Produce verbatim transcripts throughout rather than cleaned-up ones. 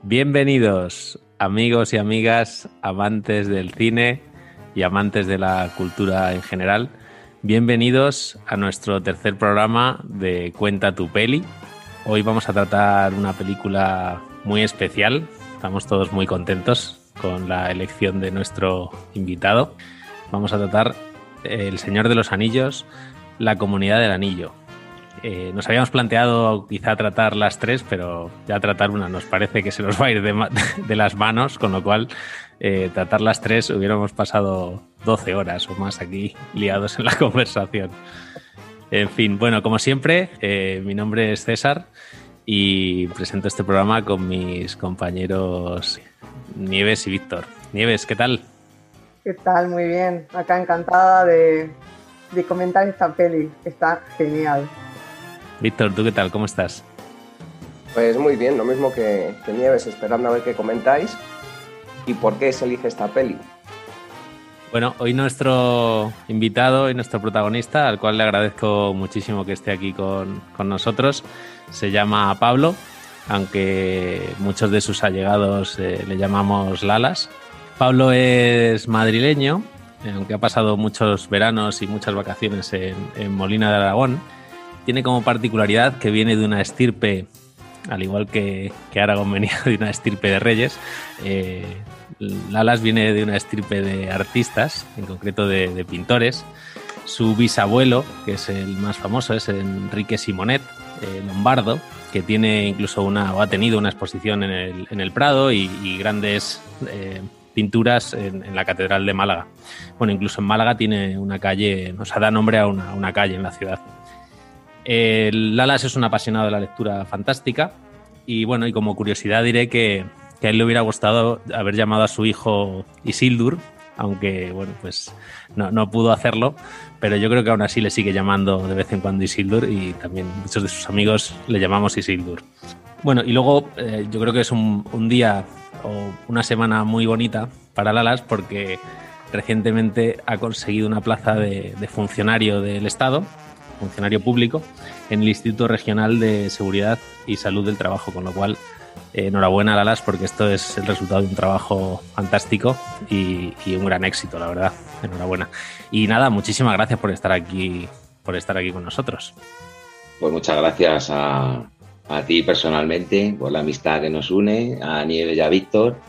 Bienvenidos, amigos y amigas, amantes del cine y amantes de la cultura en general. Bienvenidos a nuestro tercer programa de Cuenta tu Peli. Hoy vamos a tratar una película muy especial. Estamos todos muy contentos con la elección de nuestro invitado. Vamos a tratar El Señor de los Anillos, La Comunidad del Anillo. Eh, nos habíamos planteado quizá tratar las tres, pero ya tratar una nos parece que se nos va a ir de, ma- de las manos, con lo cual eh, tratar las tres hubiéramos pasado doce horas o más aquí liados en la conversación. En fin, bueno, como siempre, eh, mi nombre es César y presento este programa con mis compañeros Nieves y Víctor. Nieves, ¿qué tal? ¿Qué tal? Muy bien. Acá encantada de, de comentar esta peli. Está genial. Víctor, ¿tú qué tal? ¿Cómo estás? Pues muy bien, lo mismo que, que Nieves, esperando a ver qué comentáis y por qué se elige esta peli. Bueno, hoy nuestro invitado y nuestro protagonista, al cual le agradezco muchísimo que esté aquí con, con nosotros, se llama Pablo, aunque muchos de sus allegados eh, le llamamos Lalas. Pablo es madrileño, aunque ha pasado muchos veranos y muchas vacaciones en, en Molina de Aragón. Tiene como particularidad que viene de una estirpe, al igual que, que Aragón venía de una estirpe de reyes. Eh, Lalas viene de una estirpe de artistas, en concreto de, de pintores. Su bisabuelo, que es el más famoso, es Enrique Simonet, eh, lombardo, que tiene incluso una, o ha tenido una exposición en el, en el Prado y, y grandes eh, pinturas en, en la Catedral de Málaga. Bueno, incluso en Málaga tiene una calle, o sea, da nombre a una, una calle en la ciudad. Eh, Lalas es un apasionado de la lectura fantástica y bueno, y como curiosidad diré que, que a él le hubiera gustado haber llamado a su hijo Isildur, aunque bueno, pues no, no pudo hacerlo, pero yo creo que aún así le sigue llamando de vez en cuando Isildur y también muchos de sus amigos le llamamos Isildur. Bueno, y luego eh, yo creo que es un, un día o una semana muy bonita para Lalas porque recientemente ha conseguido una plaza de, de funcionario del Estado, funcionario público, en el Instituto Regional de Seguridad y Salud del Trabajo, con lo cual eh, enhorabuena a Lalas porque esto es el resultado de un trabajo fantástico y, y un gran éxito, la verdad. Enhorabuena. Y nada, muchísimas gracias por estar aquí, por estar aquí con nosotros. Pues muchas gracias a, a ti personalmente por la amistad que nos une, a Nieves y a Víctor.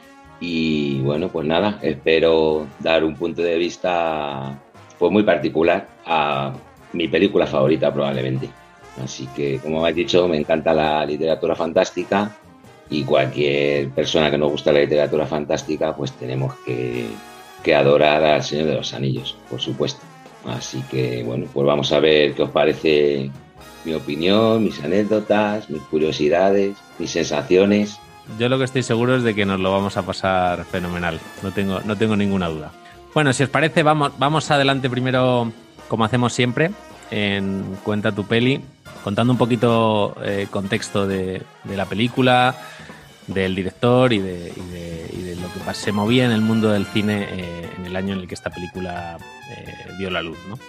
Y bueno, pues nada, espero dar un punto de vista pues muy particular a mi película favorita probablemente. Así que, como habéis dicho, me encanta la literatura fantástica y cualquier persona que nos gusta la literatura fantástica, pues tenemos que, que adorar al Señor de los Anillos, por supuesto. Así que, bueno, pues vamos a ver qué os parece mi opinión, mis anécdotas, mis curiosidades, mis sensaciones. Yo lo que estoy seguro es de que nos lo vamos a pasar fenomenal, no tengo, no tengo ninguna duda. Bueno, si os parece, vamos, vamos adelante primero, como hacemos siempre, en Cuenta tu Peli, contando un poquito el eh, contexto de, de la película, del director y de, y de, y de lo que se movía en el mundo del cine eh, en el año en el que esta película eh, vio la luz, ¿no?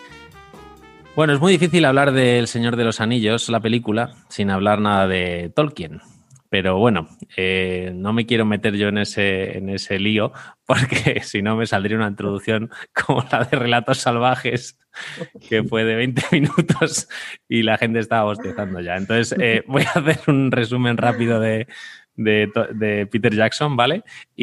Bueno, es muy difícil hablar de El Señor de los Anillos, la película, sin hablar nada de Tolkien. Pero bueno, eh, no me quiero meter yo en ese, en ese lío porque si no me saldría una introducción como la de Relatos Salvajes que fue de veinte minutos y la gente estaba bostezando ya. Entonces eh, voy a hacer un resumen rápido de, de, de Peter Jackson, ¿vale?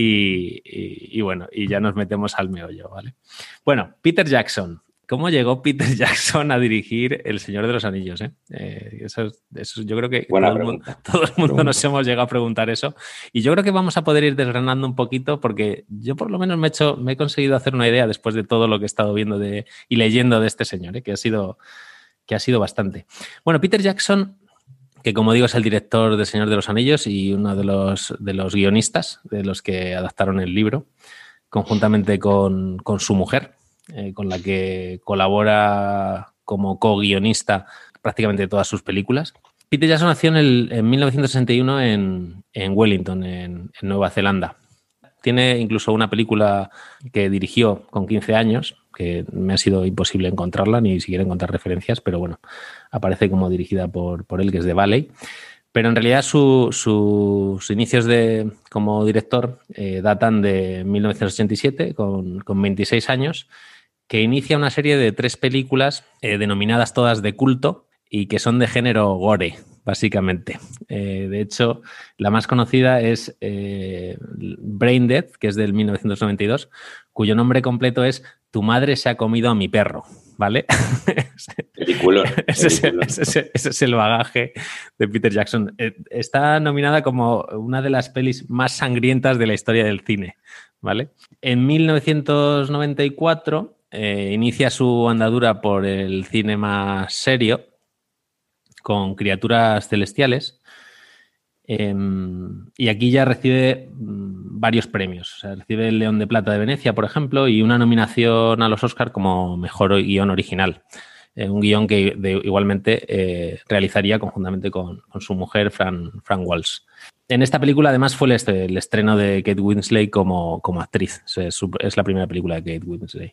Y, y, y bueno, y ya nos metemos al meollo, ¿vale? Bueno, Peter Jackson. ¿Cómo llegó Peter Jackson a dirigir El Señor de los Anillos? ¿eh? Eh, eso, eso, yo creo que todo el, mundo, todo el mundo nos hemos llegado a preguntar eso. Y yo creo que vamos a poder ir desgranando un poquito porque yo por lo menos me he, hecho, me he conseguido hacer una idea después de todo lo que he estado viendo de, y leyendo de este señor, ¿eh? que, ha sido, que ha sido bastante. Bueno, Peter Jackson, que como digo es el director de El Señor de los Anillos y uno de los, de los guionistas de los que adaptaron el libro, conjuntamente con, con su mujer, Eh, con la que colabora como co-guionista prácticamente todas sus películas. Peter Jackson nació en, el, en mil novecientos sesenta y uno en, en Wellington, en, en Nueva Zelanda. Tiene incluso una película que dirigió con quince años, que me ha sido imposible encontrarla, ni siquiera encontrar referencias, pero bueno, aparece como dirigida por, por él, que es The Valley. Pero en realidad su, su, sus inicios de, como director eh, datan de mil novecientos ochenta y siete, con, con veintiséis años, que inicia una serie de tres películas eh, denominadas todas de culto y que son de género gore, básicamente. Eh, de hecho, la más conocida es eh, Brain Dead, que es del mil novecientos noventa y dos, cuyo nombre completo es Tu madre se ha comido a mi perro, ¿vale? Peliculón. Ese, es el, ese, es el, ese es el bagaje de Peter Jackson. Eh, está nominada como una de las pelis más sangrientas de la historia del cine, ¿vale? En mil novecientos noventa y cuatro eh, inicia su andadura por el cine más serio, con Criaturas Celestiales, eh, y aquí ya recibe mm, varios premios. O sea, recibe el León de Plata de Venecia, por ejemplo, y una nominación a los Oscar como Mejor Guión Original. Eh, un guión que de, igualmente eh, realizaría conjuntamente con, con su mujer, Fran, Fran Walsh. En esta película, además, fue el, el estreno de Kate Winslet como, como actriz. O sea, es, su, es la primera película de Kate Winslet.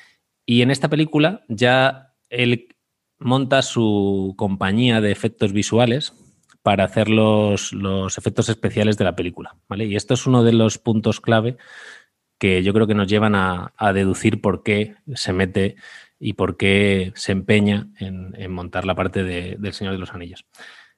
Y en esta película ya él monta su compañía de efectos visuales para hacer los, los efectos especiales de la película, ¿vale? Y esto es uno de los puntos clave que yo creo que nos llevan a, a deducir por qué se mete y por qué se empeña en, en montar la parte de, del Señor de los Anillos.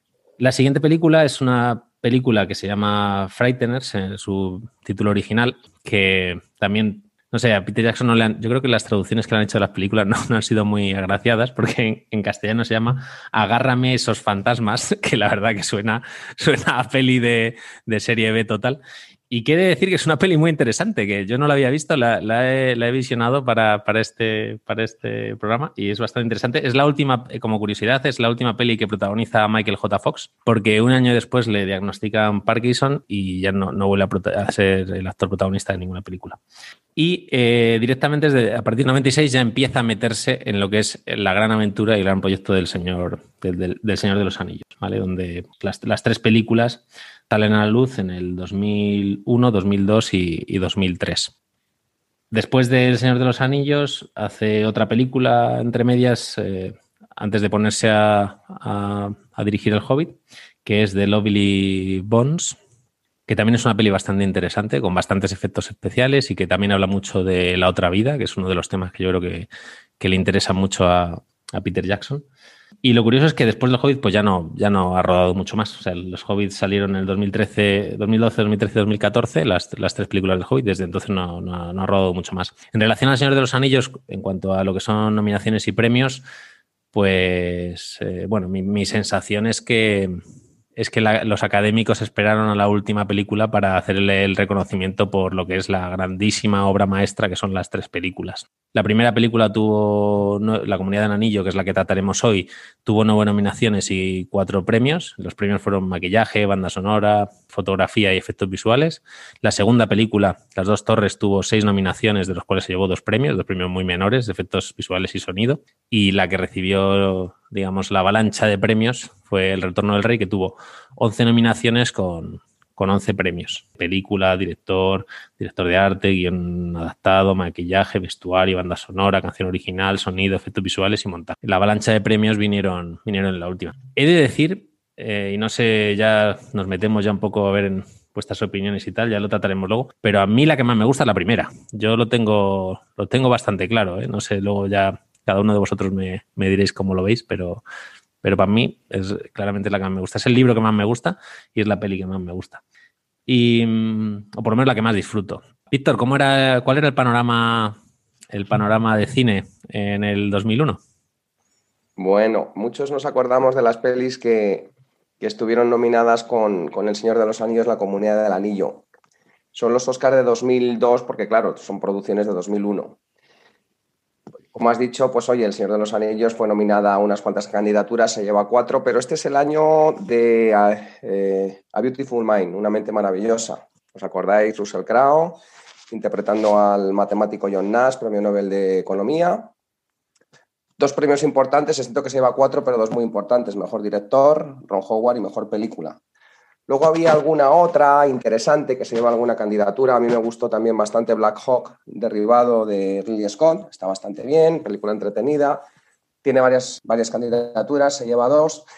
La siguiente película es una película que se llama Frighteners, en su título original, que también... No sé, a Peter Jackson no le han... Yo creo que las traducciones que le han hecho de las películas no, no han sido muy agraciadas, porque en, en castellano se llama Agárrame esos fantasmas, que la verdad que suena, suena a peli de, de serie B total. Y quiere decir que es una peli muy interesante, que yo no la había visto, la, la, he, la he visionado para, para, este, para este programa y es bastante interesante. Es la última, como curiosidad, es la última peli que protagoniza Michael J. Fox, porque un año después le diagnostican Parkinson y ya no, no vuelve a, a ser el actor protagonista de ninguna película. Y eh, directamente desde, a partir del noventa y seis ya empieza a meterse en lo que es la gran aventura y el gran proyecto del Señor, del, del, del Señor de los Anillos, ¿vale? Donde las, las tres películas salen a la luz en el dos mil uno, dos mil dos y, y dos mil tres. Después de El Señor de los Anillos hace otra película entre medias eh, antes de ponerse a, a, a dirigir El Hobbit, que es The Lovely Bones, que también es una peli bastante interesante, con bastantes efectos especiales y que también habla mucho de la otra vida, que es uno de los temas que yo creo que, que le interesa mucho a, a Peter Jackson. Y lo curioso es que después del Hobbit pues ya no, ya no ha rodado mucho más. O sea, los Hobbits salieron en el dos mil trece, dos mil doce, dos mil trece, dos mil catorce, las, las tres películas del Hobbit, desde entonces no, no, no ha rodado mucho más. En relación al Señor de los Anillos, en cuanto a lo que son nominaciones y premios, pues eh, bueno, mi, mi sensación es que es que la, los académicos esperaron a la última película para hacerle el reconocimiento por lo que es la grandísima obra maestra que son las tres películas. La primera película tuvo La Comunidad del Anillo, que es la que trataremos hoy, tuvo nueve nominaciones y cuatro premios. Los premios fueron maquillaje, banda sonora, fotografía y efectos visuales. La segunda película, Las Dos Torres, tuvo seis nominaciones, de los cuales se llevó dos premios, dos premios muy menores de efectos visuales y sonido. Y la que recibió, digamos, la avalancha de premios fue El Retorno del Rey, que tuvo once nominaciones con, con once premios. Película, director, director de arte, guión adaptado, maquillaje, vestuario, banda sonora, canción original, sonido, efectos visuales y montaje. La avalancha de premios vinieron, vinieron en la última. He de decir, eh, y no sé, ya nos metemos ya un poco a ver en vuestras opiniones y tal, ya lo trataremos luego, pero a mí la que más me gusta es la primera. Yo lo tengo, lo tengo bastante claro, ¿eh? No sé, luego ya cada uno de vosotros me, me diréis cómo lo veis, pero... Pero para mí es claramente la que más me gusta. Es el libro que más me gusta y es la peli que más me gusta. Y, o por lo menos la que más disfruto. Víctor, ¿cómo era, ¿cuál era el panorama, el panorama de cine en el dos mil uno? Bueno, muchos nos acordamos de las pelis que, que estuvieron nominadas con, con El Señor de los Anillos, La Comunidad del Anillo. Son los Oscars de dos mil dos porque, claro, son producciones de dos mil uno. Como has dicho, pues oye, El Señor de los Anillos fue nominada a unas cuantas candidaturas, se lleva cuatro, pero este es el año de eh, A Beautiful Mind, Una mente maravillosa. ¿Os acordáis? Russell Crowe, interpretando al matemático John Nash, premio Nobel de Economía. Dos premios importantes, excepto que se lleva cuatro, pero dos muy importantes. Mejor director, Ron Howard, y mejor película. Luego había alguna otra interesante que se lleva alguna candidatura. A mí me gustó también bastante Black Hawk, Derribado, de Ridley Scott. Está bastante bien, película entretenida. Tiene varias, varias candidaturas, se lleva dos.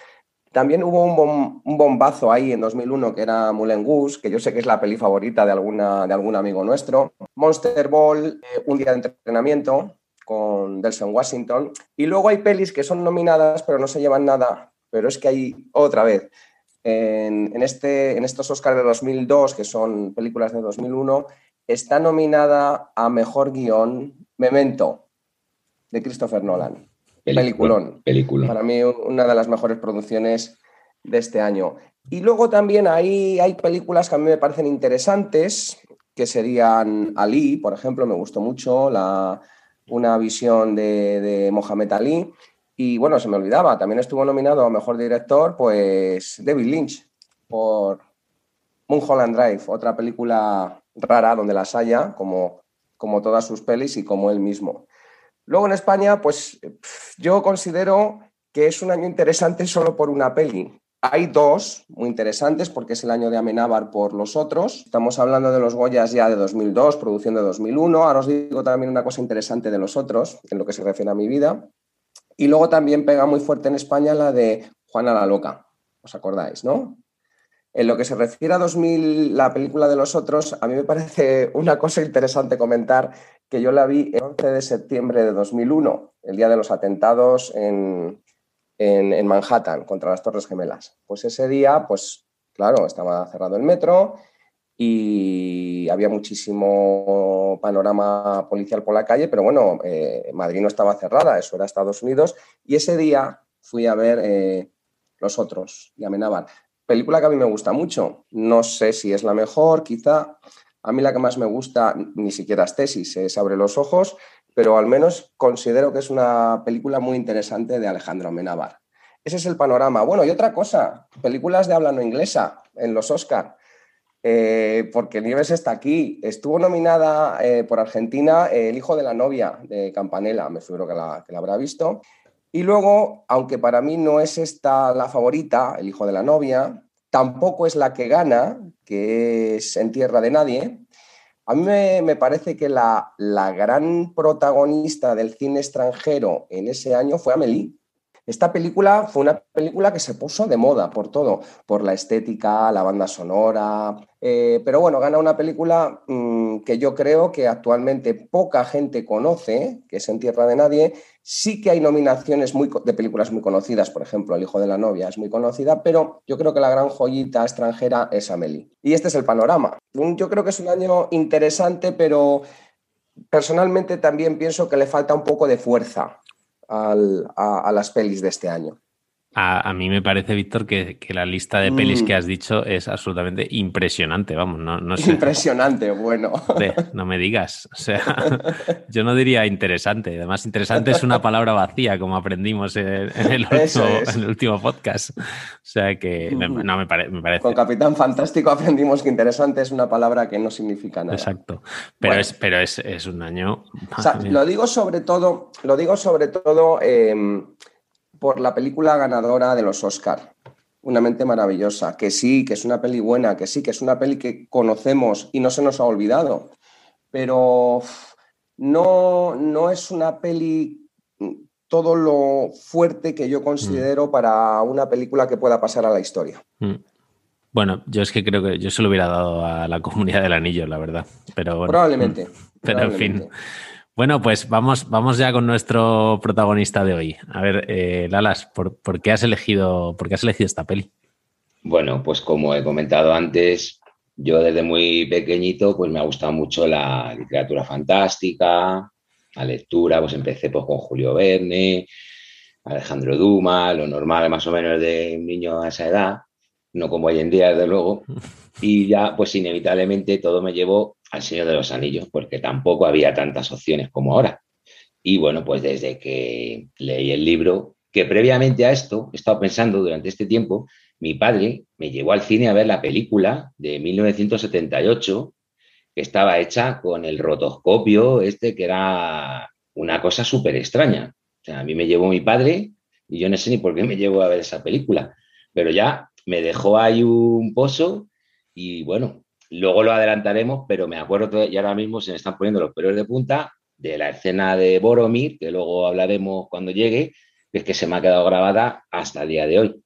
También hubo un, bom, un bombazo ahí en dos mil uno que era Moulin Rouge, que yo sé que es la peli favorita de, alguna, de algún amigo nuestro. Monster Ball, eh, Un día de entrenamiento, con Denzel Washington. Y luego hay pelis que son nominadas pero no se llevan nada. Pero es que hay otra vez. En, en, este, en estos Oscars de dos mil dos, que son películas de dos mil uno, está nominada a Mejor Guión Memento, de Christopher Nolan. Peliculón. Peliculón. Para mí, una de las mejores producciones de este año. Y luego también hay, hay películas que a mí me parecen interesantes, que serían Ali, por ejemplo, me gustó mucho, la, una visión de, de Mohamed Ali. Y bueno, se me olvidaba, también estuvo nominado a Mejor Director, pues David Lynch, por Mulholland Drive, otra película rara donde las haya, como, como todas sus pelis y como él mismo. Luego en España, pues yo considero que es un año interesante solo por una peli. Hay dos muy interesantes porque es el año de Amenábar por Los Otros. Estamos hablando de los Goyas ya de dos mil dos, producción de dos mil uno. Ahora os digo también una cosa interesante de Los Otros, en lo que se refiere a mi vida. Y luego también pega muy fuerte en España la de Juana la Loca. ¿Os acordáis, no? En lo que se refiere a dos mil, la película de Los Otros, a mí me parece una cosa interesante comentar que yo la vi el once de septiembre de dos mil uno, el día de los atentados en, en, en Manhattan contra las Torres Gemelas. Pues ese día, pues claro, estaba cerrado el metro y había muchísimo panorama policial por la calle, pero bueno, eh, Madrid no estaba cerrada, eso era Estados Unidos, y ese día fui a ver eh, Los Otros, de Amenábar. Película que a mí me gusta mucho, no sé si es la mejor, quizá. A mí la que más me gusta, ni siquiera es Tesis, es Abre los ojos, pero al menos considero que es una película muy interesante de Alejandro Amenábar. Ese es el panorama. Bueno, y otra cosa, películas de habla no inglesa en los Oscar, eh, porque Nieves está aquí. Estuvo nominada eh, por Argentina eh, El hijo de la novia, de Campanella, me figuro que la, que la habrá visto. Y luego, aunque para mí no es esta la favorita, El hijo de la novia, tampoco es la que gana, que es En tierra de nadie. A mí me, me parece que la, la gran protagonista del cine extranjero en ese año fue Amélie. Esta película fue una película que se puso de moda por todo, por la estética, la banda sonora, eh, pero bueno, gana una película mmm, que yo creo que actualmente poca gente conoce, que es En tierra de nadie. Sí que hay nominaciones muy, de películas muy conocidas, por ejemplo, El hijo de la novia es muy conocida, pero yo creo que la gran joyita extranjera es Amélie. Y este es el panorama. Yo creo que es un año interesante, pero personalmente también pienso que le falta un poco de fuerza Al, a, a las pelis de este año. A, a mí me parece, Víctor, que, que la lista de pelis mm. que has dicho es absolutamente impresionante, vamos, no, no sé. Impresionante, bueno. De, no me digas, o sea, yo no diría interesante, además interesante es una palabra vacía, como aprendimos en, en, el, último, es. en el último podcast, o sea que mm. no, me, pare, me parece. Con Capitán Fantástico aprendimos que interesante es una palabra que no significa nada. Exacto, pero, bueno. es, pero es, es un año... O sea, lo digo sobre todo, lo digo sobre todo eh, por la película ganadora de los Oscar, Una mente maravillosa, que sí, que es una peli buena, que sí, que es una peli que conocemos y no se nos ha olvidado, pero no, no es una peli todo lo fuerte que yo considero mm. para una película que pueda pasar a la historia. Mm. Bueno, yo es que creo que yo se lo hubiera dado a La Comunidad del Anillo, la verdad. Pero bueno, probablemente. Pero probablemente. en fin. Bueno, pues vamos, vamos ya con nuestro protagonista de hoy. A ver, eh, Lalas, ¿por, por, qué has elegido, ¿por qué has elegido esta peli? Bueno, pues como he comentado antes, yo desde muy pequeño pues me ha gustado mucho la literatura fantástica, la lectura, pues empecé pues, con Julio Verne, Alejandro Dumas, lo normal más o menos de un niño a esa edad. No como hoy en día, desde luego, y ya pues inevitablemente todo me llevó al Señor de los Anillos, porque tampoco había tantas opciones como ahora. Y bueno, pues desde que leí el libro, que previamente a esto, he estado pensando durante este tiempo, mi padre me llevó al cine a ver la película de mil novecientos setenta y ocho, que estaba hecha con el rotoscopio este, que era una cosa súper extraña. O sea, a mí me llevó mi padre y yo no sé ni por qué me llevó a ver esa película, pero ya me dejó ahí un pozo y bueno, luego lo adelantaremos, pero me acuerdo y ahora mismo se me están poniendo los pelos de punta de la escena de Boromir, que luego hablaremos cuando llegue, que es que se me ha quedado grabada hasta el día de hoy.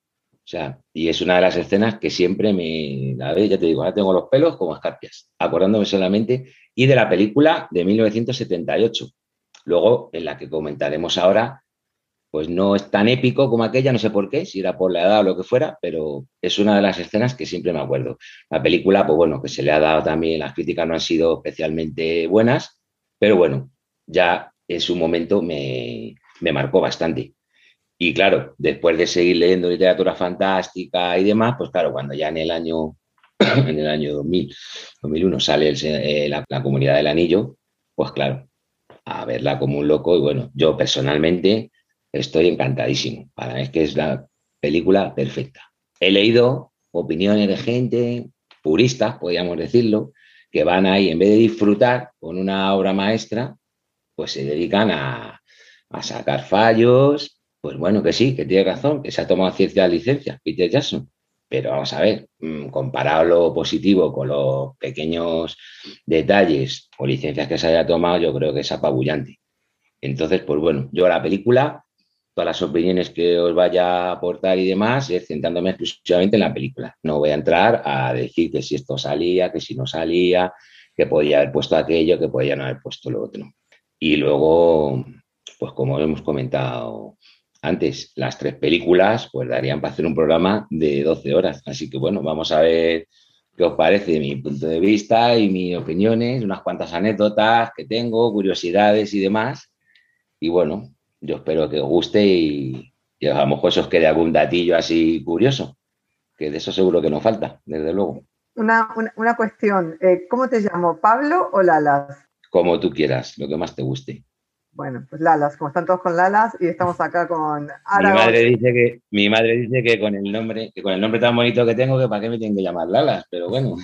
O sea, y es una de las escenas que siempre me, la vez, ya te digo, ahora tengo los pelos como escarpias, acordándome solamente, y de la película de mil novecientos setenta y ocho. Luego, en la que comentaremos ahora, pues no es tan épico como aquella, no sé por qué, si era por la edad o lo que fuera, pero es una de las escenas que siempre me acuerdo. La película, pues bueno, que se le ha dado también, las críticas no han sido especialmente buenas, pero bueno, ya en su momento me, me marcó bastante. Y claro, después de seguir leyendo literatura fantástica y demás, pues claro, cuando ya en el año, en el año dos mil, dos mil uno sale el, eh, la, la Comunidad del Anillo, pues claro, a verla como un loco. Y bueno, yo personalmente estoy encantadísimo. Para mí es que es la película perfecta. He leído opiniones de gente, puristas, podríamos decirlo, que van ahí, en vez de disfrutar con una obra maestra, pues se dedican a, a sacar fallos. Pues bueno, que sí, que tiene razón, que se ha tomado ciertas licencias, Peter Jackson. Pero vamos a ver, comparado lo positivo con los pequeños detalles o licencias que se haya tomado, yo creo que es apabullante. Entonces, pues bueno, yo la película, todas las opiniones que os vaya a aportar y demás, es centrándome exclusivamente en la película. No voy a entrar a decir que si esto salía, que si no salía, que podía haber puesto aquello, que podía no haber puesto lo otro. Y luego, pues como hemos comentado antes, las tres películas pues darían para hacer un programa de doce horas. Así que bueno, vamos a ver qué os parece mi punto de vista y mis opiniones, unas cuantas anécdotas que tengo, curiosidades y demás. Y bueno, yo espero que os guste y, y a lo mejor os quede algún datillo así curioso, que de eso seguro que no falta, desde luego. Una, una, una cuestión, eh, ¿cómo te llamo? ¿Pablo o Lalas? Como tú quieras, lo que más te guste. Bueno, pues Lalas, como están todos con Lalas y estamos acá con Aragorn. Mi madre dice que, mi madre dice que con el nombre, que con el nombre tan bonito que tengo, que para qué me tienen que llamar Lalas, pero bueno,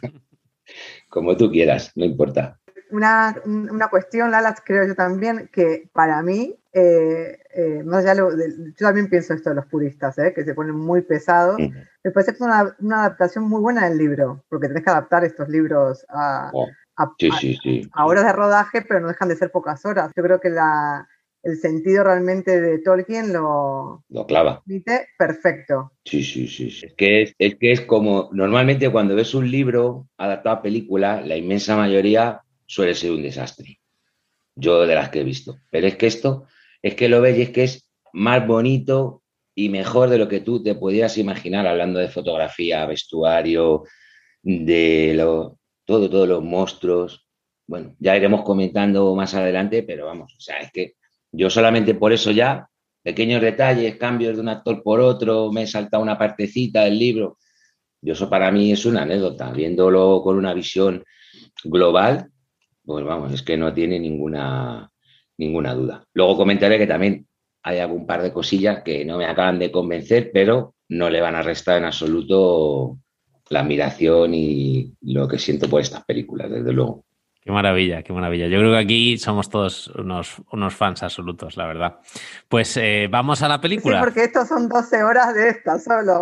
como tú quieras, no importa. Una, una cuestión, Lalas, creo yo también, que para mí, eh, eh, más allá lo de, yo también pienso esto de los puristas, eh, que se ponen muy pesados. Mm. Me parece que es una, una adaptación muy buena del libro, porque tenés que adaptar estos libros a, oh. A, sí, sí, sí, a, a horas de rodaje, pero no dejan de ser pocas horas. Yo creo que la, el sentido realmente de Tolkien lo, lo clava. Dice perfecto. Sí, sí, sí. sí. Es, que es, es que es como, normalmente cuando ves un libro adaptado a película, la inmensa mayoría suele ser un desastre. Yo de las que he visto. Pero es que esto, es que lo ves y es que es más bonito y mejor de lo que tú te podías imaginar, hablando de fotografía, vestuario, de lo... todo, todos los monstruos. Bueno, ya iremos comentando más adelante, pero vamos, o sea, es que yo solamente por eso ya, pequeños detalles, cambios de un actor por otro, me he saltado una partecita del libro. Yo eso para mí es una anécdota. Viéndolo con una visión global, pues vamos, es que no tiene ninguna, ninguna duda. Luego comentaré que también hay algún par de cosillas que no me acaban de convencer, pero no le van a restar en absoluto la admiración y lo que siento por estas películas, desde luego. Qué maravilla, qué maravilla. Yo creo que aquí somos todos unos, unos fans absolutos, la verdad. Pues eh, vamos a la película. Sí, porque estos son doce horas de esta solo.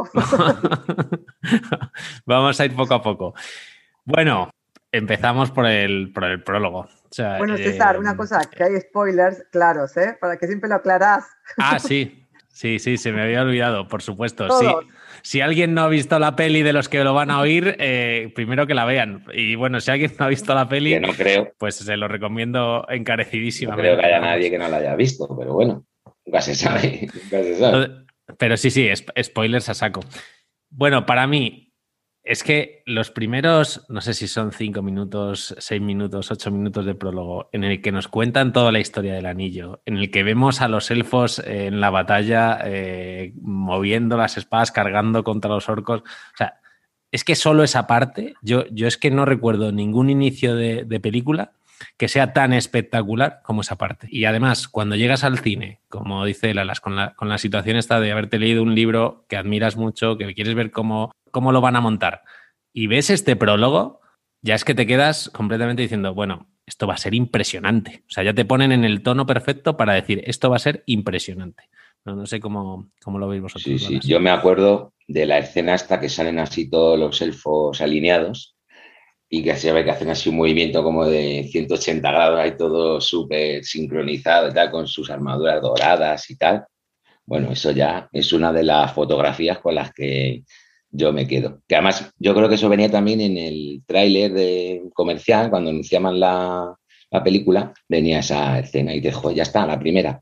Vamos a ir poco a poco. Bueno, empezamos por el, por el prólogo. O sea, bueno, César, eh, una cosa, que hay spoilers claros, ¿eh? Para que siempre lo aclarás. Ah, sí. Sí, sí, se me había olvidado, por supuesto. Sí. Si alguien no ha visto la peli de los que lo van a oír, eh, primero que la vean. Y bueno, si alguien no ha visto la peli, que no creo. Pues se lo recomiendo encarecidísimamente. No creo que haya nadie que no la haya visto, pero bueno, nunca se sabe. Nunca se sabe. Pero sí, sí, spoilers a saco. Bueno, para mí, es que los primeros, no sé si son cinco minutos, seis minutos, ocho minutos de prólogo, en el que nos cuentan toda la historia del anillo, en el que vemos a los elfos eh, en la batalla eh, moviendo las espadas, cargando contra los orcos. O sea, es que solo esa parte, yo, yo es que no recuerdo ningún inicio de, de película que sea tan espectacular como esa parte. Y además, cuando llegas al cine, como dice Lalas, con la, con la situación esta de haberte leído un libro que admiras mucho, que quieres ver cómo, cómo lo van a montar, y ves este prólogo, ya es que te quedas completamente diciendo, bueno, esto va a ser impresionante. O sea, ya te ponen en el tono perfecto para decir, esto va a ser impresionante. No, no sé cómo, cómo lo veis vosotros. Sí, sí. Yo me acuerdo de la escena hasta que salen así todos los elfos alineados y que se ve que hacen así un movimiento como de ciento ochenta grados, ahí todo súper sincronizado y tal, con sus armaduras doradas y tal. Bueno, eso ya es una de las fotografías con las que yo me quedo. Que además yo creo que eso venía también en el tráiler de comercial, cuando anunciaban la, la película, venía esa escena y te dijo, ya está, la primera.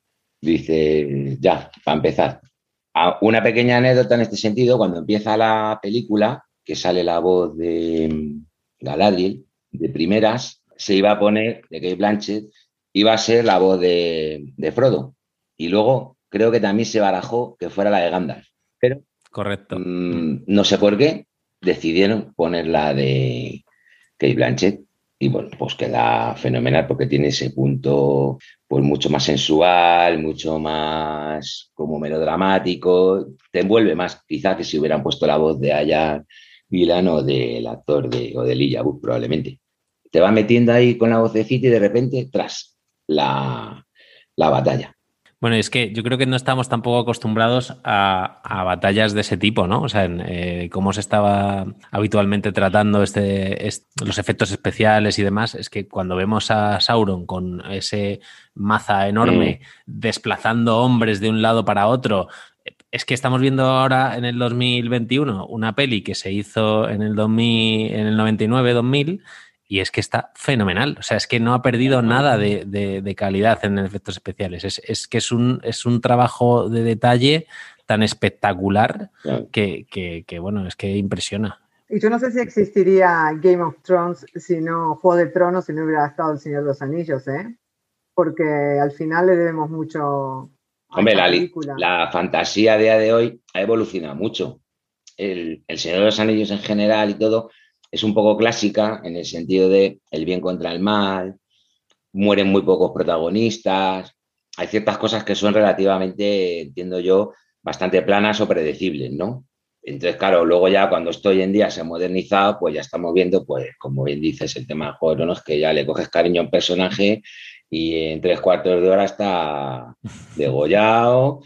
Dice, ya, para empezar. Ah, una pequeña anécdota en este sentido, cuando empieza la película, que sale la voz de Galadriel, de primeras, se iba a poner, de Cate Blanchett, iba a ser la voz de, de Frodo. Y luego creo que también se barajó que fuera la de Gandalf. Pero Correcto. mmm, no sé por qué decidieron poner la de Cate Blanchett. Y bueno, pues queda fenomenal porque tiene ese punto pues mucho más sensual, mucho más como melodramático, te envuelve más quizás que si hubieran puesto la voz de Aya Villan o del actor de, o de Elijah Wood probablemente. Te va metiendo ahí con la vocecita y de repente, tras, la, la batalla. Bueno, es que yo creo que no estamos tampoco acostumbrados a, a batallas de ese tipo, ¿no? O sea, en, eh, cómo se estaba habitualmente tratando este, este, los efectos especiales y demás, es que cuando vemos a Sauron con ese maza enorme mm. desplazando hombres de un lado para otro, es que estamos viendo ahora en el dos mil veintiuno una peli que se hizo en el, dos mil, en el noventa y nueve dos mil y es que está fenomenal. O sea, es que no ha perdido nada de, de, de calidad en efectos especiales. Es, es que es un, es un trabajo de detalle tan espectacular que, que, que, bueno, es que impresiona. Y yo no sé si existiría Game of Thrones si no, Juego de Tronos, si no hubiera estado El Señor de los Anillos, ¿eh? Porque al final le debemos mucho a Hombre, esta la, película. La fantasía a día de hoy ha evolucionado mucho. El, el Señor de los Anillos en general y todo es un poco clásica en el sentido de el bien contra el mal, mueren muy pocos protagonistas, hay ciertas cosas que son relativamente, entiendo yo, bastante planas o predecibles, ¿no? Entonces, claro, luego ya cuando esto hoy en día se ha modernizado, pues ya estamos viendo, pues como bien dices, el tema de Juego de Tronos, que ya le coges cariño a un personaje y en tres cuartos de hora está degollado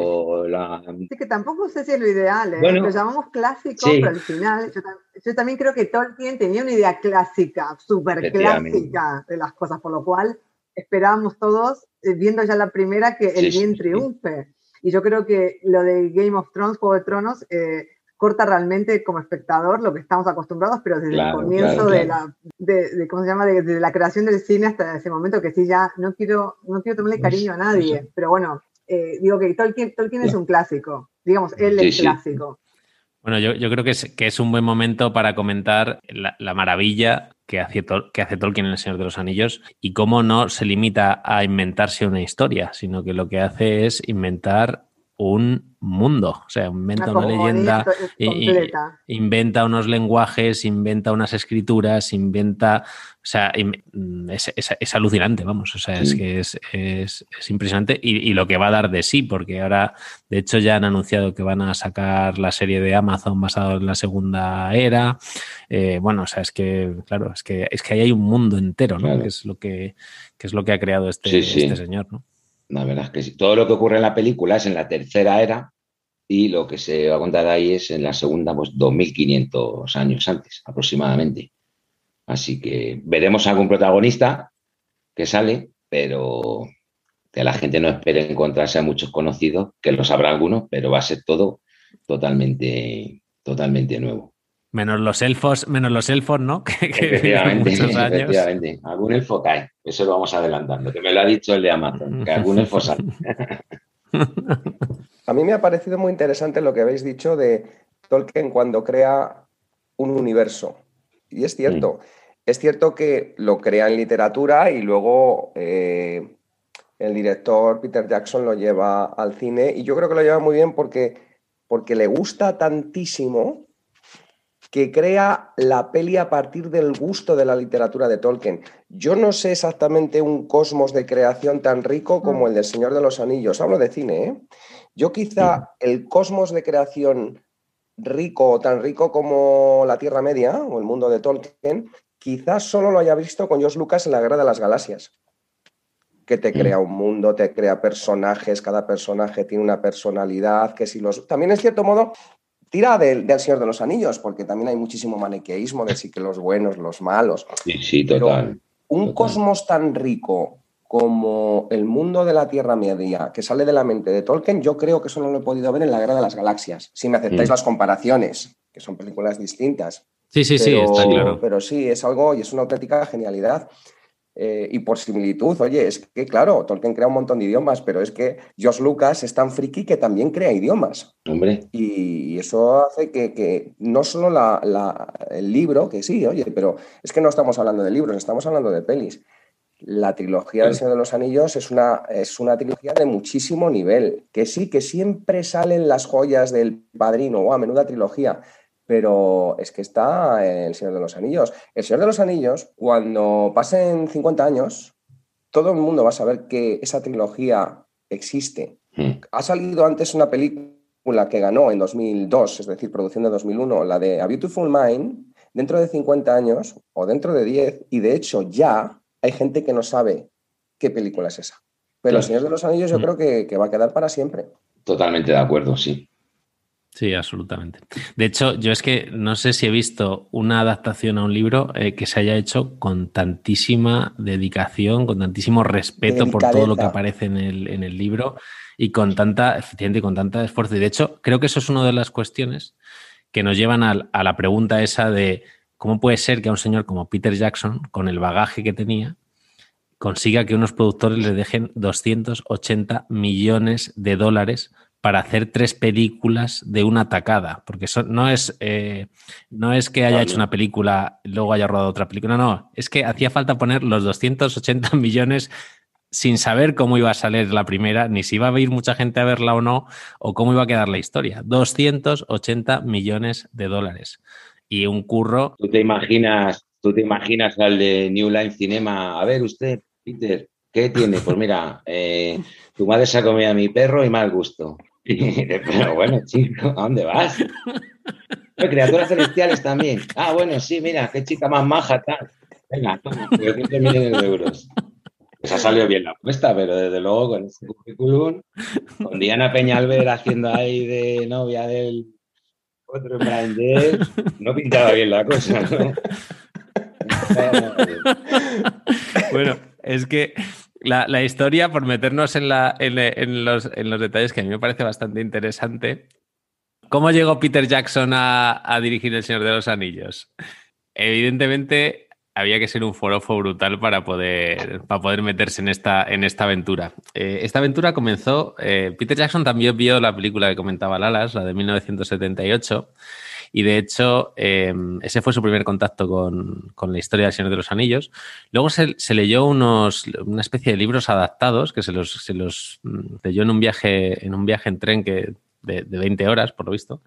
o la... Sí, que tampoco sé si es lo ideal, ¿eh? Bueno, lo llamamos clásico, sí. pero al final yo, yo también creo que Tolkien tenía una idea clásica, súper clásica de las cosas, por lo cual esperábamos todos, eh, viendo ya la primera, que el sí, bien sí, triunfe. Sí. Y yo creo que lo de Game of Thrones, Juego de Tronos, eh, corta realmente como espectador lo que estamos acostumbrados, pero desde claro, el comienzo claro, de, claro. La, de, de, ¿cómo se llama? De, de la creación del cine hasta ese momento que sí ya no quiero, no quiero tomarle cariño a nadie, sí. pero bueno, eh, digo que Tolkien, Tolkien sí. es un clásico, digamos, él sí, es clásico. Sí. Bueno, yo, yo creo que es, que es un buen momento para comentar la, la maravilla que hace, que hace Tolkien en El Señor de los Anillos y cómo no se limita a inventarse una historia, sino que lo que hace es inventar un mundo, o sea, inventa una, una leyenda, y, inventa unos lenguajes, inventa unas escrituras, inventa, o sea, es, es, es alucinante, vamos, o sea, sí. es que es, es, es impresionante y, y lo que va a dar de sí, porque ahora, de hecho, ya han anunciado que van a sacar la serie de Amazon basada en la Segunda Era, eh, bueno, o sea, es que, claro, es que, es que ahí hay un mundo entero, ¿no? Claro. Que es lo que, que es lo que ha creado este, sí, sí. este señor, ¿no? La verdad es que sí. Todo lo que ocurre en la película es en la tercera era y lo que se va a contar ahí es en la segunda, pues dos mil quinientos años antes, aproximadamente. Así que veremos algún protagonista que sale, pero que la gente no espere encontrarse a muchos conocidos, que los habrá algunos, pero va a ser todo totalmente, totalmente nuevo. Menos los elfos, menos los elfos, ¿no? Que, que efectivamente, muchos años. efectivamente. Algún elfo cae. Eso lo vamos adelantando, que me lo ha dicho el de Amazon, que algún elfo sale. A mí me ha parecido muy interesante lo que habéis dicho de Tolkien cuando crea un universo. Y es cierto. Mm. Es cierto que lo crea en literatura y luego eh, el director Peter Jackson lo lleva al cine. Y yo creo que lo lleva muy bien porque, porque le gusta tantísimo que crea la peli a partir del gusto de la literatura de Tolkien. Yo no sé exactamente un cosmos de creación tan rico como el del Señor de los Anillos. Hablo de cine, ¿eh? Yo quizá el cosmos de creación rico o tan rico como la Tierra Media o el mundo de Tolkien, quizás solo lo haya visto con George Lucas en La Guerra de las Galaxias, que te crea un mundo, te crea personajes, cada personaje tiene una personalidad, que si los... También, en cierto modo, tira del, del Señor de los Anillos, porque también hay muchísimo maniqueísmo de sí que los buenos, los malos. Sí, sí, total. Pero un total. cosmos tan rico como el mundo de la Tierra Media, que sale de la mente de Tolkien, yo creo que eso no lo he podido ver en La Guerra de las Galaxias. Si me aceptáis mm. las comparaciones, que son películas distintas. Sí, sí, pero, sí, está claro. Pero sí, es algo y es una auténtica genialidad. Eh, y por similitud, oye, es que claro, Tolkien crea un montón de idiomas, pero es que George Lucas es tan friki que también crea idiomas. Hombre. Y, y eso hace que, que no solo la, la, el libro, que sí, oye, pero es que no estamos hablando de libros, estamos hablando de pelis. La trilogía del Señor de los Anillos es una, es una trilogía de muchísimo nivel, que sí, que siempre salen las joyas del Padrino, ¡guau, menuda trilogía! Pero es que está El Señor de los Anillos. El Señor de los Anillos, cuando pasen cincuenta años, todo el mundo va a saber que esa trilogía existe. Mm. Ha salido antes una película que ganó en dos mil dos, es decir, producción de dos mil uno, la de A Beautiful Mind, dentro de cincuenta años o dentro de diez, y de hecho ya hay gente que no sabe qué película es esa. Pero claro. El Señor de los Anillos yo mm. creo que, que va a quedar para siempre. Totalmente de acuerdo, sí. Sí, absolutamente. De hecho, yo es que no sé si he visto una adaptación a un libro eh, que se haya hecho con tantísima dedicación, con tantísimo respeto por todo lo que aparece en el, en el libro y con tanta eficiencia y con tanta esfuerzo. Y de hecho, creo que eso es una de las cuestiones que nos llevan a, a la pregunta esa de cómo puede ser que a un señor como Peter Jackson, con el bagaje que tenía, consiga que unos productores le dejen doscientos ochenta millones de dólares para hacer tres películas de una tacada, porque eso no es, eh, no es que haya hecho una película y luego haya rodado otra película, no, no, es que hacía falta poner los doscientos ochenta millones sin saber cómo iba a salir la primera, ni si iba a ir mucha gente a verla o no, o cómo iba a quedar la historia. doscientos ochenta millones de dólares. Y un curro... ¿Tú te imaginas, tú te imaginas al de New Line Cinema? A ver, usted, Peter, ¿qué tiene? Pues mira, eh, tu madre se ha comido a mi perro y mal gusto. Pero bueno, chico, ¿a dónde vas? Criaturas celestiales también. Ah, bueno, sí, mira, qué chica más maja, tal. Venga, toma, trescientos millones de euros. Pues ha salido bien la apuesta, pero desde luego con ese currículum, con Diana Peñalver haciendo ahí de novia del otro Brian Jay, no pintaba bien la cosa, ¿no? Bueno, es que la, la historia, por meternos en, la, en, en, los, en los detalles, que a mí me parece bastante interesante. ¿Cómo llegó Peter Jackson a, a dirigir El Señor de los Anillos? Evidentemente había que ser un forofo brutal para poder, para poder meterse en esta, en esta aventura. Eh, esta aventura comenzó... Eh, Peter Jackson también vio la película que comentaba Lalas, la de mil novecientos setenta y ocho, y de hecho eh, ese fue su primer contacto con, con la historia del Señor de los Anillos. Luego se, se leyó unos, una especie de libros adaptados que se los, se los leyó en un viaje en un viaje en tren que, de, de veinte horas, por lo visto.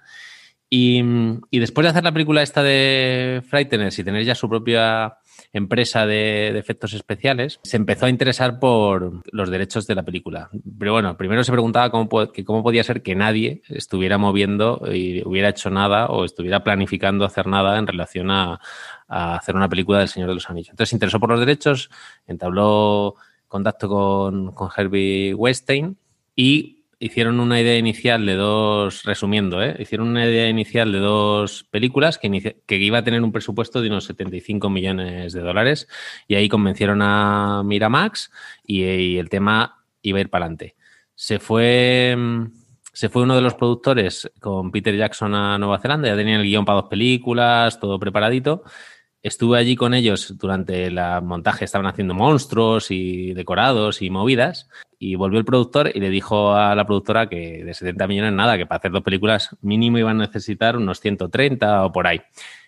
Y, y después de hacer la película esta de Frighteners y tener ya su propia empresa de, de efectos especiales, se empezó a interesar por los derechos de la película. Pero bueno, primero se preguntaba cómo, que cómo podía ser que nadie estuviera moviendo y hubiera hecho nada o estuviera planificando hacer nada en relación a, a hacer una película del Señor de los Anillos. Entonces se interesó por los derechos, entabló contacto con, con Harvey Weinstein y hicieron una idea inicial de dos, resumiendo, ¿eh? hicieron una idea inicial de dos películas que, inicia, que iba a tener un presupuesto de unos setenta y cinco millones de dólares y ahí convencieron a Miramax y, y el tema iba a ir para adelante. Se fue, se fue uno de los productores con Peter Jackson a Nueva Zelanda, ya tenían el guión para dos películas, todo preparadito. Estuve allí con ellos durante el montaje, estaban haciendo monstruos y decorados y movidas, y volvió el productor y le dijo a la productora que de setenta millones nada, que para hacer dos películas mínimo iban a necesitar unos ciento treinta o por ahí.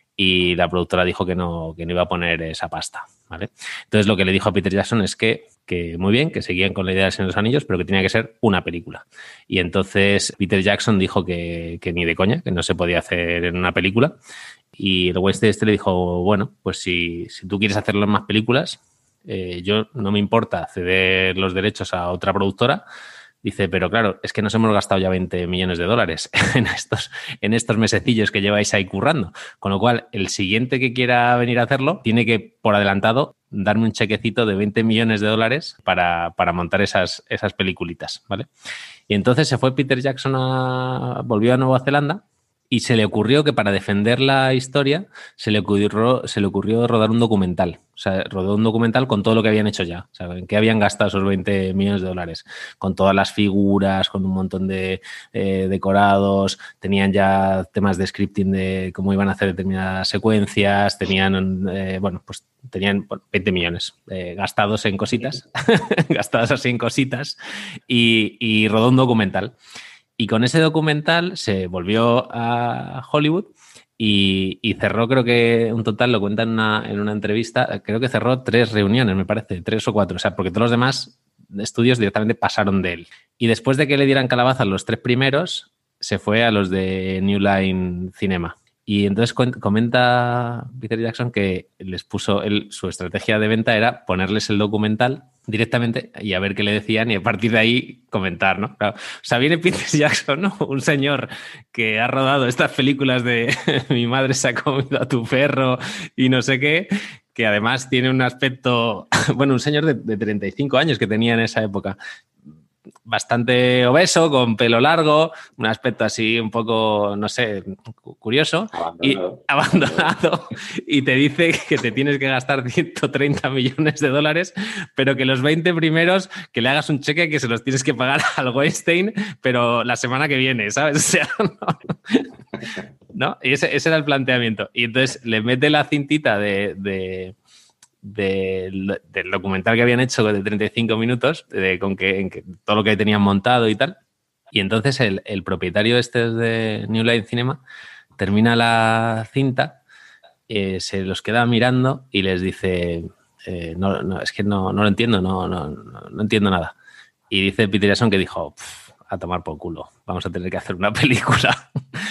Y la productora dijo que no, que no iba a poner esa pasta, ¿vale? Entonces lo que le dijo a Peter Jackson es que, que muy bien, que seguían con la idea de Señor de los Anillos, pero que tenía que ser una película. Y entonces Peter Jackson dijo que, que ni de coña, que no se podía hacer en una película. Y el Weinstein este le dijo, bueno, pues si, si tú quieres hacerlo en más películas, eh, yo no me importa ceder los derechos a otra productora. Dice, pero claro, es que nos hemos gastado ya veinte millones de dólares en estos, en estos mesecillos que lleváis ahí currando. Con lo cual, el siguiente que quiera venir a hacerlo tiene que, por adelantado, darme un chequecito de veinte millones de dólares para, para montar esas, esas peliculitas, ¿vale? Y entonces se fue Peter Jackson, a, volvió a Nueva Zelanda. Y se le ocurrió que para defender la historia se le ocurrió, se le ocurrió rodar un documental sea, rodó un documental con todo lo que habían hecho ya. O sea, en qué habían gastado esos veinte millones de dólares. Con todas las figuras, con un montón de eh, decorados, tenían ya temas de scripting de cómo iban a hacer determinadas secuencias, tenían, eh, bueno, pues tenían bueno, veinte millones eh, gastados en cositas, gastados así en cositas, y, y rodó un documental. Y con ese documental se volvió a Hollywood y, y cerró, creo que un total, lo cuenta en una, en una entrevista, creo que cerró tres reuniones, me parece, tres o cuatro, o sea, porque todos los demás estudios directamente pasaron de él. Y después de que le dieran calabaza a los tres primeros, se fue a los de New Line Cinema. Y entonces comenta Peter Jackson que les puso, él, su estrategia de venta era ponerles el documental directamente y a ver qué le decían y a partir de ahí comentar, ¿no? Claro. O sea, viene Peter Jackson, ¿no? Un señor que ha rodado estas películas de Mi madre se ha comido a tu perro y no sé qué, que además tiene un aspecto, bueno, un señor de, de treinta y cinco años que tenía en esa época, bastante obeso, con pelo largo, un aspecto así un poco, no sé, curioso, abandonado. y abandonado, y te dice que te tienes que gastar ciento treinta millones de dólares, pero que los veinte primeros, que le hagas un cheque que se los tienes que pagar al Weinstein, pero la semana que viene, ¿sabes? O sea, no. ¿No? Y ese, ese era el planteamiento. Y entonces le mete la cintita de... de Del, del documental que habían hecho de treinta y cinco minutos, de, con que, en que todo lo que tenían montado y tal. Y entonces el, el propietario este de New Line Cinema termina la cinta, eh, se los queda mirando y les dice, eh, no, no, es que no, no lo entiendo, no, no, no, no entiendo nada. Y dice Peter Jackson que dijo, a tomar por culo, vamos a tener que hacer una película.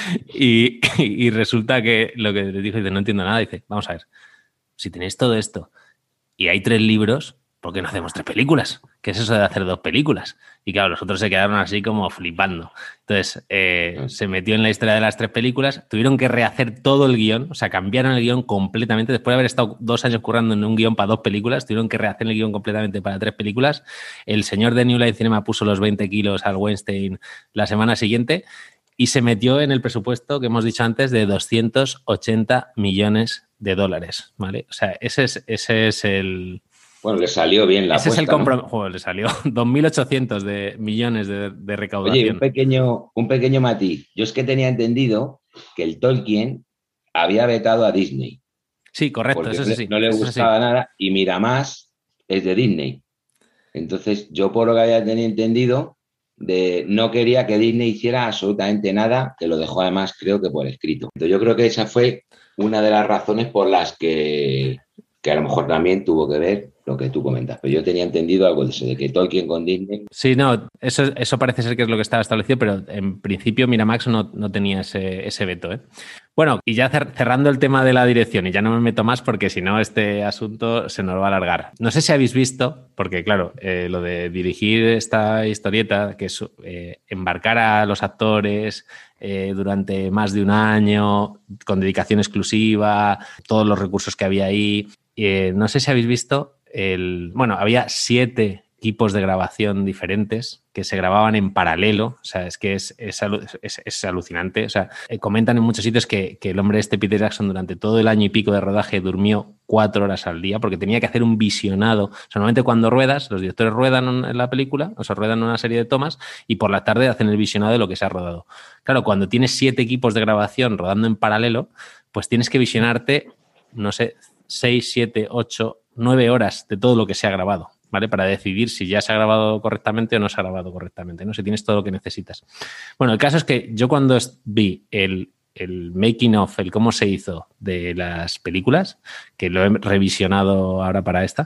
y, y, y resulta que lo que les dijo, dice, no entiendo nada, dice, vamos a ver, si tenéis todo esto y hay tres libros, ¿por qué no hacemos tres películas? ¿Qué es eso de hacer dos películas? Y claro, los otros se quedaron así como flipando. Entonces, eh, se metió en la historia de las tres películas, tuvieron que rehacer todo el guión, o sea, cambiaron el guión completamente. Después de haber estado dos años currando en un guión para dos películas, tuvieron que rehacer el guión completamente para tres películas. El señor de New Line Cinema puso los veinte kilos al Weinstein la semana siguiente y se metió en el presupuesto que hemos dicho antes de doscientos ochenta millones de dólares, ¿vale? O sea, ese es, ese es el... Bueno, le salió bien la ese apuesta, es el compromiso. ¿no? Joder, le salió dos mil ochocientos de millones de, de recaudación. Oye, un pequeño, un pequeño matiz. Yo es que tenía entendido que el Tolkien había vetado a Disney. Sí, correcto, eso sí. No le eso gustaba sí. nada y Miramás es de Disney. Entonces, yo por lo que había tenido entendido, de, no quería que Disney hiciera absolutamente nada, que lo dejó además creo que por escrito. Entonces, yo creo que esa fue una de las razones por las que, que a lo mejor también tuvo que ver lo que tú comentas. Pero yo tenía entendido algo de eso, de que Tolkien con Disney... Sí, no, eso, eso parece ser que es lo que estaba establecido, pero en principio Miramax no, no tenía ese, ese veto, ¿eh? Bueno, y ya cerrando el tema de la dirección, y ya no me meto más porque si no este asunto se nos va a alargar. No sé si habéis visto, porque claro, eh, lo de dirigir esta historieta, que es eh, embarcar a los actores eh, durante más de un año, con dedicación exclusiva, todos los recursos que había ahí. Eh, no sé si habéis visto, el, bueno, había siete equipos de grabación diferentes que se grababan en paralelo. O sea, es que es, es, es, es alucinante. O sea, eh, comentan en muchos sitios que, que el hombre este, Peter Jackson, durante todo el año y pico de rodaje durmió cuatro horas al día porque tenía que hacer un visionado. O sea, normalmente cuando ruedas, los directores ruedan en la película, o sea, ruedan una serie de tomas y por la tarde hacen el visionado de lo que se ha rodado. Claro, cuando tienes siete equipos de grabación rodando en paralelo, pues tienes que visionarte, no sé, seis, siete, ocho, nueve horas de todo lo que se ha grabado, ¿vale? Para decidir si ya se ha grabado correctamente o no se ha grabado correctamente, ¿no? Si tienes todo lo que necesitas. Bueno, el caso es que yo cuando vi el, el making of, el cómo se hizo de las películas, que lo he revisionado ahora para esta,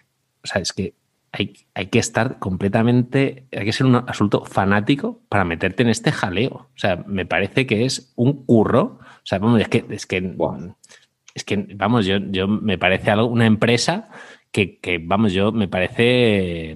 o sea, es que hay, hay que estar completamente, hay que ser un absoluto fanático para meterte en este jaleo. O sea, me parece que es un curro. O sea, vamos, es que... Es que wow. Es que, vamos, yo, yo me parece algo, una empresa que, que, vamos, yo me parece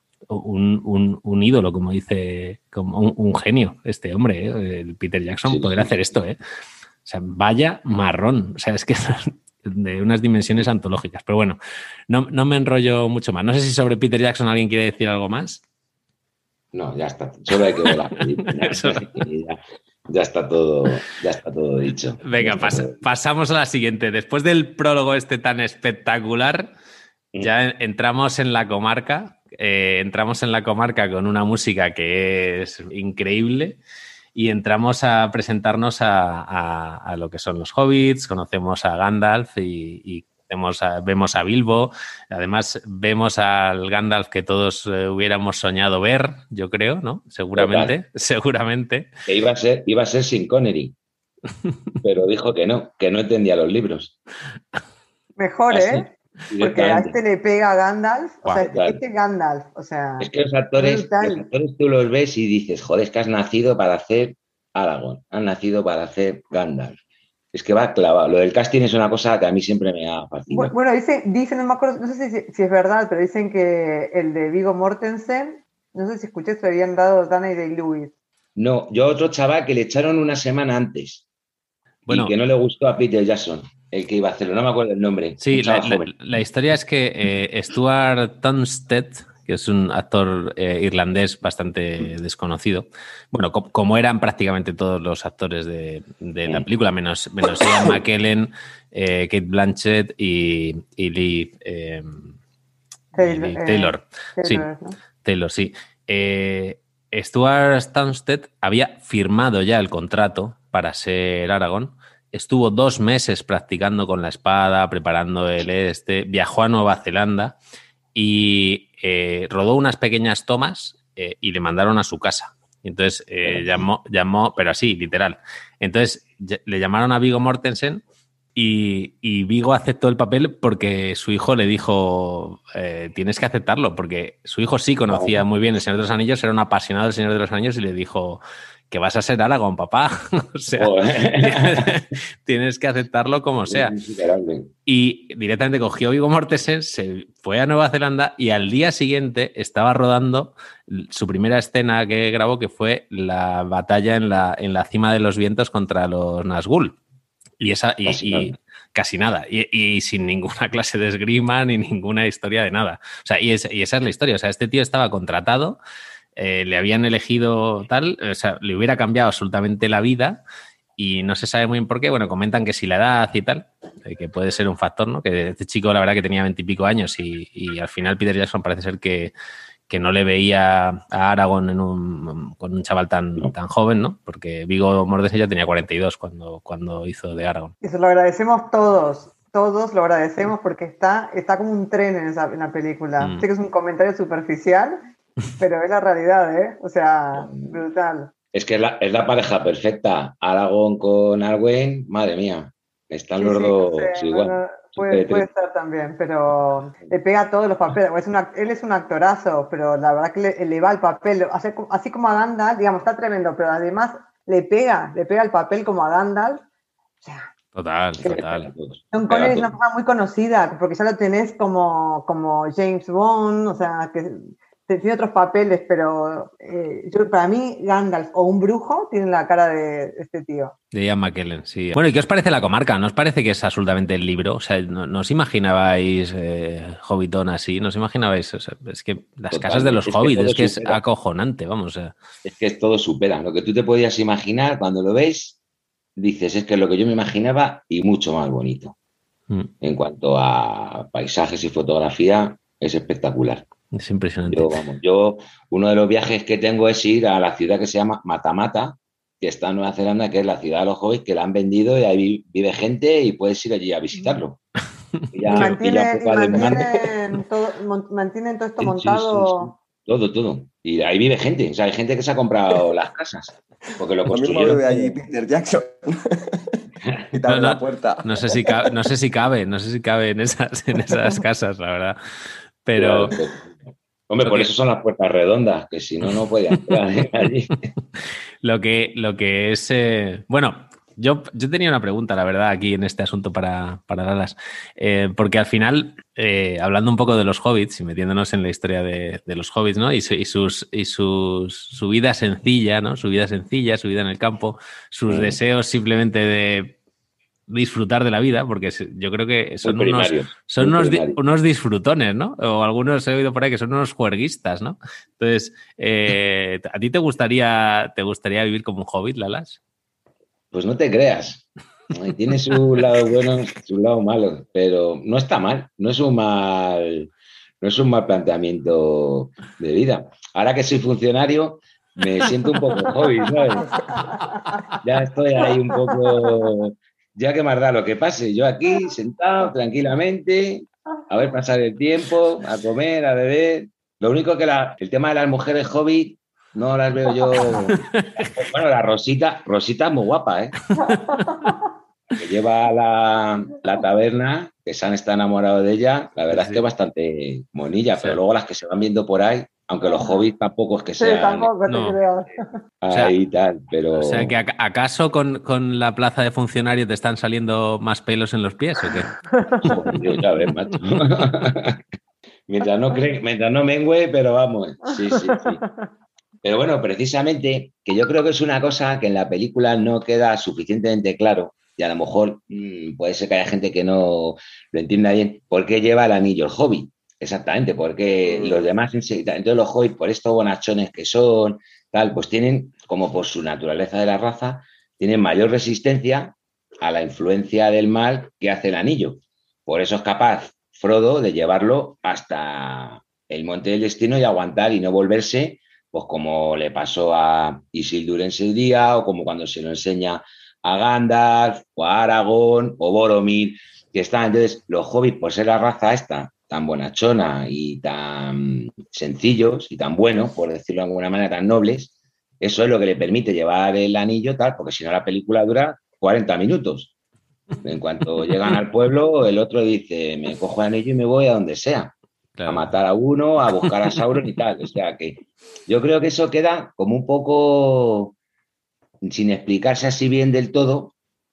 un, un, un ídolo, como dice, como un, un genio este hombre, ¿eh? El Peter Jackson, sí, poder sí, hacer esto, ¿eh? O sea, vaya marrón. O sea, es que de unas dimensiones antológicas. Pero bueno, no, no me enrollo mucho más. No sé si sobre Peter Jackson alguien quiere decir algo más. No, ya está. Solo hay que ver la película. ya, ya está todo, ya está todo dicho. Venga, está pas- todo. pasamos a la siguiente. Después del prólogo este tan espectacular, ya entramos en la comarca. Eh, entramos en la comarca con una música que es increíble y entramos a presentarnos a, a, a lo que son los hobbits, conocemos a Gandalf y, y vemos, a, vemos a Bilbo. Además, vemos al Gandalf que todos eh, hubiéramos soñado ver, yo creo, ¿no? Seguramente, Total. seguramente. Que iba a ser, iba a ser sin Connery, pero dijo que no, que no entendía los libros. Mejor, Así, ¿eh? Porque a este le pega a Gandalf, o Guau, sea, este, claro. este Gandalf, o sea, Es que los actores, brutal. los actores tú los ves y dices, joder, es que has nacido para hacer Aragorn, has nacido para hacer Gandalf. Es que va clavado. Lo del casting es una cosa que a mí siempre me ha fascinado. Bueno, dicen, dicen, no me acuerdo, no sé si, si es verdad, pero dicen que el de Viggo Mortensen, no sé si escuché, se habían dado Danny Day-Lewis. No, yo a otro chaval que le echaron una semana antes Bueno, y que no le gustó a Peter Jackson, el que iba a hacerlo, no me acuerdo el nombre. sí, un chaval la, la, joven. la historia es que eh, Stuart Tunstead, que es un actor eh, irlandés bastante desconocido, bueno, co como eran prácticamente todos los actores de, de la película, menos, menos Ian McKellen, eh, Kate Blanchett y, y Lee, eh, Taylor, Lee Taylor. Eh, Sí, Taylor, ¿no? Taylor, sí. Eh, Stuart Tunstead había firmado ya el contrato para ser Aragorn. Estuvo dos meses practicando con la espada, preparando el este, viajó a Nueva Zelanda y eh, rodó unas pequeñas tomas eh, y le mandaron a su casa. Y entonces eh, llamó, llamó, pero así, literal. Entonces le llamaron a Viggo Mortensen y, y Viggo aceptó el papel porque su hijo le dijo, eh, tienes que aceptarlo, porque su hijo sí conocía muy bien El Señor de los Anillos, era un apasionado del Señor de los Anillos y le dijo que vas a ser Aragorn, papá. O sea, tienes, tienes que aceptarlo como sea. Y directamente cogió Viggo Mortensen, se fue a Nueva Zelanda y al día siguiente estaba rodando su primera escena que grabó, que fue la batalla en la, en la cima de los vientos contra los Nazgûl. Y, esa, y, casi, y nada. casi nada. Y, y sin ninguna clase de esgrima ni ninguna historia de nada. O sea, y, es, y esa es la historia. O sea, este tío estaba contratado, eh, le habían elegido tal, o sea, le hubiera cambiado absolutamente la vida y no se sabe muy bien por qué. Bueno, comentan que si la edad y tal, eh, que puede ser un factor, ¿no? Que este chico, la verdad, que tenía veintipico años y, y al final Peter Jackson parece ser que que no le veía a Aragorn en un, con un chaval tan, no. tan joven, ¿no? Porque Viggo Mortensen ya tenía cuarenta y dos cuando, cuando hizo de Aragorn. Eso lo agradecemos todos, todos lo agradecemos porque está, está como un tren en, esa, en la película. Mm. Sé que es un comentario superficial, pero es la realidad, ¿eh? O sea, brutal. Es que es la, es la pareja perfecta. Aragorn con Arwen, madre mía. Están sí, los sí, dos no sé, igual. No, no, puede, puede ser también, pero le pega todos los papeles. Es una, él es un actorazo, pero la verdad que le, le va el papel. Así, así como a Gandalf, digamos, está tremendo, pero además le pega, le pega el papel como a Gandalf. O sea, total, total. Sean Connery es una persona muy conocida, porque ya lo tenés como, como James Bond, o sea, que tiene otros papeles, pero eh, yo, para mí Gandalf o un brujo tienen la cara de este tío. De Ian McKellen, sí. Bueno, ¿y qué os parece la comarca? ¿No os parece que es absolutamente el libro? O sea, ¿no, no os imaginabais eh, Hobbitón así? ¿No os imaginabais? O sea, es que las Total, casas de los es hobbits, que es que supera. Es acojonante, vamos. O sea. Es que todo supera. Lo que tú te podías imaginar, cuando lo ves, dices, es que es lo que yo me imaginaba y mucho más bonito. Mm. En cuanto a paisajes y fotografía, es espectacular. Es impresionante. Yo, vamos, yo, uno de los viajes que tengo es ir a la ciudad que se llama Matamata, que está en Nueva Zelanda, que es la ciudad de los hobbits, que la han vendido y ahí vive gente y puedes ir allí a visitarlo. Y ya, y mantienen, y mantienen, todo, mantienen todo esto montado. Sí, sí, sí. Todo, todo. Y ahí vive gente. O sea, hay gente que se ha comprado las casas. Porque lo, lo construyeron. Mismo vive allí Peter Jackson. Y no, no, la puerta. No sé si cabe, no sé si cabe, no sé si cabe en esas, en esas casas, la verdad. Pero. Claro, hombre, por que... eso son las puertas redondas, que si no, no podía entrar allí. Lo que, lo que es. Eh... Bueno, yo, yo tenía una pregunta, la verdad, aquí en este asunto para, para Dallas. Eh, porque al final, eh, hablando un poco de los hobbits y metiéndonos en la historia de, de los hobbits, ¿no? Y, su, y, sus, y sus, su vida sencilla, ¿no? Su vida sencilla, su vida en el campo, sus sí. deseos simplemente de disfrutar de la vida, porque yo creo que son, unos, son muy unos, di, unos disfrutones, ¿no? O algunos he oído por ahí que son unos juerguistas, ¿no? Entonces, eh, ¿a ti te gustaría, te gustaría vivir como un hobbit, Lalas? Pues no te creas. Tiene su lado bueno, su lado malo, pero no está mal. No es un mal, no es un mal planteamiento de vida. Ahora que soy funcionario, me siento un poco hobbit, ¿sabes? Ya estoy ahí un poco, ya que más da lo que pase. Yo aquí sentado tranquilamente, a ver pasar el tiempo, a comer, a beber. Lo único que la, el tema de las mujeres hobbit no las veo yo. Bueno, la Rosita, Rosita es muy guapa, ¿eh? Que lleva la, la taberna, que San está enamorado de ella, la verdad sí. es que es bastante monilla, sí. Pero luego las que se van viendo por ahí, aunque los hobbits tampoco es que sean... Sí, tampoco te no. creo. Ahí o sea, tal, pero... O sea, que ¿acaso con, con la plaza de funcionario te están saliendo más pelos en los pies o qué? Joder, Dios, ya ves, macho. mientras, no cre... mientras no mengüe, pero vamos, sí, sí, sí. Pero bueno, precisamente, que yo creo que es una cosa que en la película no queda suficientemente claro, y a lo mejor mmm, puede ser que haya gente que no lo entienda bien, ¿por qué lleva el anillo el hobbit? Exactamente, porque los demás, entonces los hobbits, por estos bonachones que son, tal, pues tienen, como por su naturaleza de la raza, tienen mayor resistencia a la influencia del mal que hace el anillo. Por eso es capaz Frodo de llevarlo hasta el monte del destino y aguantar y no volverse, pues como le pasó a Isildur en su día, o como cuando se lo enseña a Gandalf, o a Aragorn, o Boromir, que están. Entonces, los hobbits, por ser la raza esta, tan bonachona y tan sencillos y tan buenos, por decirlo de alguna manera, tan nobles, eso es lo que le permite llevar el anillo, tal, porque si no la película dura cuarenta minutos. En cuanto llegan al pueblo, el otro dice, me cojo el anillo y me voy a donde sea. Claro. A matar a uno, a buscar a Sauron y tal. O sea que yo creo que eso queda como un poco sin explicarse así bien del todo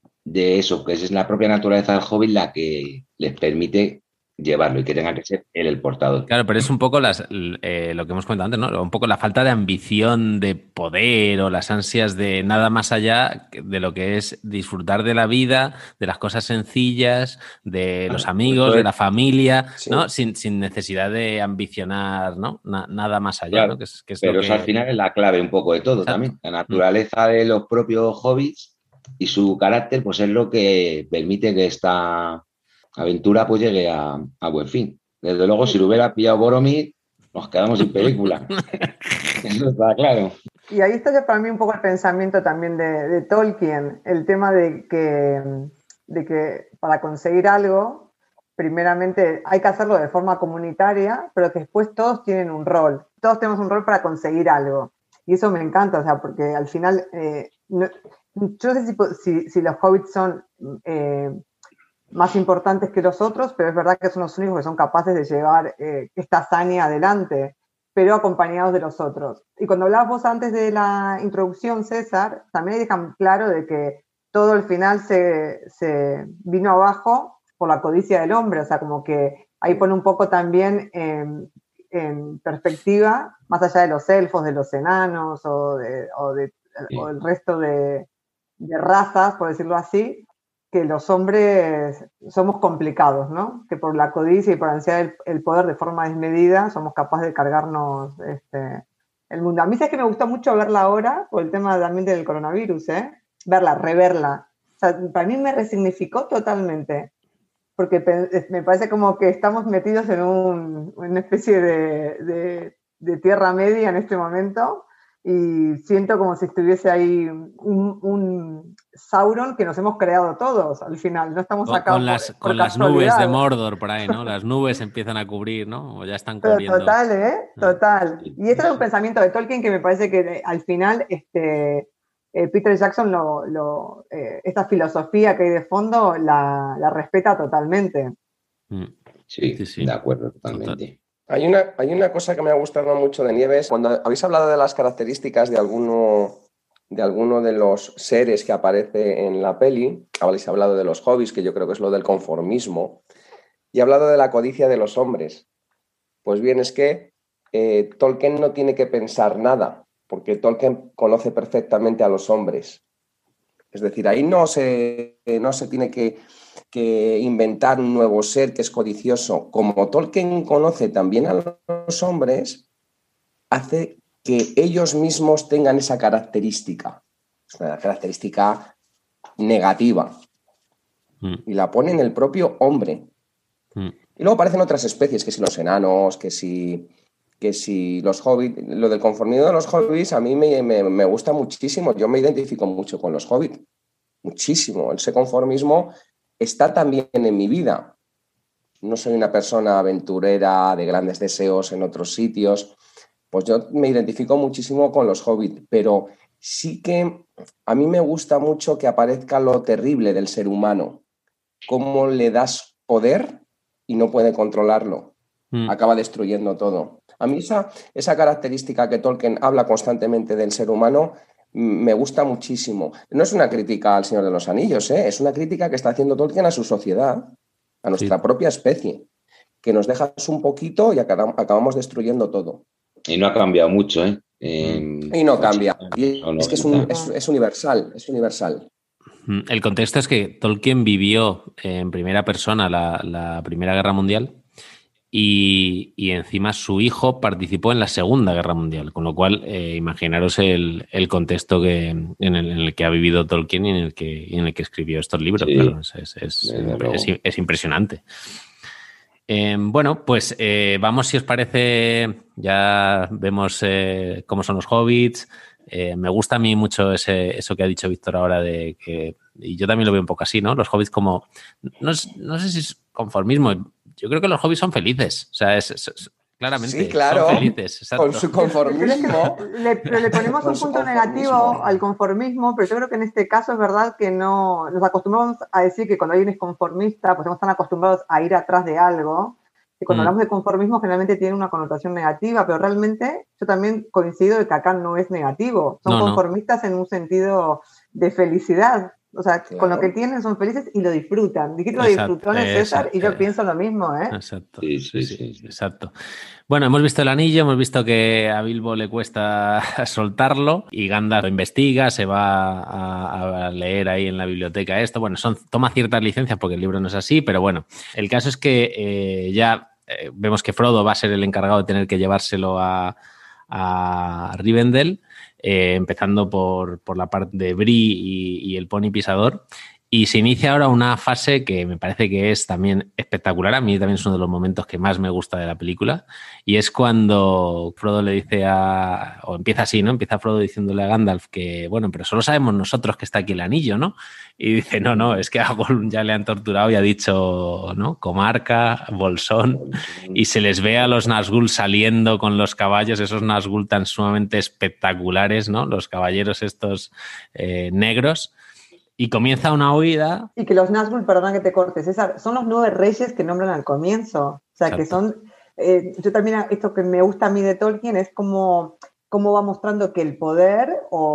de eso, que es la propia naturaleza del hobbit la que les permite llevarlo y que tenga que ser él el portador. Claro, pero es un poco las, eh, lo que hemos comentado antes, ¿no? Un poco la falta de ambición, de poder o las ansias de nada más allá de lo que es disfrutar de la vida, de las cosas sencillas, de los amigos, de la familia, sí. ¿no? Sin, sin necesidad de ambicionar, ¿no? Na, nada más allá, claro, ¿no? Que es, que es pero lo que... eso al final es la clave un poco de todo. Exacto. También. La naturaleza de los propios hobbits y su carácter, pues es lo que permite que esta aventura pues llegue a, a buen fin. Desde luego, si lo hubiera pillado Boromir, nos quedamos sin película. Eso está claro. Y ahí está ya para mí un poco el pensamiento también de, de Tolkien, el tema de que, de que para conseguir algo, primeramente hay que hacerlo de forma comunitaria, pero que después todos tienen un rol. Todos tenemos un rol para conseguir algo. Y eso me encanta, o sea, porque al final, eh, no, yo no sé si, si, si los hobbits son... Eh, más importantes que los otros, pero es verdad que son los únicos que son capaces de llevar eh, esta hazaña adelante, pero acompañados de los otros. Y cuando hablabas vos antes de la introducción, César, también dejan claro de que todo al final se, se vino abajo por la codicia del hombre, o sea, como que ahí pone un poco también en, en perspectiva, más allá de los elfos, de los enanos o, de, o, de, sí. o el resto de, de razas, por decirlo así, que los hombres somos complicados, ¿no? Que por la codicia y por ansiar el, el poder de forma desmedida somos capaces de cargarnos este, el mundo. A mí es que me gustó mucho verla ahora por el tema también del coronavirus, ¿eh? Verla, reverla. O sea, para mí me resignificó totalmente, porque me parece como que estamos metidos en un, una especie de, de, de tierra media en este momento, y siento como si estuviese ahí un, un Sauron que nos hemos creado todos al final, no estamos con, acá con las, por, por con las nubes de Mordor por ahí, ¿no? Las nubes empiezan a cubrir, ¿no? O ya están cubriendo. Pero total, ¿eh? Total. Y este era un pensamiento de Tolkien que me parece que al final este, eh, Peter Jackson lo, lo, eh, esta filosofía que hay de fondo la, la respeta totalmente. Sí, sí, sí, de acuerdo, totalmente. Total. Hay una, hay una cosa que me ha gustado mucho de Nieves. Cuando habéis hablado de las características de alguno, de alguno de los seres que aparece en la peli, habéis hablado de los hobbits, que yo creo que es lo del conformismo, y he hablado de la codicia de los hombres. Pues bien, es que eh, Tolkien no tiene que pensar nada, porque Tolkien conoce perfectamente a los hombres. Es decir, ahí no se, no se tiene que, que inventar un nuevo ser que es codicioso. Como Tolkien conoce también a los hombres, hace que ellos mismos tengan esa característica. Es una característica negativa. Mm. Y la pone en el propio hombre. Mm. Y luego aparecen otras especies, que si los enanos, que si... que si los hobbits, lo del conformismo de los hobbits a mí me, me, me gusta muchísimo, yo me identifico mucho con los hobbits, muchísimo, ese conformismo está también en mi vida, no soy una persona aventurera de grandes deseos en otros sitios, pues yo me identifico muchísimo con los hobbits, pero sí que a mí me gusta mucho que aparezca lo terrible del ser humano, cómo le das poder y no puede controlarlo, mm. acaba destruyendo todo. A mí esa, esa característica que Tolkien habla constantemente del ser humano me gusta muchísimo. No es una crítica al Señor de los Anillos, ¿eh? Es una crítica que está haciendo Tolkien a su sociedad, a nuestra sí. propia especie, que nos dejas un poquito y acabamos destruyendo todo. Y no ha cambiado mucho, ¿eh? eh y no cambia. Y es que es, un, es, es universal, es universal. El contexto es que Tolkien vivió en primera persona la, la Primera Guerra Mundial. Y, y encima su hijo participó en la Segunda Guerra Mundial, con lo cual eh, imaginaros el, el contexto que, en, el, en el que ha vivido Tolkien y en el que, en el que escribió estos libros. Sí, claro, es, es, es, es, es impresionante. Eh, bueno, pues eh, vamos, si os parece, ya vemos eh, cómo son los hobbits. Eh, me gusta a mí mucho ese, eso que ha dicho Víctor ahora de que, y yo también lo veo un poco así, ¿no? Los hobbits como, no, no sé si es conformismo. Yo creo que los hobbits son felices, o sea, es, es, es claramente sí, claro, son felices. Exacto. Con su conformismo. Pero, le, pero le ponemos un punto negativo al conformismo, pero yo creo que en este caso es verdad que no nos acostumbramos a decir que cuando alguien es conformista, pues estamos tan acostumbrados a ir atrás de algo, que cuando mm. hablamos de conformismo generalmente tiene una connotación negativa, pero realmente yo también coincido de que acá no es negativo, son no, conformistas no. en un sentido de felicidad. O sea, claro. con lo que tienen son felices y lo disfrutan. Dijiste lo disfrutó en César y yo eh, pienso lo mismo, ¿eh? Exacto. Sí, sí, sí, sí, sí, exacto. Bueno, hemos visto el anillo, hemos visto que a Bilbo le cuesta soltarlo y Gandalf lo investiga, se va a, a leer ahí en la biblioteca esto. Bueno, son, toma ciertas licencias porque el libro no es así, pero bueno, el caso es que eh, ya eh, vemos que Frodo va a ser el encargado de tener que llevárselo a, a Rivendell. Eh, empezando por, por la parte de Bree y, y el pony pisador. Y se inicia ahora una fase que me parece que es también espectacular. A mí también es uno de los momentos que más me gusta de la película. Y es cuando Frodo le dice a... O empieza así, ¿no? Empieza Frodo diciéndole a Gandalf que, bueno, pero solo sabemos nosotros que está aquí el anillo, ¿no? Y dice, no, no, es que a Gollum ya le han torturado y ha dicho, ¿no? Comarca, Bolsón. Y se les ve a los Nazgûl saliendo con los caballos, esos Nazgûl tan sumamente espectaculares, ¿no? Los caballeros estos eh, negros. Y comienza una huida. Y que los Nazgûl, perdón que te cortes, César, son los nueve reyes que nombran al comienzo. O sea, exacto. que son... Eh, yo también, esto que me gusta a mí de Tolkien es como... cómo va mostrando que el poder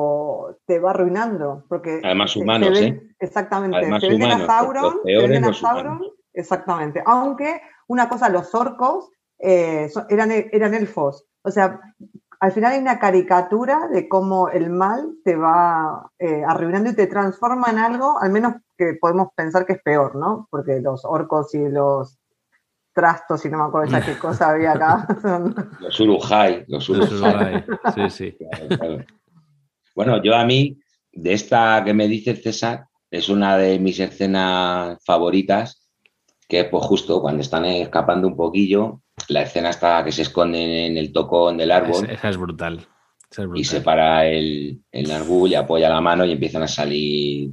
o te va arruinando. Porque además humanos, ven, ¿eh? Exactamente. Además se venden humanos, a Sauron, los peores, se venden a los Sauron, humanos. Exactamente. Aunque una cosa, los orcos eh, son, eran, eran elfos. O sea, al final hay una caricatura de cómo el mal te va eh, arruinando y te transforma en algo, al menos que podemos pensar que es peor, ¿no? Porque los orcos y los trastos, y no me acuerdo ya qué cosa había acá. Los urujai, los urujai. Sí, sí. Claro, claro. Bueno, yo a mí, de esta que me dice César, es una de mis escenas favoritas, que es pues justo cuando están escapando un poquillo, la escena está que se esconden en el tocón del árbol. Esa, esa es brutal. Esa es brutal. Y se para el, el Nazgûl y apoya la mano y empiezan a salir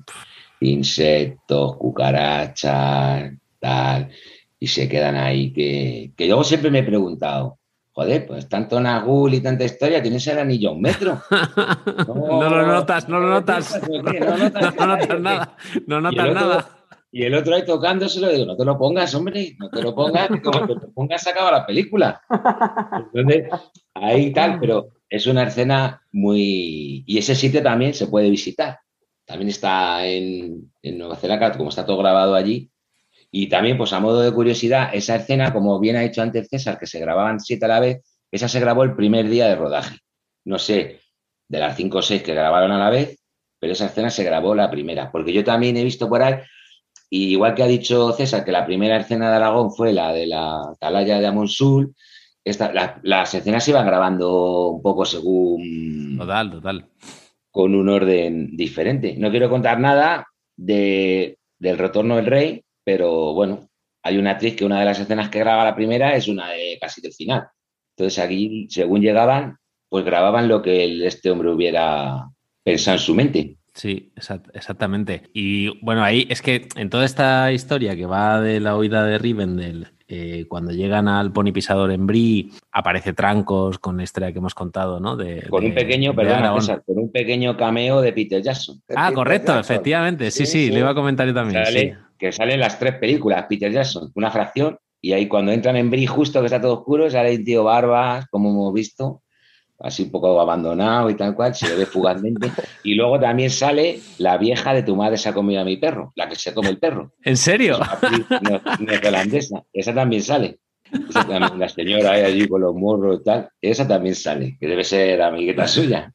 insectos, cucarachas, tal, y se quedan ahí. Que, que yo siempre me he preguntado, joder, pues tanto Nazgûl y tanta historia, tienes el anillo a un metro. No, no lo notas, no lo notas. No, no notas, no notas nada. No notas nada. Y el otro ahí tocándoselo, digo, no te lo pongas, hombre, no te lo pongas, que como te lo pongas se acaba la película. Entonces, ahí tal, pero es una escena muy... Y ese sitio también se puede visitar. También está en, en Nueva Zelanda, como está todo grabado allí. Y también, pues a modo de curiosidad, esa escena, como bien ha dicho antes César, que se grababan siete a la vez, esa se grabó el primer día de rodaje. No sé, de las cinco o seis que grabaron a la vez, pero esa escena se grabó la primera, porque yo también he visto por ahí, y igual que ha dicho César, que la primera escena de Aragón fue la de la atalaya de Amonsul, esta, la, las escenas se iban grabando un poco según... Total, total. Con un orden diferente. No quiero contar nada de, del Retorno del Rey, pero bueno, hay una actriz que una de las escenas que graba la primera es una de casi del final. Entonces aquí, según llegaban, pues grababan lo que el, este hombre hubiera pensado en su mente. Sí, exactamente. Y bueno, ahí es que en toda esta historia que va de la huida de Rivendell, eh, cuando llegan al Pony Pisador en Bree, aparece Trancos con la historia que hemos contado, ¿no? De, con de, un pequeño, perdona, César, con un pequeño cameo de Peter Jackson. De Ah, Peter correcto, Jackson. efectivamente. Sí, sí, sí, lo iba a comentar yo también. Sale, sí. Que salen las tres películas, Peter Jackson, una fracción, y ahí cuando entran en Bree, justo que está todo oscuro, sale el tío Barbas, como hemos visto, así un poco abandonado y tal cual, se le ve fugazmente. Y luego también sale la vieja de Tu madre se ha comido a mi perro, la que se come el perro. ¿En serio? Neozelandesa, esa también sale. Esa también, la señora ahí allí con los morros y tal, esa también sale, que debe ser amigueta suya.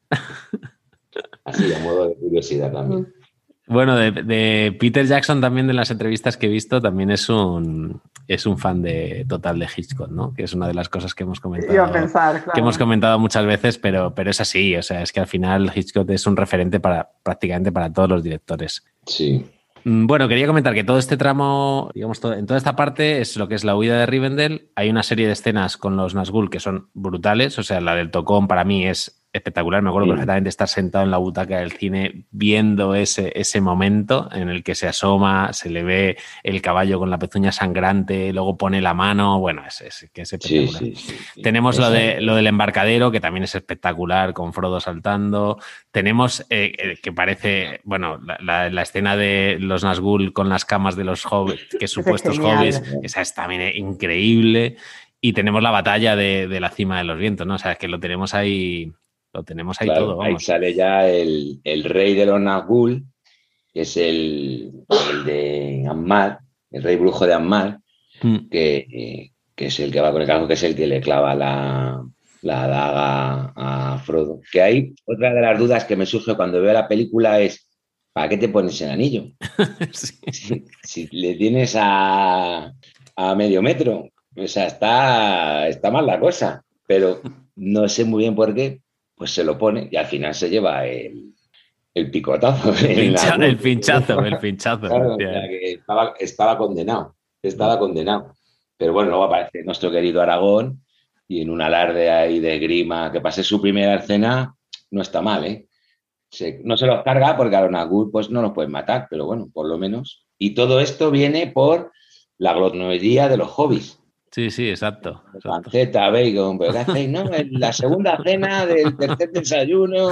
Así, a modo de curiosidad también. Bueno, de, de Peter Jackson también, de las entrevistas que he visto, también es un, es un fan de total de Hitchcock, ¿no? Que es una de las cosas que hemos comentado, Iba a pensar, claro. que hemos comentado muchas veces, pero, pero es así. O sea, es que al final Hitchcock es un referente para prácticamente para todos los directores. Sí. Bueno, quería comentar que todo este tramo, digamos, todo, en toda esta parte es lo que es la huida de Rivendell. Hay una serie de escenas con los Nazgûl que son brutales. O sea, la del Tocón para mí es espectacular. Me acuerdo sí. perfectamente estar sentado en la butaca del cine viendo ese, ese momento en el que se asoma, se le ve el caballo con la pezuña sangrante, luego pone la mano. Bueno, es, es, que es espectacular. Sí, sí, sí, sí. Tenemos lo, de, lo del embarcadero, que también es espectacular, con Frodo saltando. Tenemos eh, eh, que parece, bueno, la, la, la escena de los Nazgûl con las camas de los hobbits, que supuestos hobbits, esa es también increíble. Y tenemos la batalla de, de la cima de los vientos, ¿no? O sea, es que lo tenemos ahí... Lo tenemos ahí claro, todo, vamos. Ahí sale ya el, el rey de los Nazgûl, que es el, el de Ammar, el rey brujo de Ammar, mm. que, eh, que es el que va con el casco, que es el que le clava la, la daga a Frodo. Que hay otra de las dudas que me surge cuando veo la película es, ¿para qué te pones el anillo? sí. si, si le tienes a, a medio metro, o sea, está, está mal la cosa, pero no sé muy bien por qué. Pues se lo pone y al final se lleva el, el picotazo. El, pincha, el pinchazo, el pinchazo. Claro, o sea, que estaba, estaba condenado, estaba condenado. Pero bueno, luego aparece nuestro querido Aragón y en un alarde ahí de grima, que pase su primera escena, no está mal, ¿eh? Se, no se los carga porque a los Nazgûl pues no los pueden matar, pero bueno, por lo menos. Y todo esto viene por la glotonería de los hobbies. Sí, sí, exacto. exacto. Panceta, bacon, pero ¿qué hacéis, no? En la segunda cena del tercer desayuno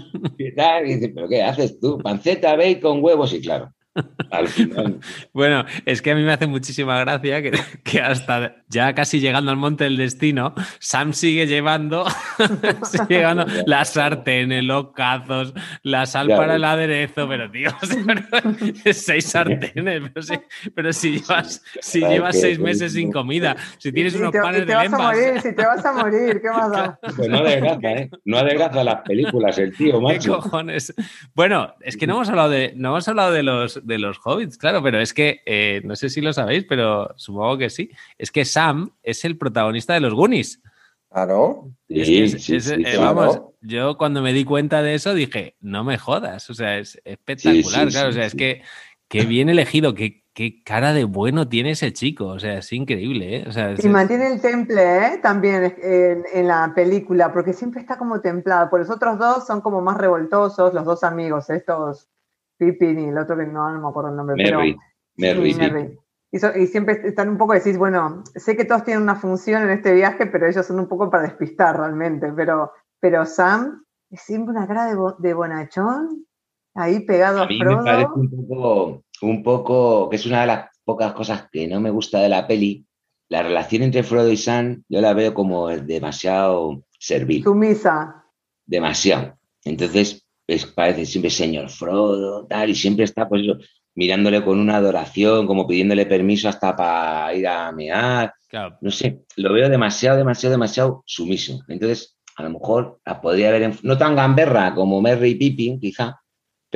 y tal. Y dice, ¿pero qué haces tú? Panceta, bacon, huevos y claro. Al final. Bueno, es que a mí me hace muchísima gracia que, que hasta ya casi llegando al Monte del Destino, Sam sigue llevando, sigue llevando las sartenes, los cazos, la sal ya, para el aderezo, pero tío, o sea, pero, seis sartenes, pero si, pero si llevas, si llevas seis meses sin comida, si tienes y unos te, panes y te de vas lembas. A morir, si te vas a morir, ¿qué más da? Pues no adelgaza, ¿eh? No adelgaza las películas, el tío, macho. ¿Qué cojones? Bueno, es que no hemos hablado de, no hemos hablado de los de los hobbits, claro, pero es que eh, no sé si lo sabéis, pero supongo que sí. Es que Sam es el protagonista de los Goonies. Claro. Sí, es, es, sí, es, sí, eh, claro. Vamos, yo cuando me di cuenta de eso dije, no me jodas, o sea, es espectacular, sí, sí, claro, sí, o sea, sí. es que qué bien elegido, qué, qué cara de bueno tiene ese chico, o sea, es increíble, ¿eh? O sea, es, y mantiene el temple, ¿eh? También en, en la película, porque siempre está como templado, por los otros dos son como más revoltosos, los dos amigos, estos Pippin y el otro que no, no me acuerdo el nombre, Merry, pero Merry, sí, Merry. Y, so, y siempre están un poco, decís, bueno, sé que todos tienen una función en este viaje, pero ellos son un poco para despistar realmente, pero, pero Sam es siempre una cara de, bo, de bonachón, ahí pegado a, a mí Frodo. Me parece un poco, un poco, que es una de las pocas cosas que no me gusta de la peli, la relación entre Frodo y Sam, yo la veo como demasiado servil. Sumisa. Demasiado. Entonces, pues, parece siempre señor Frodo, tal, y siempre está, pues eso, mirándole con una adoración, como pidiéndole permiso hasta para ir a mear. Claro. No sé, lo veo demasiado, demasiado, demasiado sumiso. Entonces, a lo mejor la podría ver, en, no tan gamberra como Merry y Pippin, quizá,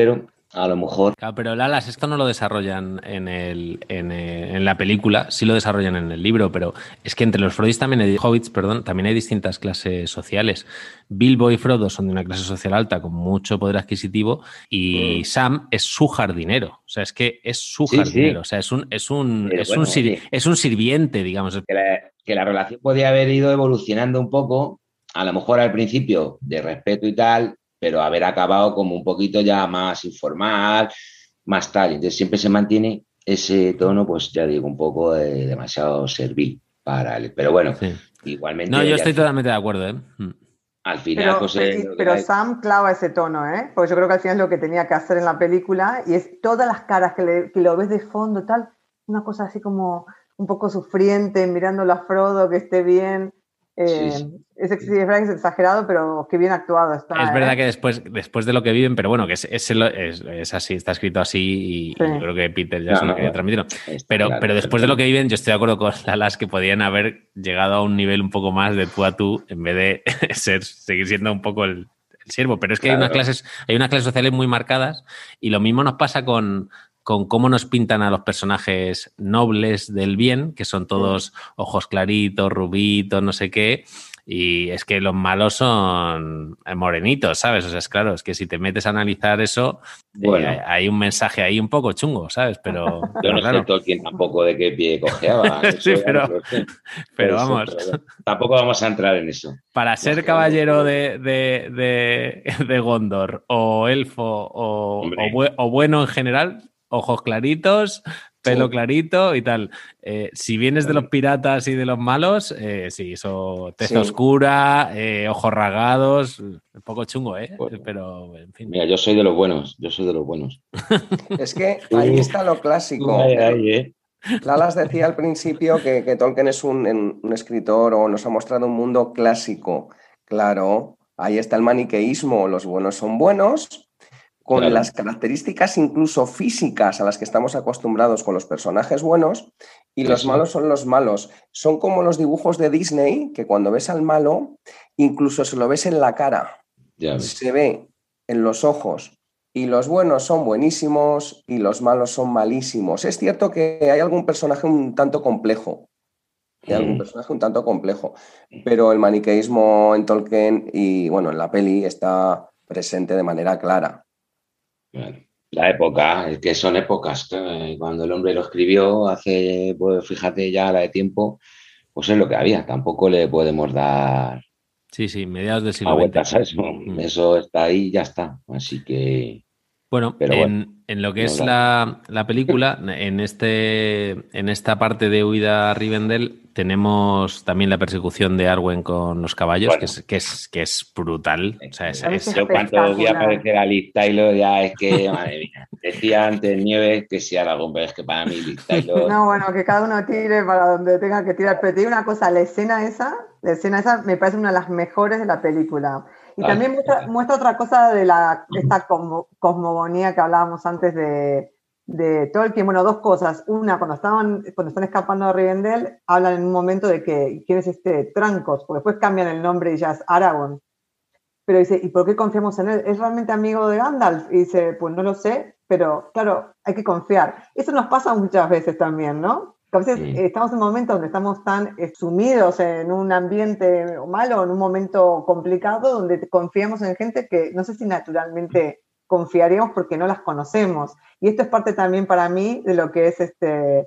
pero a lo mejor... Claro, pero Lalas, esto no lo desarrollan en, el, en, el, en la película, sí lo desarrollan en el libro, pero es que entre los Freudis también hay, Hobbits, perdón, también hay distintas clases sociales. Bilbo y Frodo son de una clase social alta con mucho poder adquisitivo y mm. Sam es su jardinero, o sea, es que es su sí, jardinero, sí. o sea, es un, es un, es, bueno, un sir, es un sirviente, digamos. Que la, que la relación podía haber ido evolucionando un poco, a lo mejor al principio de respeto y tal, pero haber acabado como un poquito ya más informal, más tal. Entonces siempre se mantiene ese tono, pues ya digo, un poco de, demasiado servil para él. Pero bueno, sí. igualmente... No, yo estoy totalmente de acuerdo, ¿eh? Al final, pero, pues... Eh, pero Sam clava ese tono, ¿eh? Porque yo creo que al final es lo que tenía que hacer en la película y es todas las caras que, le, que lo ves de fondo, tal, una cosa así como un poco sufriente, mirándolo a Frodo, que esté bien... Eh, sí, sí. Es, es verdad que es exagerado, pero qué bien actuado está. Es ¿eh? verdad que después, después de lo que viven, pero bueno, que es, es, es, es así, está escrito así y, sí. y yo creo que Peter ya no, no quería bueno, transmitirlo. Pero, claro, pero después claro. de lo que viven, yo estoy de acuerdo con Lalas que podían haber llegado a un nivel un poco más de tú a tú en vez de ser, seguir siendo un poco el, el siervo. Pero es que claro. hay unas clases, hay unas clases sociales muy marcadas y lo mismo nos pasa con, con cómo nos pintan a los personajes nobles del bien, que son todos ojos claritos, rubitos, no sé qué. Y es que los malos son morenitos, ¿sabes? O sea, es claro, es que si te metes a analizar eso, bueno, eh, hay un mensaje ahí un poco chungo, ¿sabes? Pero, yo pero no claro. sé Tolkien tampoco de qué pie cojeaba. sí, pero, no pero eso, vamos. Pero tampoco vamos a entrar en eso. Para ser no, caballero de, de, de, de Gondor o elfo o, o, bu o bueno en general, ojos claritos, pelo sí. clarito y tal. Eh, si vienes de los piratas y de los malos, eh, sí, eso, tez sí. oscura, eh, ojos rasgados, un poco chungo, ¿eh? Bueno, pero, en fin. Mira, yo soy de los buenos, yo soy de los buenos. Es que ahí está lo clásico. Ay, ay, eh. Lalas decía al principio que, que Tolkien es un, un escritor o nos ha mostrado un mundo clásico. Claro, ahí está el maniqueísmo, los buenos son buenos, con claro. las características incluso físicas a las que estamos acostumbrados con los personajes buenos, y los sí, malos sí. son los malos. Son como los dibujos de Disney, que cuando ves al malo, incluso se lo ves en la cara. Ya se ve en los ojos. Y los buenos son buenísimos y los malos son malísimos. Es cierto que hay algún personaje un tanto complejo. Hay algún personaje un tanto complejo. Pero el maniqueísmo en Tolkien y, bueno, en la peli está presente de manera clara. La época, es que son épocas. Cuando el hombre lo escribió hace, pues fíjate ya la de tiempo, pues es lo que había. Tampoco le podemos dar... Sí, sí, mediados del siglo veinte. Eso. eso está ahí y ya está. Así que... Bueno, Pero en, bueno, en lo que no es la... la, la película, en, este, en esta parte de huida a Rivendell, tenemos también la persecución de Arwen con los caballos, bueno. que, es, que, es, que es brutal. O sea, es, es... Yo cuando vi aparecer a Liz Taylor, ya es que, madre mía, decía antes Nieves que sí Aragón, pero es que para mí Liz Taylor... No, bueno, que cada uno tire para donde tenga que tirar. Pero te digo una cosa, la escena esa, la escena esa me parece una de las mejores de la película. Y también muestra, muestra otra cosa de la, esta cosmo, cosmogonía que hablábamos antes de, de Tolkien. Bueno, dos cosas. Una, cuando, estaban, cuando están escapando de Rivendell, hablan en un momento de que quién es este Trancos, porque después cambian el nombre y ya es Aragorn. Pero dice, ¿y por qué confiamos en él? ¿Es realmente amigo de Gandalf? Y dice, pues no lo sé, pero claro, hay que confiar. Eso nos pasa muchas veces también, ¿no? A veces sí. estamos en momentos donde estamos tan sumidos en un ambiente malo, en un momento complicado, donde confiamos en gente que no sé si naturalmente confiaríamos porque no las conocemos. Y esto es parte también para mí de lo que es este,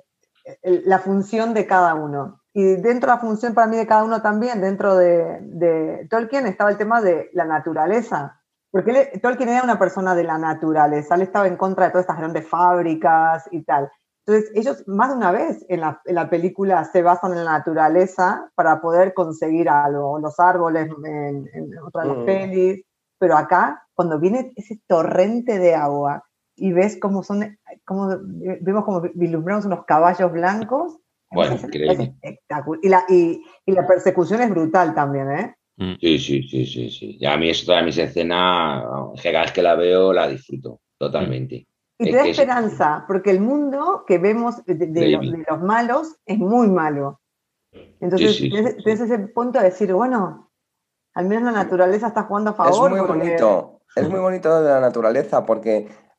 la función de cada uno. Y dentro de la función para mí de cada uno también, dentro de, de Tolkien, estaba el tema de la naturaleza. Porque él, Tolkien era una persona de la naturaleza, él estaba en contra de todas estas grandes fábricas y tal. Entonces, ellos más de una vez en la, en la película se basan en la naturaleza para poder conseguir algo, los árboles en, en otras de las mm. pelis, pero acá, cuando viene ese torrente de agua y ves cómo son, cómo, vemos como vislumbramos unos caballos blancos, bueno, es, increíble. Es espectacular. Y la, y, y la persecución es brutal también, ¿eh? Sí, sí, sí, sí, sí. Y a mí eso, todas mis escenas, cada vez que la veo, la disfruto totalmente. Y te da esperanza, es... porque el mundo que vemos de, de, de, los, de los malos es muy malo. Entonces, sí, sí, tienes, sí. tienes ese punto de decir, bueno, al menos la naturaleza está jugando a favor. Es muy porque... bonito, es muy bonito de la naturaleza, porque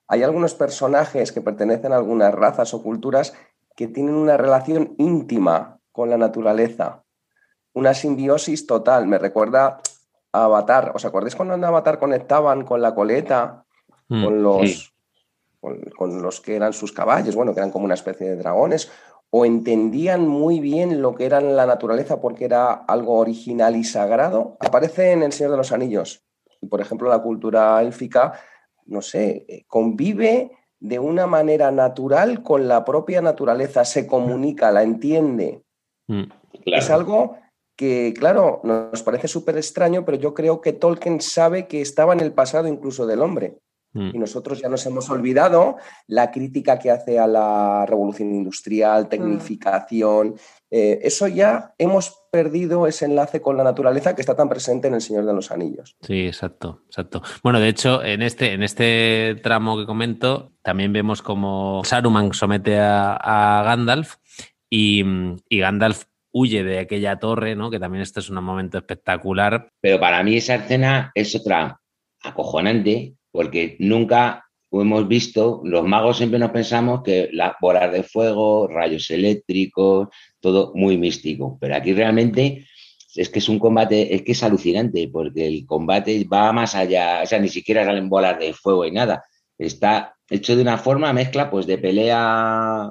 hay algunos personajes que pertenecen a algunas razas o culturas que tienen una relación íntima con la naturaleza, una simbiosis total. Me recuerda a Avatar. ¿Os acordáis cuando en Avatar conectaban con la coleta, mm, con los, sí. con, con los que eran sus caballos, bueno, que eran como una especie de dragones, o entendían muy bien lo que era la naturaleza porque era algo original y sagrado? Aparece en El Señor de los Anillos. Y, por ejemplo, la cultura élfica, no sé, convive de una manera natural con la propia naturaleza, se comunica, la entiende. Mm, claro. Es algo que, claro, nos parece súper extraño, pero yo creo que Tolkien sabe que estaba en el pasado incluso del hombre. Mm. Y nosotros ya nos hemos olvidado la crítica que hace a la revolución industrial, tecnificación. Mm. Eh, eso ya hemos perdido ese enlace con la naturaleza que está tan presente en El Señor de los Anillos. Sí, exacto, exacto. Bueno, de hecho, en este, en este tramo que comento, también vemos como Saruman somete a, a Gandalf y, y Gandalf huye de aquella torre, ¿no? Que también esto es un momento espectacular. Pero para mí esa escena es otra acojonante, porque nunca hemos visto, los magos siempre nos pensamos que las bolas de fuego, rayos eléctricos, todo muy místico, pero aquí realmente es que es un combate, es que es alucinante, porque el combate va más allá, o sea, ni siquiera salen bolas de fuego y nada, está hecho de una forma, mezcla pues de pelea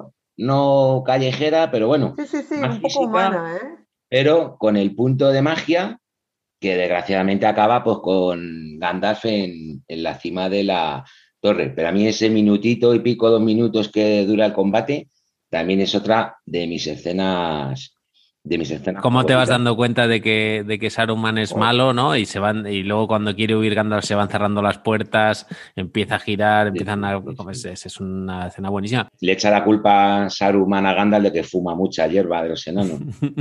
no callejera, pero bueno, sí, sí, sí, más un poco física, humana, ¿eh? Pero con el punto de magia que desgraciadamente acaba pues con Gandalf en, en la cima de la torre. Pero a mí ese minutito y pico, dos minutos que dura el combate, también es otra de mis escenas. De mis escenas ¿Cómo favoritas. te vas dando cuenta de que, de que Saruman es malo, ¿no? Y se van, y luego cuando quiere huir Gandalf se van cerrando las puertas, empieza a girar, empiezan a. Sí, sí. Es una escena buenísima. Le echa la culpa Saruman a Gandalf de que fuma mucha hierba de los enanos.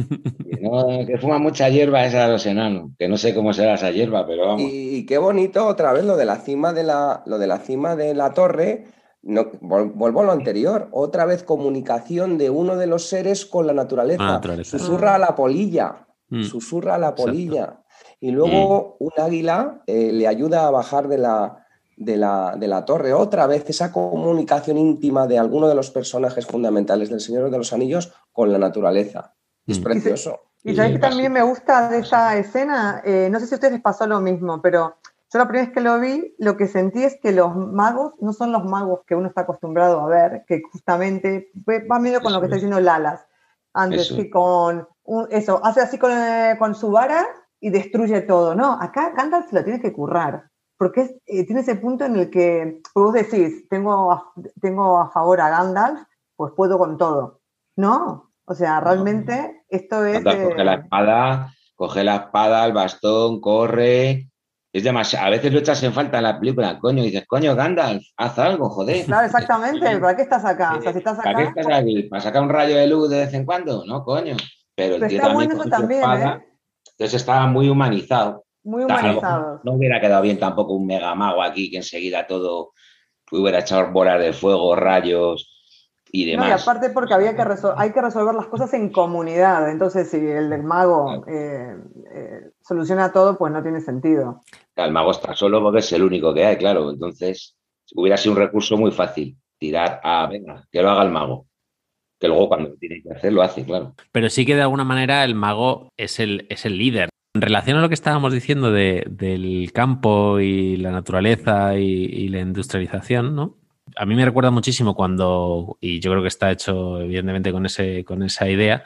No, que fuma mucha hierba esa de los enanos, que no sé cómo será esa hierba, pero vamos. Y, y qué bonito otra vez lo de la cima de la, lo de la cima de la torre. No, vuelvo a lo anterior, otra vez comunicación de uno de los seres con la naturaleza. La naturaleza. Susurra a la polilla, mm. susurra a la polilla. Exacto. Y luego mm. un águila eh, le ayuda a bajar de la, de, la, de la torre. Otra vez esa comunicación íntima de alguno de los personajes fundamentales del Señor de los Anillos con la naturaleza. Mm. Es precioso. Y sabes que también me gusta de esa escena, eh, no sé si a ustedes les pasó lo mismo, pero yo la primera vez que lo vi, lo que sentí es que los magos no son los magos que uno está acostumbrado a ver, que justamente va medio con eso lo que está diciendo Lalas, antes eso. que con un, eso, hace así con, eh, con su vara y destruye todo, ¿no? Acá Gandalf se lo tiene que currar, porque es, eh, tiene ese punto en el que vos decís, tengo a, tengo a favor a Gandalf, pues puedo con todo, ¿no? O sea, realmente no. esto es... Gandalf eh... coge la espada, coge la espada, el bastón, corre... Es demasiado. A veces lo echas en falta en la película, coño, y dices, coño, Gandalf, haz algo, joder. Claro, exactamente. ¿Para qué estás acá? O sea, si estás acá... ¿Para qué estás aquí? ¿Para sacar un rayo de luz de vez en cuando? No, coño. Pero, Pero el tío está también bueno eso también, espada, ¿eh? Entonces estaba muy humanizado. Muy humanizado. No hubiera quedado bien tampoco un mega mago aquí que enseguida todo hubiera echado bolas de fuego, rayos y demás. No, y aparte porque había que resol- hay que resolver las cosas en comunidad. Entonces, si el del mago eh, eh, soluciona todo, pues no tiene sentido. El mago está solo porque es el único que hay, claro. Entonces, hubiera sido un recurso muy fácil. Tirar a, venga, que lo haga el mago. Que luego cuando lo tiene que hacer, lo hace, claro. Pero sí que de alguna manera el mago es el, es el líder. En relación a lo que estábamos diciendo de, del campo y la naturaleza y, y la industrialización, ¿no? A mí me recuerda muchísimo cuando, y yo creo que está hecho evidentemente con, ese, con esa idea,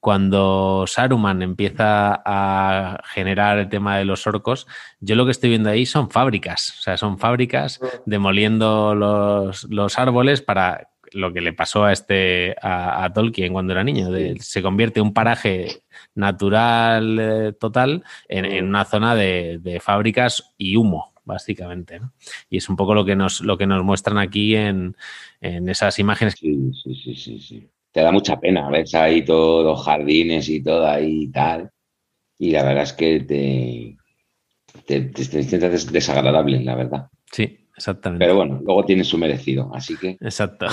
cuando Saruman empieza a generar el tema de los orcos, yo lo que estoy viendo ahí son fábricas, o sea, son fábricas demoliendo los, los árboles para lo que le pasó a este a, a Tolkien cuando era niño, de, se convierte un paraje natural eh, total en, en una zona de, de fábricas y humo, básicamente, ¿no? Y es un poco lo que nos, lo que nos muestran aquí en, en esas imágenes. Sí, sí, sí, sí, sí. Te da mucha pena, ves ahí todos los jardines y todo ahí y tal. Y la verdad es que te, te, te, te sientes desagradable, la verdad. Sí. Exactamente. Pero bueno, luego tiene su merecido, así que... Exacto.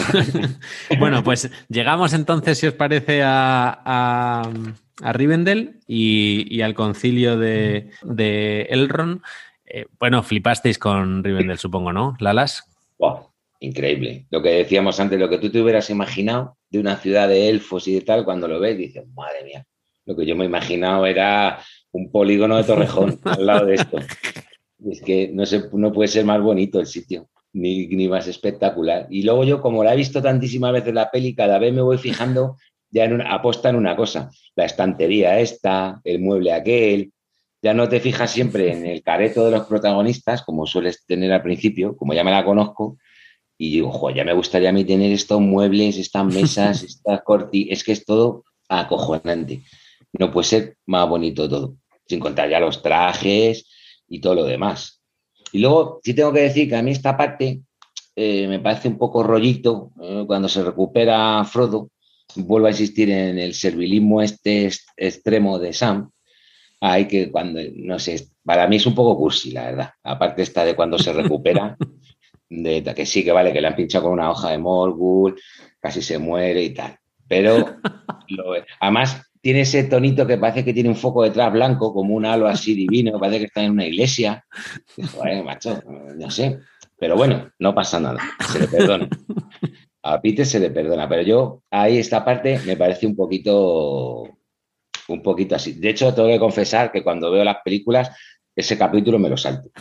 Bueno, pues llegamos entonces, si os parece, a, a, a Rivendell y, y al concilio de, de Elrond. Eh, bueno, flipasteis con Rivendell, supongo, ¿no, Lalas? Wow. increíble. Lo que decíamos antes, lo que tú te hubieras imaginado de una ciudad de elfos y de tal, cuando lo ves, dices, madre mía, lo que yo me he imaginado era un polígono de Torrejón al lado de esto. Es que no, se, no puede ser más bonito el sitio, ni, ni más espectacular. Y luego yo, como la he visto tantísimas veces la peli, cada vez me voy fijando ya en una, aposta en una cosa. La estantería esta, el mueble aquel. Ya no te fijas siempre en el careto de los protagonistas, como sueles tener al principio, como ya me la conozco, y digo, jo, ya me gustaría a mí tener estos muebles, estas mesas, estas cortinas. Es que es todo acojonante. No puede ser más bonito todo, sin contar ya los trajes y todo lo demás. Y luego, sí tengo que decir que a mí esta parte eh, me parece un poco rollito, eh, cuando se recupera Frodo, vuelvo a insistir en el servilismo este est- extremo de Sam. Hay que cuando, no sé, para mí es un poco cursi, la verdad. Aparte está de cuando se recupera, de, de que sí, que vale, que le han pinchado con una hoja de Morgul, casi se muere y tal. Pero lo, además tiene ese tonito que parece que tiene un foco detrás blanco, como un halo así divino, que parece que está en una iglesia. Y, joder, macho, no sé. Pero bueno, no pasa nada, se le perdona. A Peter se le perdona, pero yo ahí esta parte me parece un poquito, un poquito así. De hecho, tengo que confesar que cuando veo las películas, ese capítulo me lo salto.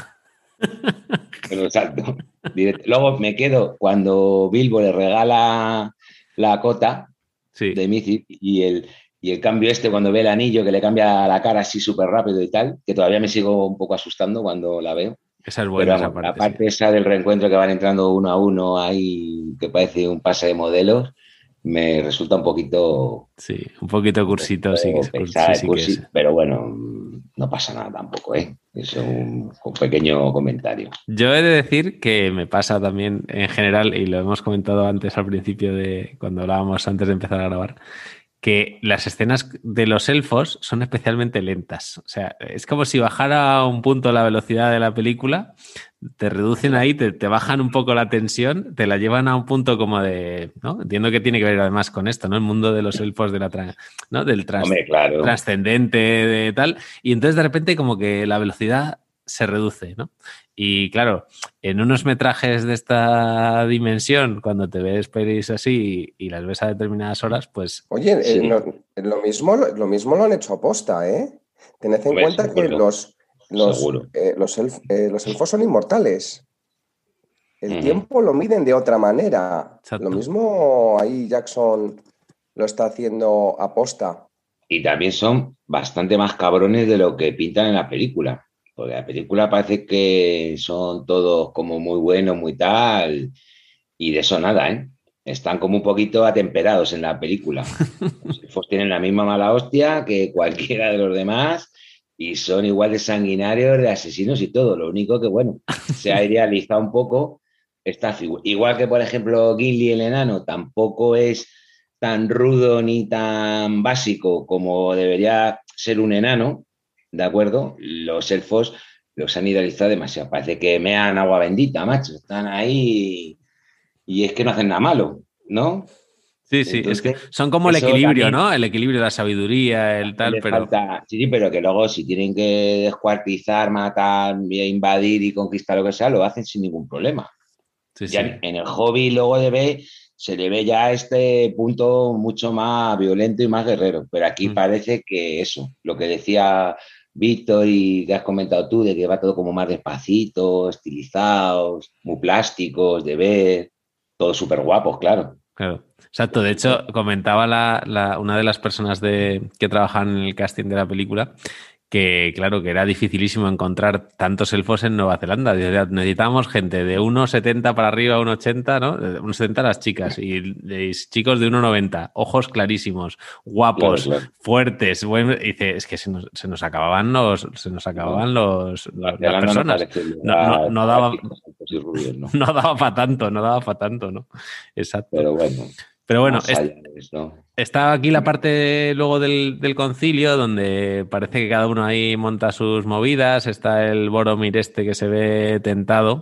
Me lo salto. Luego me quedo cuando Bilbo le regala la cota Sí. de Mythic y el, y el cambio este cuando ve el anillo que le cambia la cara así súper rápido y tal, que todavía me sigo un poco asustando cuando la veo. Esa es buena, Pero vamos, esa parte. la parte Sí. esa del reencuentro que van entrando uno a uno ahí, que parece un pase de modelos, me resulta un poquito... Sí, un poquito cursito, sí que es pesada, sí, sí cursi, que es. pero bueno, no pasa nada tampoco, ¿eh? Es un, un pequeño comentario. Yo he de decir que me pasa también en general, y lo hemos comentado antes al principio de cuando hablábamos antes de empezar a grabar, que las escenas de los elfos son especialmente lentas. O sea, es como si bajara a un punto la velocidad de la película, te reducen ahí, te, te bajan un poco la tensión, te la llevan a un punto como de, ¿no? Entiendo que tiene que ver además con esto, ¿no? El mundo de los elfos, de la tra- ¿no? Del trans- Hombre, claro. trascendente, de tal, y entonces de repente como que la velocidad se reduce, ¿no? Y claro, en unos metrajes de esta dimensión, cuando te ves pelis así y, y las ves a determinadas horas, pues... Oye, sí. eh, no, lo, mismo, lo mismo lo han hecho aposta, ¿eh? Tened en Hombre, cuenta seguro, que los, los, seguro. eh, los, elf, eh, los elfos son inmortales. El Uh-huh. tiempo lo miden de otra manera. Exacto. Lo mismo ahí Jackson lo está haciendo aposta. Y también son bastante más cabrones de lo que pintan en la película. Porque la película parece que son todos como muy buenos, muy tal, y de eso nada, ¿eh? Están como un poquito atemperados en la película. Los elfos tienen la misma mala hostia que cualquiera de los demás y son igual de sanguinarios, de asesinos y todo. Lo único que, bueno, se ha idealizado un poco esta figura. Igual que, por ejemplo, Gimli el enano tampoco es tan rudo ni tan básico como debería ser un enano, ¿de acuerdo? Los elfos los han idealizado demasiado. Parece que mean agua bendita, macho. Están ahí y es que no hacen nada malo, ¿no? Sí, sí, Entonces, es que son como el equilibrio, ¿no? El equilibrio de la sabiduría, el tal, pero... Falta, sí, pero que luego si tienen que descuartizar, matar, invadir y conquistar lo que sea, lo hacen sin ningún problema. Sí, ya sí. En el hobby luego de ver, se le ve ya este punto mucho más violento y más guerrero, pero aquí mm. parece que eso, lo que decía Víctor y que has comentado tú, de que va todo como más despacito, estilizados, muy plásticos, de ver, todos súper guapos, claro. Claro, exacto. De hecho, comentaba la, la, una de las personas de, que trabajan en el casting de la película que, claro, que era dificilísimo encontrar tantos elfos en Nueva Zelanda. Necesitábamos gente de uno setenta para arriba, uno ochenta, ¿no? De uno setenta las chicas y de chicos de uno noventa, ojos clarísimos, guapos, claro, claro. fuertes. Bueno, dice, es que se nos, se nos acababan los, se nos acababan no. los, los las personas. No, no, no daba, no. no daba para tanto, no daba para tanto, ¿no? Exacto. Pero bueno. Pero bueno, es, está aquí la parte luego del, del concilio donde parece que cada uno ahí monta sus movidas, está el Boromir este que se ve tentado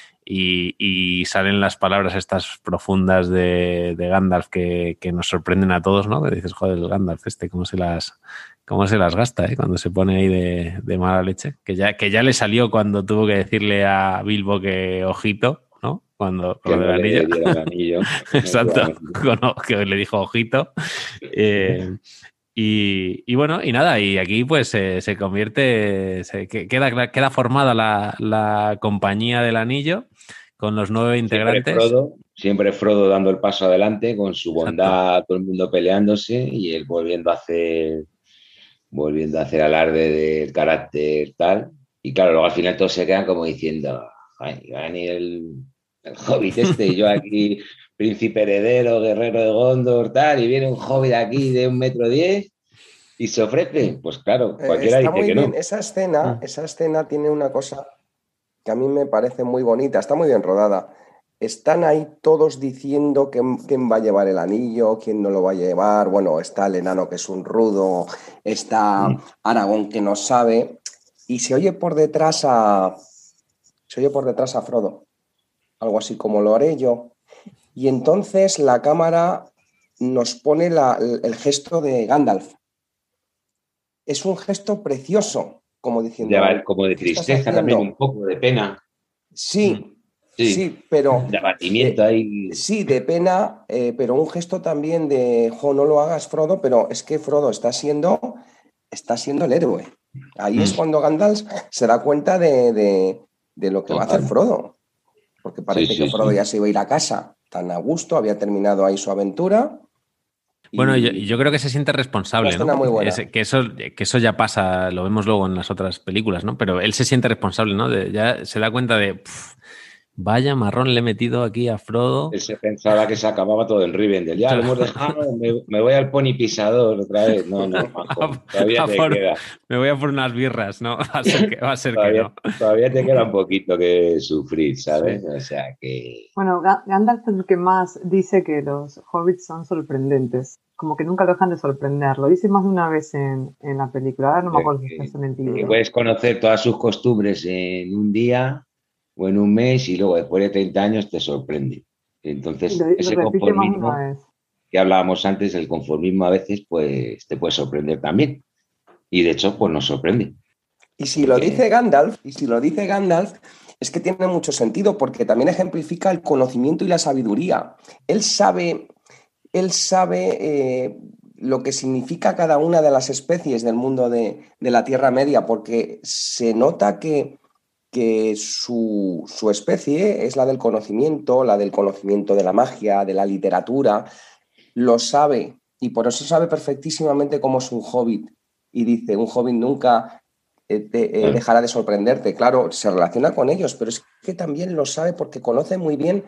y, y salen las palabras estas profundas de, de Gandalf que, que nos sorprenden a todos, ¿no? Que dices, joder, el Gandalf este, cómo se las, cómo se las gasta, ¿eh? Cuando se pone ahí de, de mala leche, que ya, que ya le salió cuando tuvo que decirle a Bilbo que ojito, ¿no? cuando que con lo no del le anillo. diera el anillo. Exacto, con lo que le dijo ojito. Eh, y, y bueno, y nada, y aquí pues eh, se convierte, se, queda, queda formada la, la compañía del anillo con los nueve Siempre integrantes. Frodo, siempre Frodo dando el paso adelante con su bondad, Exacto. Todo el mundo peleándose y él volviendo a hacer volviendo a hacer alarde del carácter tal. Y claro, luego al final todos se quedan como diciendo, ay, va a venir el, el hobbit este y yo aquí, príncipe heredero, guerrero de Gondor, tal, y viene un hobbit aquí de un metro diez y se ofrece. Pues claro, cualquiera eh, está dice muy que bien. no. Esa escena, esa escena tiene una cosa que a mí me parece muy bonita, está muy bien rodada. Están ahí todos diciendo quién, quién va a llevar el anillo, quién no lo va a llevar. Bueno, está el enano que es un rudo, está mm. Aragorn que no sabe, y se oye por detrás a se oye por detrás a Frodo, algo así como lo haré yo. Y entonces la cámara nos pone la, el gesto de Gandalf. Es un gesto precioso, como diciendo, de, como de tristeza también, un poco de pena. Sí. Sí, sí, pero... De abatimiento eh, ahí. Sí, de pena, eh, pero un gesto también de, jo, no lo hagas, Frodo, pero es que Frodo está siendo, está siendo el héroe. Ahí mm. es cuando Gandalf se da cuenta de, de, de lo que Total. va a hacer Frodo. Porque parece sí, que sí, Frodo sí. ya se iba a ir a casa tan a gusto, había terminado ahí su aventura. Y... Bueno, yo, yo creo que se siente responsable, ¿no? Muy buena. Es, que, eso, que eso ya pasa, lo vemos luego en las otras películas, ¿no? Pero él se siente responsable, ¿no? De, ya se da cuenta de, pff, vaya marrón le he metido aquí a Frodo. Él se pensaba que se acababa todo en Rivendell. Ya lo hemos dejado, me, me voy al pony pisador otra vez. No, no, Majo, todavía te por, queda. Me voy a por unas birras, ¿no? Va a ser que, va a ser todavía, que no. Todavía te queda un poquito que sufrir, ¿sabes? Sí. O sea que... Bueno, Gandalf es el que más dice que los hobbits son sorprendentes. Como que nunca lo dejan de sorprender. Lo dice más de una vez en, en la película. Ahora no me acuerdo si es en el libro. Que puedes conocer todas sus costumbres en un día o en un mes y luego después de treinta años te sorprende. Entonces, lo, ese lo conformismo que hablábamos antes, el conformismo a veces pues te puede sorprender también. Y de hecho, pues nos sorprende. Y si porque... lo dice Gandalf, y si lo dice Gandalf, es que tiene mucho sentido porque también ejemplifica el conocimiento y la sabiduría. Él sabe, él sabe eh, lo que significa cada una de las especies del mundo de, de la Tierra Media, porque se nota que, que su, su especie es la del conocimiento, la del conocimiento de la magia, de la literatura, lo sabe, y por eso sabe perfectísimamente cómo es un hobbit. Y dice, un hobbit nunca... Te, eh, dejará de sorprenderte, claro, se relaciona con ellos, pero es que también lo sabe porque conoce muy bien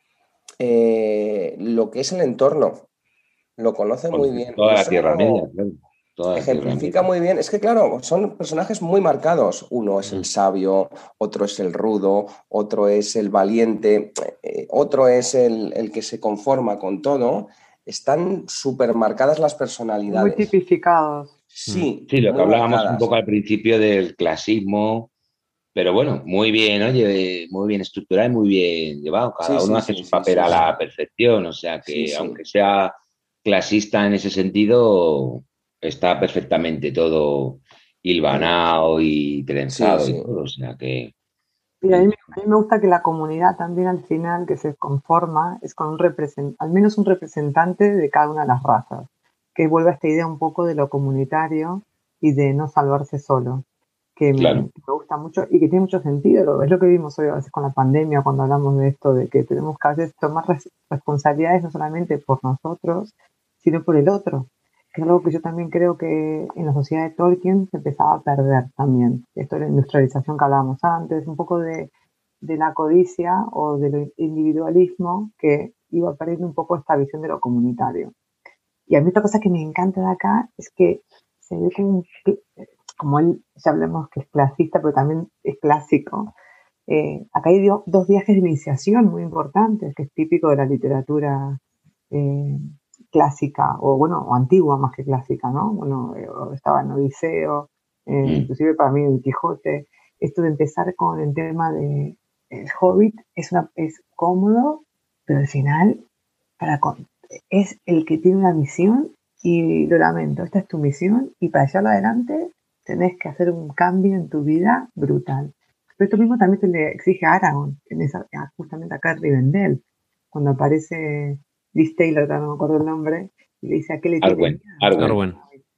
eh, lo que es el entorno, lo conoce muy bien. Toda la Tierra Media, claro. Toda ejemplifica muy bien, es que claro, son personajes muy marcados, uno es el sabio, otro es el rudo, otro es el valiente, eh, otro es el, el que se conforma con todo, están súper marcadas las personalidades. Muy tipificados. Sí, sí, lo que hablábamos marcadas. Un poco al principio del clasismo, pero bueno, muy bien, oye, muy bien estructurado y muy bien llevado. Cada sí, uno sí, hace sí, su sí, papel sí, a sí. la perfección, o sea que sí, sí. aunque sea clasista en ese sentido, está perfectamente todo hilvanado y trenzado sí, sí. y todo, o sea que... Y a mí, a mí me gusta que la comunidad también al final que se conforma es con un represent, al menos un representante de cada una de las razas, que vuelve a esta idea un poco de lo comunitario y de no salvarse solo, que claro. me, me gusta mucho y que tiene mucho sentido, es lo que vimos hoy a veces con la pandemia cuando hablamos de esto, de que tenemos que a veces tomar res, responsabilidades no solamente por nosotros, sino por el otro, que es algo que yo también creo que en la sociedad de Tolkien se empezaba a perder también, esto de la industrialización que hablábamos antes, un poco de, de la codicia o del individualismo que iba perdiendo un poco esta visión de lo comunitario. Y a mí otra cosa que me encanta de acá es que se ve como, como él, ya hablamos que es clasista, pero también es clásico. Eh, acá hay dio, dos viajes de iniciación muy importantes, que es típico de la literatura eh, clásica, o bueno, o antigua más que clásica, ¿no? Bueno, eh, estaba en Odiseo, eh, mm. inclusive para mí en Quijote. Esto de empezar con el tema de el Hobbit es, una, es cómodo, pero al final, para con, es el que tiene una misión y lo lamento, esta es tu misión y para llevarla adelante tenés que hacer un cambio en tu vida brutal. Pero esto mismo también se le exige a Aragorn, en esa, justamente justamente acá en Rivendell, cuando aparece Liz Taylor, no me acuerdo el nombre, y le dice, ¿a qué le tienes Arwen, miedo? Arwen. Arwen.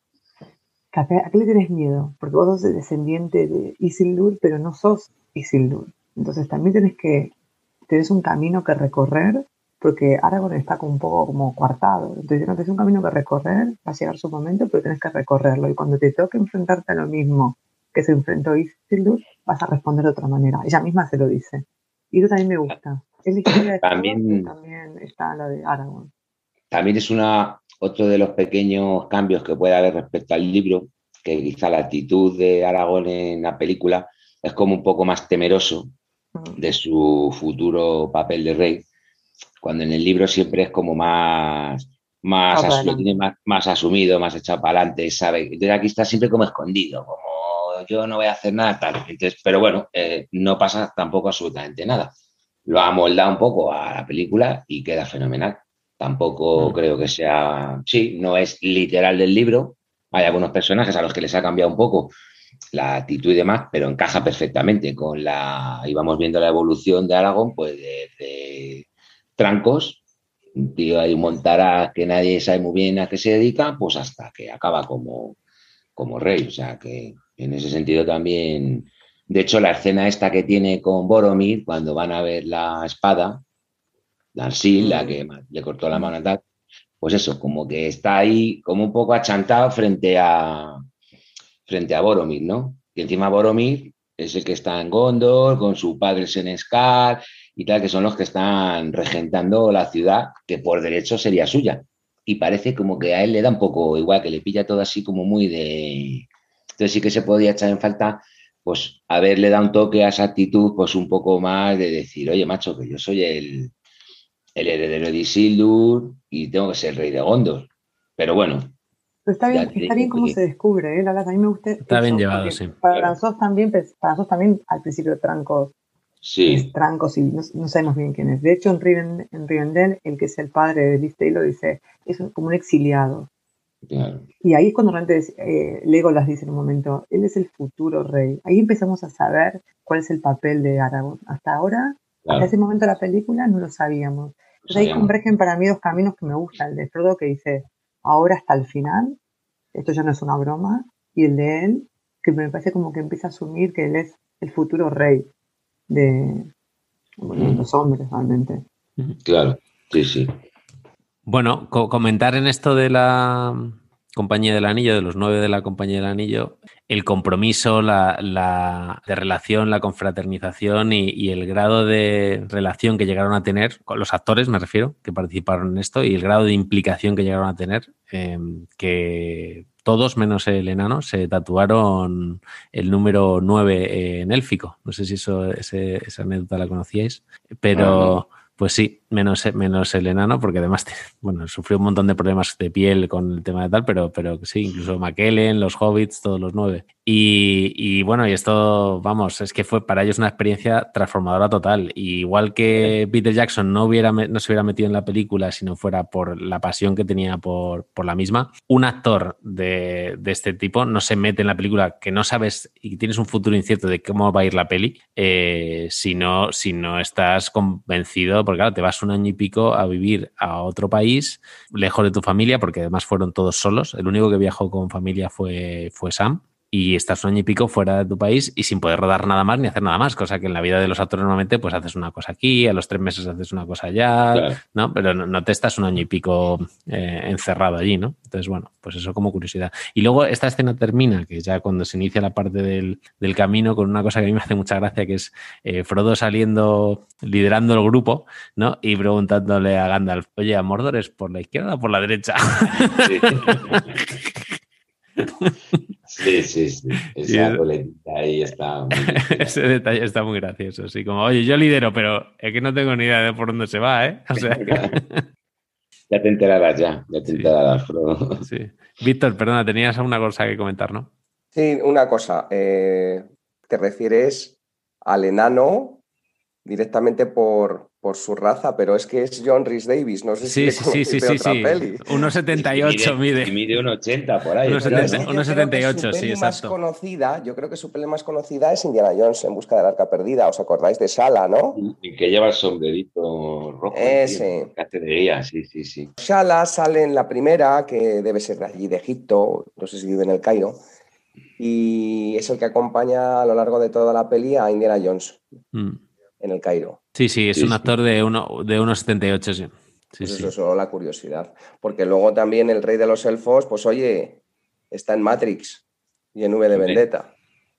¿A qué, a qué le tienes miedo? Porque vos sos el descendiente de Isildur, pero no sos Isildur. Entonces también tenés que, tenés un camino que recorrer, porque Aragorn está como un poco como coartado. Entonces no tenés un camino que recorrer, va a llegar su momento, pero tenés que recorrerlo. Y cuando te toque enfrentarte a lo mismo que se enfrentó Isildur, vas a responder de otra manera. Ella misma se lo dice. Y eso también me gusta. Es la historia de También, Frodo, pero también está la de Aragorn. también es una, otro de los pequeños cambios que puede haber respecto al libro, que quizá la actitud de Aragorn en la película es como un poco más temeroso Mm. de su futuro papel de rey, cuando en el libro siempre es como más, más Va para as- lo tiene adelante. más, más asumido, más echado para adelante, ¿sabe? Entonces aquí está siempre como escondido, como yo no voy a hacer nada, tal. Entonces, pero bueno, eh, no pasa tampoco absolutamente nada. Lo ha moldado un poco a la película y queda fenomenal. Tampoco Mm. creo que sea, sí, no es literal del libro. Hay algunos personajes a los que les ha cambiado un poco la actitud y demás, pero encaja perfectamente con la, íbamos viendo la evolución de Aragón, pues desde Trancos, un tío ahí montará que nadie sabe muy bien a qué se dedica, pues hasta que acaba como, como rey. O sea que en ese sentido también, de hecho la escena esta que tiene con Boromir, cuando van a ver la espada, Narsil, la Mm. que le cortó la mano a tal, pues eso, como que está ahí como un poco achantado frente a, frente a Boromir, ¿no? Y encima Boromir es el que está en Gondor, con su padre Seneskar y tal, que son los que están regentando la ciudad, que por derecho sería suya. Y parece como que a él le da un poco igual, que le pilla todo así como muy de... Entonces sí que se podía echar en falta, pues, haberle dado un toque a esa actitud, pues un poco más de decir, oye, macho, que yo soy el, el heredero de Isildur y tengo que ser rey de Gondor. Pero bueno, Pero está ya bien, te está digo bien cómo que... se descubre, ¿eh? Lala, a mí me gusta Está bien eso, llevado, porque sí. para Claro. nosotros también, pues, para nosotros también al principio Trancos es Sí, Trancos y no, no sabemos bien quién es. De hecho, en, Riven, en Rivendell, el que es el padre de Liz Taylor dice, es un- como un exiliado. claro. Y ahí es cuando realmente eh, Legolas dice en un momento, él es el futuro rey. Ahí empezamos a saber cuál es el papel de Aragorn. Hasta ahora, hasta ese Claro, momento de la película no lo sabíamos. lo Entonces ahí sabíamos. convergen para mí dos caminos que me gustan. El de Frodo que dice, ahora hasta el final, esto ya no es una broma, y el de él, que me parece como que empieza a asumir que él es el futuro rey de, bueno, de Mm, los hombres realmente. claro, sí, sí. Bueno, co- comentar en esto de la Compañía del Anillo, de los nueve de la Compañía del Anillo, el compromiso, la, la de relación, la confraternización y, y el grado de relación que llegaron a tener, con los actores me refiero, que participaron en esto, y el grado de implicación que llegaron a tener, eh, que todos, menos el enano, se tatuaron el número nueve en élfico. No sé si eso, ese, esa anécdota la conocíais, Ah, no. pero... Pues sí, menos, menos el enano, porque además bueno, sufrió un montón de problemas de piel con el tema de tal, pero, pero sí, incluso McKellen, los Hobbits, todos los nueve. Y, y bueno, y esto, vamos, es que fue para ellos una experiencia transformadora total. Y igual que Peter Jackson no, hubiera, no se hubiera metido en la película si no fuera por la pasión que tenía por, por la misma, un actor de, de este tipo no se mete en la película que no sabes y tienes un futuro incierto de cómo va a ir la peli, eh, si, no, si no estás convencido, porque claro, te vas un año y pico a vivir a otro país, lejos de tu familia, porque además fueron todos solos. El único que viajó con familia fue, fue Sam. Y estás un año y pico fuera de tu país y sin poder rodar nada más ni hacer nada más, cosa que en la vida de los actores normalmente pues haces una cosa aquí, a los tres meses haces una cosa allá, Claro. ¿no? Pero no, no te estás un año y pico eh, encerrado allí, ¿no? Entonces, bueno, pues eso como curiosidad. Y luego esta escena termina, que ya cuando se inicia la parte del, del camino, con una cosa que a mí me hace mucha gracia, que es eh, Frodo saliendo, liderando el grupo, ¿no? Y preguntándole a Gandalf, oye, ¿a Mordor es por la izquierda o por la derecha? Sí, sí, sí, sí. Y Esa es, coletita ahí está muy bien tirada. ese detalle está muy gracioso, así como, oye, yo lidero, pero es que no tengo ni idea de por dónde se va, ¿eh? O sea, Ya te enterarás ya, ya te sí, enterarás, Frodo. sí. Víctor, perdona, tenías alguna cosa que comentar, ¿no? Sí, una cosa. eh, te refieres al enano directamente por, por su raza, pero es que es John Rhys Davies, no sé Sí, si sí, le sí, sí, conoces de sí, otra sí. peli. uno setenta y ocho mide. Y mide un ochenta por ahí. uno Pero es setenta, que uno yo creo setenta y que ocho, su sí, peli más exacto. conocida, yo creo que su peli más conocida es Indiana Jones en busca del arca perdida. ¿Os acordáis de Shala, no? Y que lleva el sombrerito rojo, Ese. el que hace de guía, sí, sí, sí. Shala sale en la primera, que debe ser de allí de Egipto, no sé si vive en el Cairo, y es el que acompaña a lo largo de toda la peli a Indiana Jones Mm. en el Cairo. Sí, sí, es Sí, un sí. actor de uno de uno setenta y ocho, sí. Sí, Pues sí. eso es solo la curiosidad. Porque luego también el rey de los elfos, pues oye, está en Matrix y en V de Vendetta.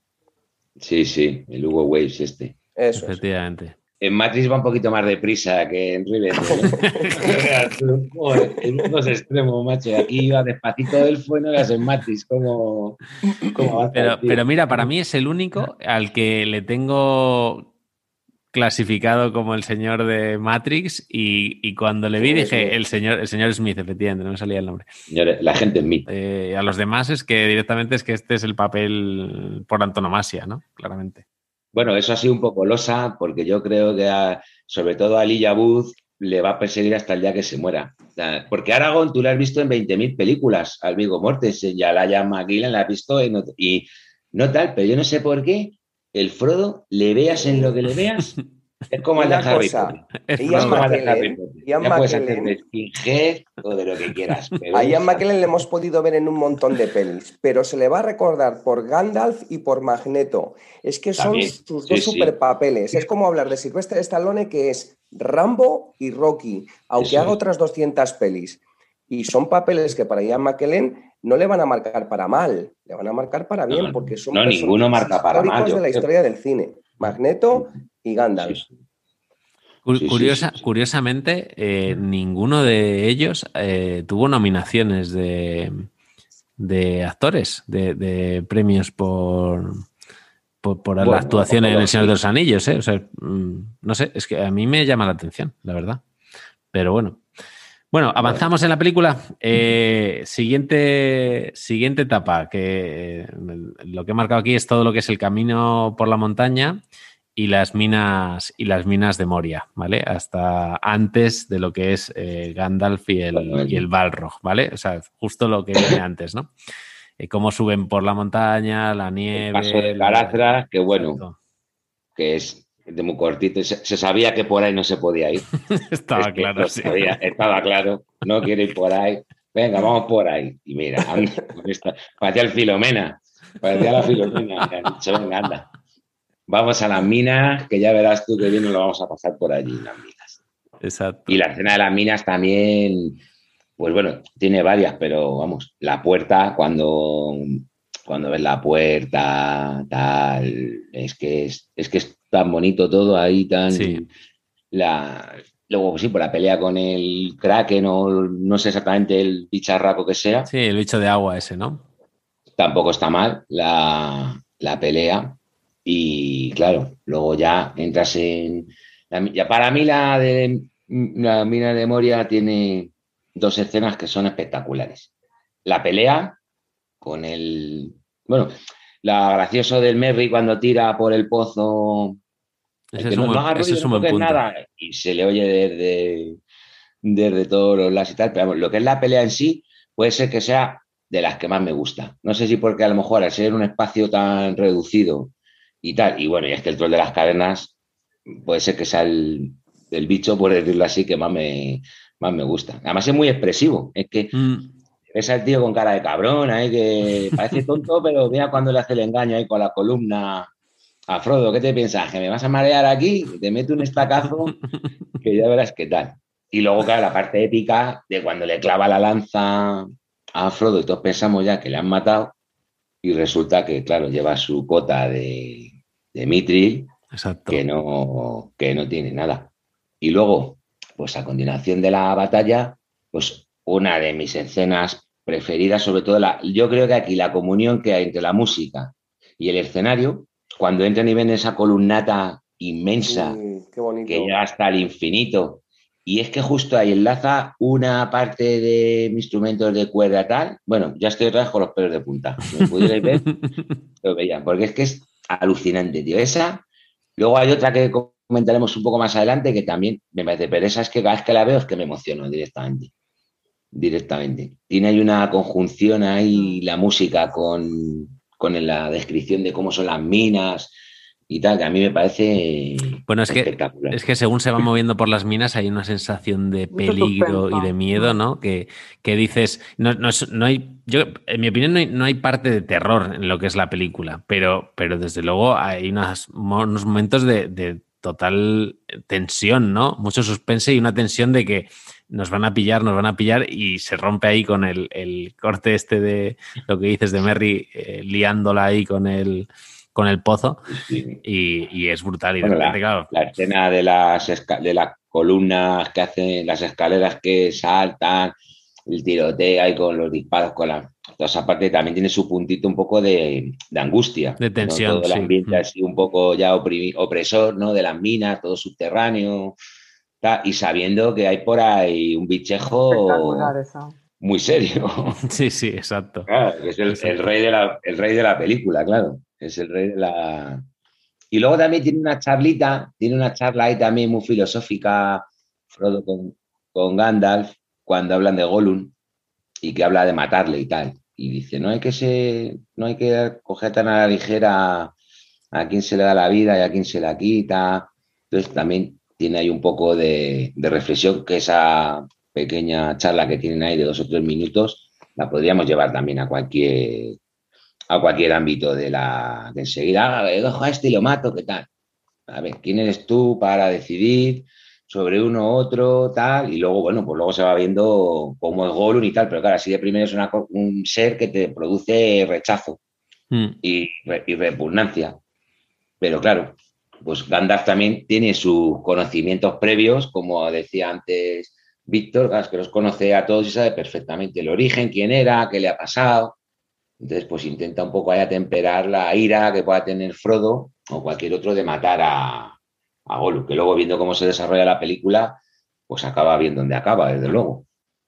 Sí, sí, el Hugo Waves este. Eso es. Efectivamente. En Matrix va un poquito más deprisa que en Rivendell, ¿eh? Joder, en dos extremos, macho. Aquí iba despacito elfo y no veas en Matrix cómo, cómo avanza el Pero, tío. pero mira, para mí es el único al que le tengo clasificado como el señor de Matrix y, y cuando le vi Señor dije Smith. el señor, el señor Smith, efectivamente, no me salía el nombre. Señores, la gente en mí. Eh, a los demás es que directamente es que este es el papel por antonomasia, ¿no? Claramente. Bueno, eso ha sido un poco losa, porque yo creo que a- sobre todo a Elijah Wood le va a perseguir hasta el día que se muera. O sea, porque Aragorn tú lo has visto en veinte mil películas, al Viggo Mortensen, y a Laia McGillen la has visto en ot- y no tal, pero yo no sé por qué el Frodo, le veas en lo que le veas, es como el de Una Harry Potter. cosa, Es Es Ian Frodo. como el de Harry McKellen, Potter. Ian Ya puedes hacer de McKellen, skinhead o de lo que quieras, pero a Ian es... McKellen le hemos podido ver en un montón de pelis, pero se le va a recordar por Gandalf y por Magneto. Es que son También, sus sí, dos sí, superpapeles. Es como hablar de Sylvester Stallone, que es Rambo y Rocky, aunque eso haga es. otras doscientas pelis. Y son papeles que para Ian McKellen no le van a marcar para mal, le van a marcar para bien, No, porque son no, ninguno personajes marca para mal, históricos de yo la creo. historia del cine. Magneto y Sí, Gandalf. sí. Cu- Sí, sí, curiosa- sí, sí. Curiosamente, eh, ninguno de ellos eh, tuvo nominaciones de, de actores, de, de premios por, por, por la Bueno, actuación en El Señor de lógico. los Anillos. ¿eh? O sea, mm, no sé, es que a mí me llama la atención, la verdad. Pero bueno. Bueno, avanzamos en la película. Eh, siguiente, siguiente etapa, que eh, lo que he marcado aquí es todo lo que es el camino por la montaña y las minas y las minas de Moria, ¿vale? Hasta antes de lo que es eh, Gandalf y el, Bueno, y el Balrog, ¿vale? O sea, justo lo que viene antes, ¿no? Eh, cómo suben por la montaña, la el paso nieve. de La... Carazra, que bueno, Exacto. que es de muy cortito, y se, se sabía que por ahí no se podía ir. Es Estaba que claro, lo sí. sabía, estaba claro, no quiero ir por ahí. Venga, vamos por ahí. Y mira, anda, con esta- parecía el Filomena, parecía la Filomena. Y han dicho, venga, anda, vamos a las minas, que ya verás tú que bien nos lo vamos a pasar por allí, las minas. Exacto. Y la escena de las minas también, pues bueno, tiene varias, pero vamos, la puerta, cuando, cuando ves la puerta, tal, es que es, es que es tan bonito todo ahí, tan... Sí. La, luego, sí, por la pelea con el Kraken o no sé exactamente el bicharraco que sea, Sí, el bicho de agua ese, ¿no? tampoco está mal la, la pelea. Y claro, luego ya entras en... la- ya para mí la de la mina de Moria tiene dos escenas que son espectaculares. La pelea con el... Bueno, la gracioso del Merry cuando tira por el pozo, el Ese que es un no, no buen, haga ese ruido, es no un buen toques punto. nada, y se le oye desde, desde todos los lados y tal. Pero vamos, lo que es la pelea en sí puede ser que sea de las que más me gusta. No sé si porque a lo mejor al ser un espacio tan reducido y tal, y bueno, y es que el troll de las cavernas puede ser que sea el, el bicho, por decirlo así, que más me, más me gusta. Además es muy expresivo, es que Mm. ves al tío con cara de cabrón, ahí que parece tonto, pero mira cuando le hace el engaño ahí con la columna a Frodo. ¿Qué te piensas? ¿Que me vas a marear aquí? Te mete un estacazo que ya verás qué tal. Y luego, claro, la parte épica de cuando le clava la lanza a Frodo y todos pensamos ya que le han matado y resulta que, claro, lleva su cota de, de Mithril Exacto. que no, que no tiene nada. Y luego, pues a continuación de la batalla, pues una de mis escenas preferidas, sobre todo la, yo creo que aquí la comunión que hay entre la música y el escenario, cuando entran y ven esa columnata inmensa Sí, qué que bonito. llega hasta el infinito. Y es que justo ahí enlaza una parte de mis instrumentos de cuerda tal. Bueno, ya estoy otra vez con los pelos de punta. Si me pudierais ver, lo veían. Porque es que es alucinante, tío. Esa. Luego hay otra que comentaremos un poco más adelante, que también me parece, pero esa es que cada vez que la veo es que me emociono directamente. Directamente. Tiene ahí una conjunción ahí, la música con, con la descripción de cómo son las minas y tal, que a mí me parece bueno, es espectacular. Que, es que según se van moviendo por las minas hay una sensación de Mucho peligro suspenso. y de miedo, ¿no? Que, que dices, no, no, es- no hay, yo, en mi opinión, no hay, no hay parte de terror en lo que es la película, pero, pero desde luego hay unas, unos momentos de, de total tensión, ¿no? Mucho suspense y una tensión de que nos van a pillar, nos van a pillar y se rompe ahí con el, el corte este de lo que dices de Merry eh, liándola ahí con el, con el pozo Sí. y, y es brutal. Y Bueno, de repente, la, claro. la escena de las, esca- de las columnas que hacen, las escaleras que saltan, el tiroteo ahí con los disparos, con la, toda esa parte también tiene su puntito un poco de, de angustia, De ¿no? tensión, Todo el sí. ambiente así un poco ya oprimi- opresor, ¿no? De las minas, todo subterráneo, ta, y sabiendo que hay por ahí un Espectacular bichejo eso. muy serio. Sí, sí, exacto. Claro, que es el, el Exacto. rey de la, el rey de la película, claro. Es el rey de la. Y luego también tiene una charlita, tiene una charla ahí también muy filosófica, Frodo con, con Gandalf, cuando hablan de Gollum y que habla de matarle y tal. Y dice, no hay que ser, no hay que coger tan a la ligera a quien se le da la vida y a quien se la quita. Entonces también tiene ahí un poco de, de reflexión, que esa pequeña charla que tienen ahí de dos o tres minutos la podríamos llevar también a cualquier a cualquier ámbito de la de enseguida, ah, dejo a este y lo mato, ¿qué tal? A ver, ¿quién eres tú para decidir sobre uno u otro, tal? Y luego, bueno, pues luego se va viendo cómo es Gollum y tal, pero claro, así de primero es una, un ser que te produce rechazo Mm. y, y repugnancia. Pero claro, pues Gandalf también tiene sus conocimientos previos, como decía antes Víctor, claro, es que los conoce a todos y sabe perfectamente el origen, quién era, qué le ha pasado. Entonces, pues intenta un poco ahí atemperar la ira que pueda tener Frodo o cualquier otro de matar a, a Gollum, que luego viendo cómo se desarrolla la película, pues acaba bien donde acaba, desde luego.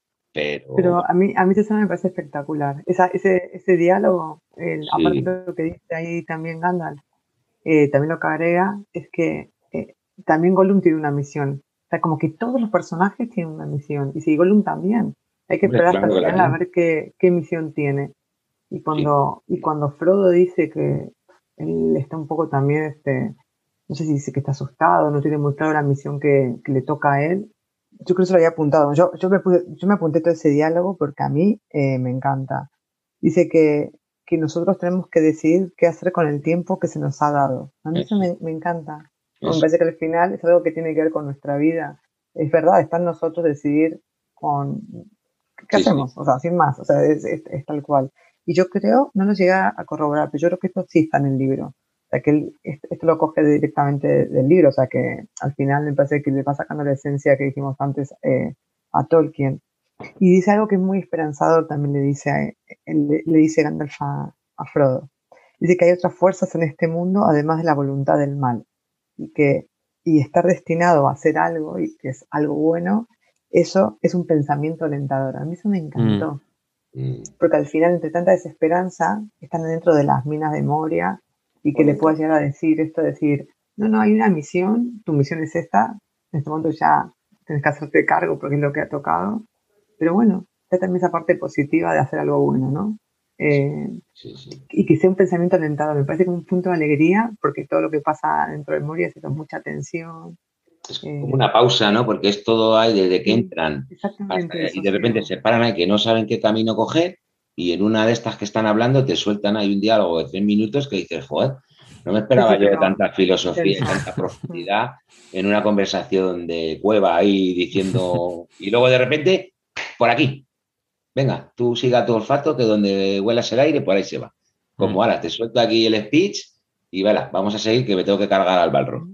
Pero Pero a mí, a mí esa escena me parece espectacular. Esa, ese, ese diálogo, el, aparte sí, de lo que dice ahí también Gandalf, eh, también lo que agrega es que eh, también Gollum tiene una misión. O sea, como que todos los personajes tienen una misión. Y si Gollum también, hay que hombre, esperar hasta claro el que la final a tiene. ver qué, qué misión tiene. Y Sí, cuando, y cuando Frodo dice que él está un poco también, este, no sé si dice que está asustado, no tiene muy claro la misión que, que le toca a él. Yo creo que se lo había apuntado. Yo, yo, me, puse- yo me apunté todo ese diálogo porque a mí eh, me encanta. Dice que, que nosotros tenemos que decidir qué hacer con el tiempo que se nos ha dado. A mí eso eso, me, me encanta. Me eso. parece que al final es algo que tiene que ver con nuestra vida. Es verdad, está en nosotros decidir con qué Sí, sí, hacemos, o sea, sin más, o sea, es, es- es tal cual. Y yo creo, no lo llega a corroborar, pero yo creo que esto sí está en el libro. O sea, que él, esto, esto lo coge directamente de- del libro, o sea, que al final me parece que le va sacando la esencia que dijimos antes eh, a Tolkien. Y dice algo que es muy esperanzador, también le dice, a- le, le dice Gandalf a, a Frodo. Dice que hay otras fuerzas en este mundo además de la voluntad del mal. Y que y estar destinado a hacer algo, y que es algo bueno, eso es un pensamiento alentador. A mí eso me Mm. encantó. mm, Porque al final, entre tanta desesperanza, están dentro de las minas de Moria y que le puedas Bonito. llegar a decir esto, decir, no, no, hay una misión, tu misión es esta, en este momento ya tienes que hacerte cargo porque es lo que ha tocado. Pero bueno, está también esa parte positiva de hacer algo bueno, ¿no? Eh, sí, sí. y que sea un pensamiento alentador. Me parece como un punto de alegría porque todo lo que pasa dentro de Moria es con mucha tensión. Es como Eh, una pausa, ¿no? Porque es todo ahí desde que sí, entran hasta, exactamente y eso, de sí. repente se paran ahí que no saben qué camino coger y en una de estas que están hablando te sueltan ahí un diálogo de tres minutos que dices, joder, no me Sí, esperaba sí, yo pero tanta filosofía y intenso. tanta profundidad en una conversación de cueva ahí diciendo, y luego de repente, por aquí, venga, tú siga tu olfato que donde huelas el aire, por ahí se va. Como Mm. ahora, te suelto aquí el speech y vela, vamos a seguir que me tengo que cargar al Balrog.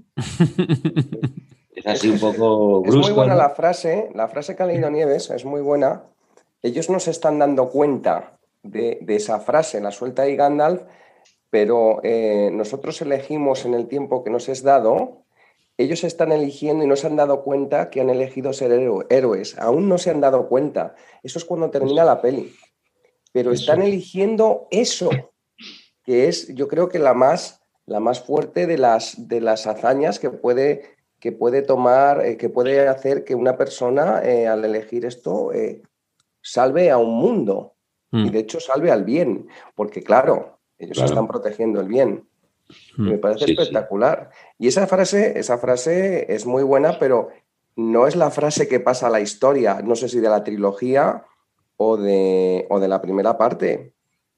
Es Es, así un es- poco es muy brusco, buena ¿no? la frase, la frase que ha leído Nieves es muy buena. Ellos no se están dando cuenta de, de esa frase, la suelta ahí Gandalf, pero eh, nosotros elegimos en el tiempo que nos es dado, ellos están eligiendo y no se han dado cuenta que han elegido ser héroe- héroes, aún no se han dado cuenta. Eso es cuando termina Eso, la peli, pero eso están es. eligiendo eso, que es yo creo que la más, la más fuerte de las, de las hazañas que puede que puede tomar, eh, que puede hacer que una persona eh, al elegir esto eh, salve a un mundo mm. y de hecho salve al bien, porque claro, ellos claro. están protegiendo el bien. Mm. Y me parece sí, espectacular. Sí. Y esa frase, esa frase es muy buena, pero no es la frase que pasa a la historia, no sé si de la trilogía o de, o de la primera parte.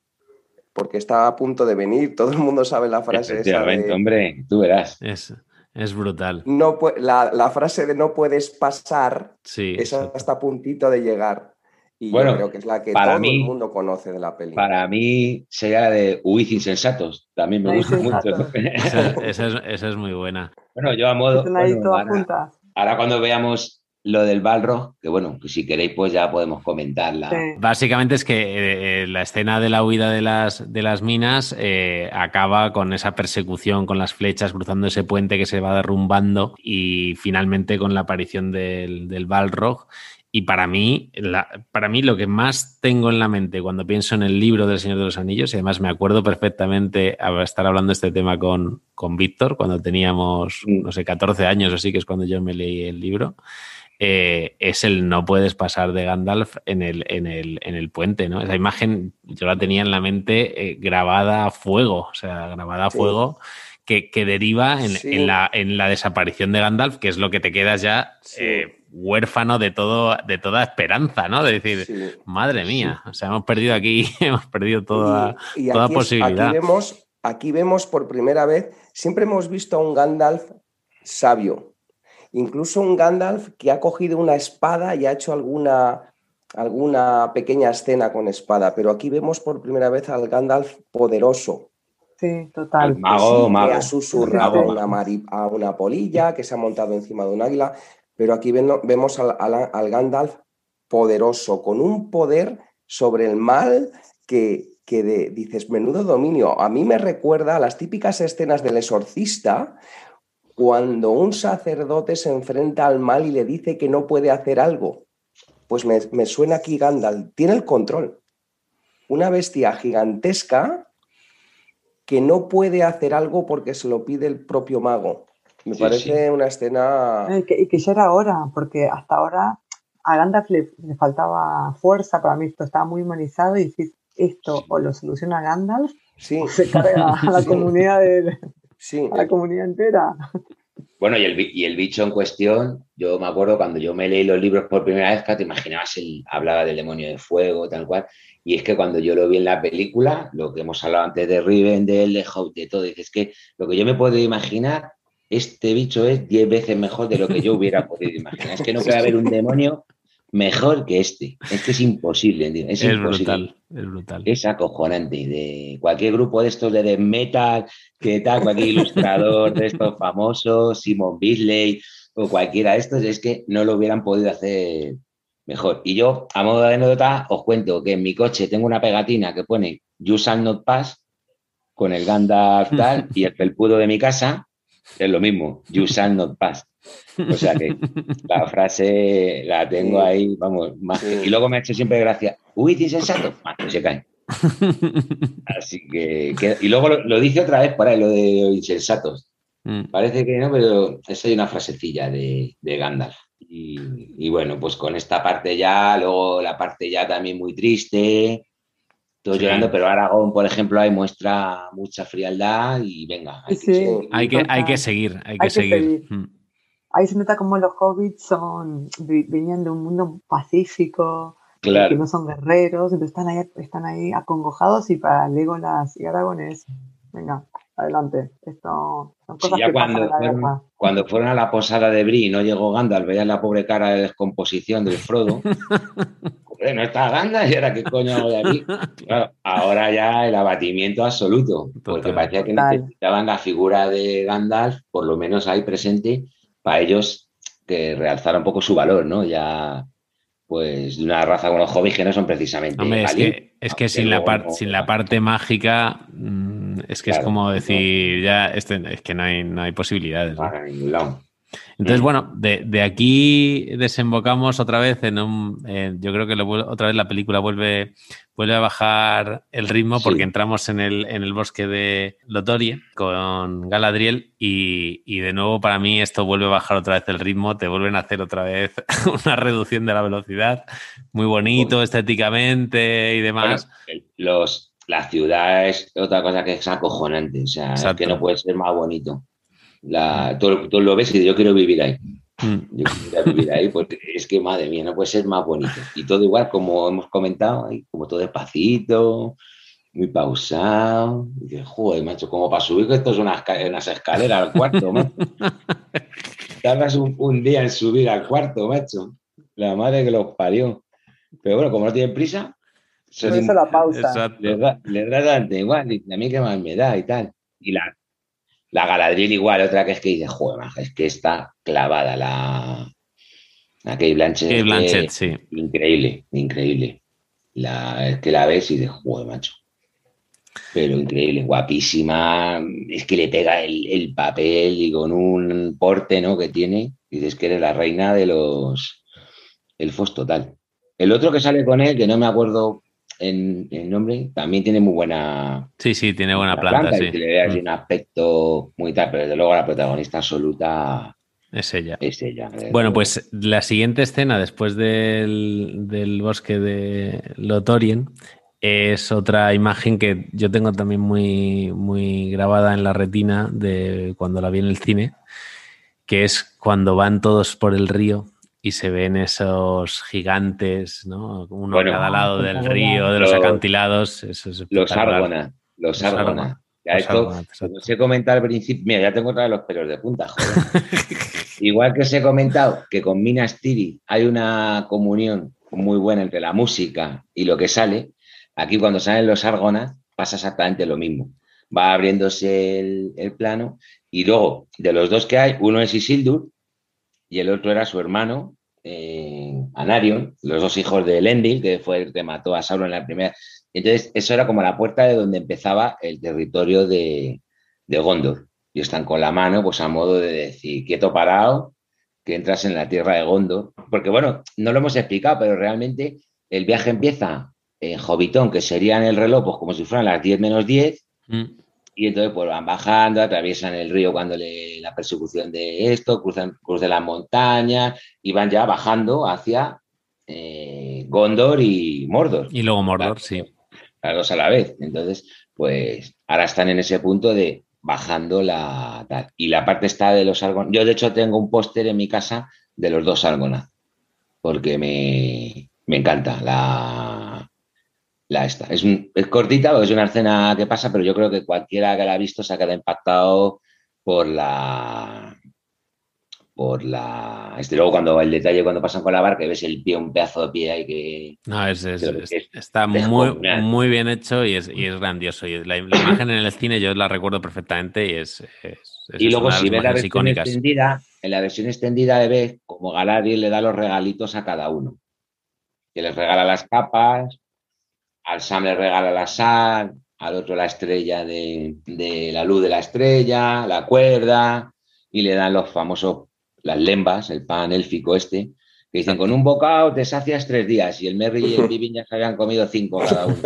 Porque está a punto de venir, todo el mundo sabe la frase esa de... hombre, tú verás. Es, es brutal. No, la, la frase de no puedes pasar, sí, esa exacto. está a puntito de llegar. Y bueno, yo creo que es la que para todo mí, el mundo conoce de la peli. Para mí sería de huid insensatos, también me gusta mucho. Esa, esa, es, esa es muy buena. Bueno, yo a modo... Están ahí bueno, todas ahora, juntas. ahora cuando veamos lo del Balrog, que bueno, que si queréis pues ya podemos comentarla. Sí. Básicamente es que eh, la escena de la huida de las, de las minas eh, acaba con esa persecución, con las flechas cruzando ese puente que se va derrumbando y finalmente con la aparición del, del Balrog. Y para mí, la, para mí lo que más tengo en la mente cuando pienso en el libro del Señor de los Anillos, y además me acuerdo perfectamente a estar hablando de este tema con, con Víctor cuando teníamos, no sé, catorce años o así, que es cuando yo me leí el libro, Eh, es el no puedes pasar de Gandalf en el, en el, en el puente, ¿no? Esa imagen yo la tenía en la mente eh, grabada a fuego, o sea, grabada a sí. fuego, que, que deriva en, sí. en, la, en la desaparición de Gandalf, que es lo que te quedas ya sí. eh, huérfano de, todo, de toda esperanza, ¿no? De decir, sí. madre mía, o sea, hemos perdido aquí, hemos perdido toda, y, y toda aquí posibilidad. Es, aquí, vemos, aquí vemos por primera vez, siempre hemos visto a un Gandalf sabio. Incluso un Gandalf que ha cogido una espada y ha hecho alguna, alguna pequeña escena con espada, pero aquí vemos por primera vez al Gandalf poderoso. Sí, total. El mago, sí, mago. Que ha susurrado a una, mari, a una polilla, que se ha montado encima de un águila, pero aquí ven, vemos al, al, al Gandalf poderoso, con un poder sobre el mal que, que de, dices, menudo dominio. A mí me recuerda a las típicas escenas del Exorcista, cuando un sacerdote se enfrenta al mal y le dice que no puede hacer algo. Pues me, me suena aquí Gandalf. Tiene el control. Una bestia gigantesca que no puede hacer algo porque se lo pide el propio mago. Me sí, parece sí. una escena... Y que, y que ya era hora, porque hasta ahora a Gandalf le, le faltaba fuerza. Para mí esto estaba muy humanizado y si esto sí. o lo soluciona Gandalf sí. o se carga a la sí. comunidad de... Sí. A la comunidad entera. Bueno, y el, y el bicho en cuestión, yo me acuerdo cuando yo me leí los libros por primera vez, que te imaginabas, él hablaba del demonio de fuego, tal cual, y es que cuando yo lo vi en la película, lo que hemos hablado antes de Rivendell, de Hobbit, de todo, es que lo que yo me puedo imaginar, este bicho es diez veces mejor de lo que yo hubiera podido imaginar. Es que no puede haber un demonio mejor que este. Es que es imposible, es, es imposible. Brutal, es brutal. Es acojonante. De cualquier grupo de estos de death metal, que tal, cualquier ilustrador de estos famosos, Simon Bisley o cualquiera de estos, es que no lo hubieran podido hacer mejor. Y yo, a modo de anécdota, os cuento que en mi coche tengo una pegatina que pone You shall not pass con el Gandalf tal y el felpudo de mi casa es lo mismo, You shall not pass. O sea que la frase la tengo sí. ahí, vamos, más sí. que... Y luego me ha hecho siempre gracia. Uy, insensato. Ah, pues se cae. Así que, que... Y luego lo, lo dice otra vez por ahí, lo de insensatos. Mm. Parece que no, pero esa es una frasecilla de, de Gandalf. Y, y bueno, pues con esta parte ya, luego la parte ya también muy triste, todos sí. llorando, pero Aragón, por ejemplo, ahí muestra mucha frialdad y venga, hay, sí, que, sí. seguir. Hay, que, hay que seguir, hay que, hay que seguir. seguir. Mm. Ahí se nota como los hobbits son, venían de un mundo pacífico, claro. que no son guerreros, entonces están ahí, están ahí acongojados y para Legolas y Aragorn es, venga, adelante, esto son cosas sí, ya que cuando pasan en la fueron, guerra. Cuando fueron a la posada de Bree y no llegó Gandalf, veían la pobre cara de descomposición del Frodo. Hombre, no está Gandalf, y ahora qué coño hago de aquí. Claro, ahora ya el abatimiento absoluto, porque total, parecía que total. necesitaban la figura de Gandalf, por lo menos ahí presente, para ellos que realzara un poco su valor, ¿no? Ya, pues, de una raza con los hobbits que no son precisamente... Hombre, es que, es que sin, la par, no, sin la parte mágica, mmm, es que claro, es como decir, no, ya, este, es que no hay, no hay posibilidades. ¿no? Para ningún lado. Entonces, bueno, de, de aquí desembocamos otra vez en un... Eh, yo creo que lo, otra vez la película vuelve, vuelve a bajar el ritmo porque sí. entramos en el, en el bosque de Lothorien con Galadriel y, y de nuevo para mí esto vuelve a bajar otra vez el ritmo, te vuelven a hacer otra vez una reducción de la velocidad, muy bonito bueno, estéticamente y demás. Bueno, los, la ciudad es otra cosa que es acojonante, o sea, Exacto. es que no puede ser más bonito. La, tú, tú lo ves y yo quiero vivir ahí. Mm. Yo quiero vivir ahí porque es que, madre mía, no puede ser más bonito. Y todo igual, como hemos comentado, como todo despacito, muy pausado. Y dices, joder, macho, como para subir que esto es unas, unas escaleras al cuarto, macho. Tardas un, un día en subir al cuarto, macho. La madre que los parió. Pero bueno, como no tienen prisa, se no hizo la pausa. Les da, les da tanto igual, y a mí qué más me da y tal. Y la La Galadriel igual, otra que es que dice, joder, es que está clavada la, la Kate Blanchett. Kate Blanchett, sí. Increíble, increíble. La, es que la ves y dices, joder, macho. Pero increíble, guapísima. Es que le pega el, el papel y con un porte, ¿no? Que tiene. Dices que eres la reina de los elfos total. El otro que sale con él, que no me acuerdo en el nombre, también tiene muy buena... Sí, sí, tiene buena planta, planta, sí. Y le ve así mm. un aspecto muy tal, pero desde luego la protagonista absoluta es ella. Es ella. Bueno, luego. Pues la siguiente escena, después del, del bosque de Lothorien, es otra imagen que yo tengo también muy, muy grabada en la retina de cuando la vi en el cine, que es cuando van todos por el río y se ven esos gigantes, ¿no? Uno bueno, a cada lado del río, de los, los acantilados. Eso es los Argona, los Argona. Ya los esto, Argona, como os he comentado al principio, mira, ya tengo otra vez los pelos de punta, joder. Igual que os he comentado que con Minas Tirith hay una comunión muy buena entre la música y lo que sale, aquí cuando salen los Argonas pasa exactamente lo mismo. Va abriéndose el, el plano y luego, de los dos que hay, uno es Isildur y el otro era su hermano, eh, Anarion, los dos hijos de Elendil, que fue el que mató a Sauron en la primera. Entonces, eso era como la puerta de donde empezaba el territorio de, de Gondor. Y están con la mano, pues a modo de decir, quieto parado, que entras en la tierra de Gondor. Porque, bueno, no lo hemos explicado, pero realmente el viaje empieza en Hobbiton, que sería en el reloj, pues como si fueran las diez menos diez. Mm. Y entonces pues van bajando, atraviesan el río cuando le, la persecución de esto, cruzan, cruzan las montañas y van ya bajando hacia eh, Gondor y Mordor. Y luego Mordor, las, sí. Las dos a la vez. Entonces, pues ahora están en ese punto de bajando la tal. Y la parte está de los Argonas. Yo, de hecho, tengo un póster en mi casa de los dos Argonas, porque me, me encanta la... La esta. Es, un, es cortita, es una escena que pasa, pero yo creo que cualquiera que la ha visto se ha quedado impactado por la... por la... Este, luego cuando el detalle cuando pasan con la barca y ves el pie, un pedazo de pie ahí que... No, es, es, es, es está muy, muy bien hecho y es, y es grandioso. Y la, la imagen en el cine yo la recuerdo perfectamente y es... es, es y luego una si ves la versión icónicas. extendida, en la versión extendida de ves como Galadriel le da los regalitos a cada uno. Que les regala las capas... Al Sam le regala la sal, al otro la estrella de, de la luz de la estrella, la cuerda, y le dan los famosos, las lembas, el pan élfico este, que dicen, con un bocado te sacias tres días, y el Merry y el Pippin ya se habían comido cinco cada uno.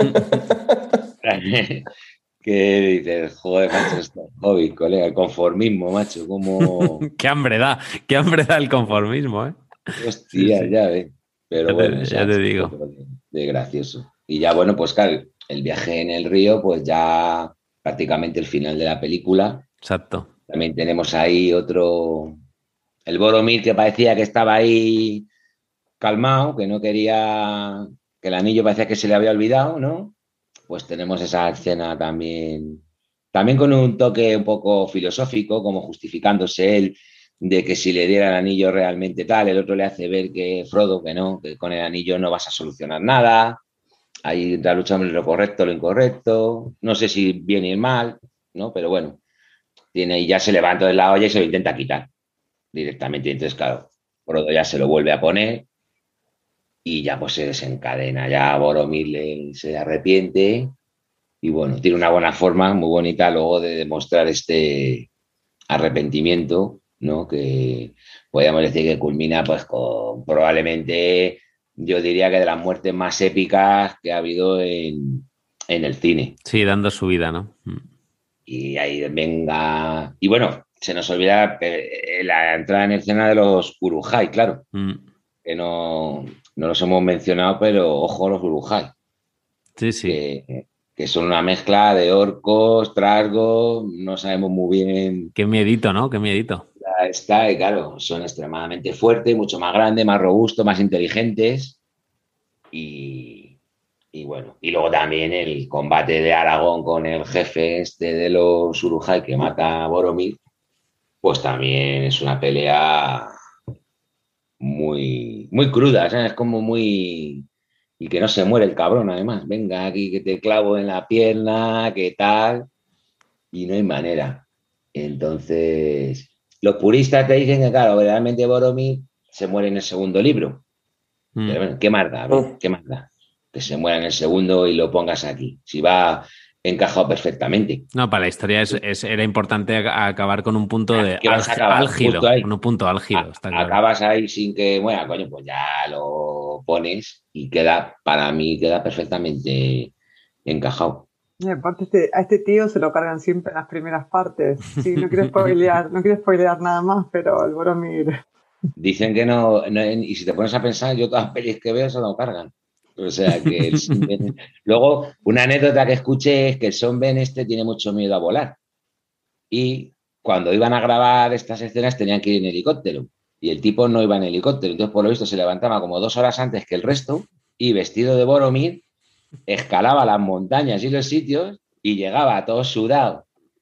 Que dices, joder, macho, esto es hobby, colega, el conformismo, macho, como... qué hambre da, qué hambre da el conformismo, ¿eh? Hostia, sí, sí. Ya ves. Pero ya bueno, te, o sea, ya te digo. De, de gracioso. Y ya, bueno, pues claro, el viaje en el río, pues ya prácticamente el final de la película. Exacto. También tenemos ahí otro, el Boromir que parecía que estaba ahí calmado, que no quería, que el anillo parecía que se le había olvidado, ¿no? Pues tenemos esa escena también, también con un toque un poco filosófico, como justificándose él de que si le diera el anillo realmente tal, el otro le hace ver que Frodo, que no, que con el anillo no vas a solucionar nada. Ahí la lucha entre lo correcto lo incorrecto, no sé si bien y mal, ¿no? Pero bueno, tiene y ya se levanta de la olla y se lo intenta quitar directamente. Entonces, claro, Frodo ya se lo vuelve a poner y ya pues se desencadena, ya Boromir le, se arrepiente y bueno, tiene una buena forma, muy bonita luego de demostrar este arrepentimiento ¿no? Que podríamos decir que culmina pues con probablemente, yo diría que de las muertes más épicas que ha habido en, en el cine. Sí, dando su vida, ¿no? Y ahí venga... Y bueno, se nos olvida eh, la entrada en escena de los Urujai, claro, Mm. que no, no los hemos mencionado, pero ojo los Urujai, Sí, sí. que, que son una mezcla de orcos, trasgos, no sabemos muy bien... Qué miedito, ¿no? Qué miedito. Está, y claro, son extremadamente fuertes, mucho más grandes, más robustos, más inteligentes. Y, y bueno, y luego también el combate de Aragón con el jefe este de los Urujai que mata a Boromir, pues también es una pelea muy, muy cruda, ¿sabes? Es como muy... Y que no se muere el cabrón, además. Venga aquí que te clavo en la pierna, qué tal, y no hay manera. Entonces, los puristas te dicen que, claro, realmente Boromir se muere en el segundo libro. Mm. Pero bueno, ¿qué más da? A ver, ¿qué más da? Que se muera en el segundo y lo pongas aquí. Si va encajado perfectamente. No, para la historia es, es- era importante a- acabar con un punto de ¿Qué vas a álg- acabar? Justo álgido, ahí. con un punto álgido, A- está claro. acabas ahí sin que muera, coño, pues ya lo pones y queda, para mí, queda perfectamente encajado. Y aparte este, a este tío se lo cargan siempre en las primeras partes. Sí, no quiero spoilear, no quiero spoilear nada más, pero el Boromir. Dicen que no, no- y si te pones a pensar, yo todas las pelis que veo se lo cargan. O sea que el Sean Ben- Luego, una anécdota que escuché es que el Sean Ben este tiene mucho miedo a volar. Y cuando iban a grabar estas escenas tenían que ir en helicóptero. Y el tipo no iba en helicóptero. Entonces, por lo visto, se levantaba como dos horas antes que el resto y vestido de Boromir, escalaba las montañas y los sitios y llegaba todo sudado,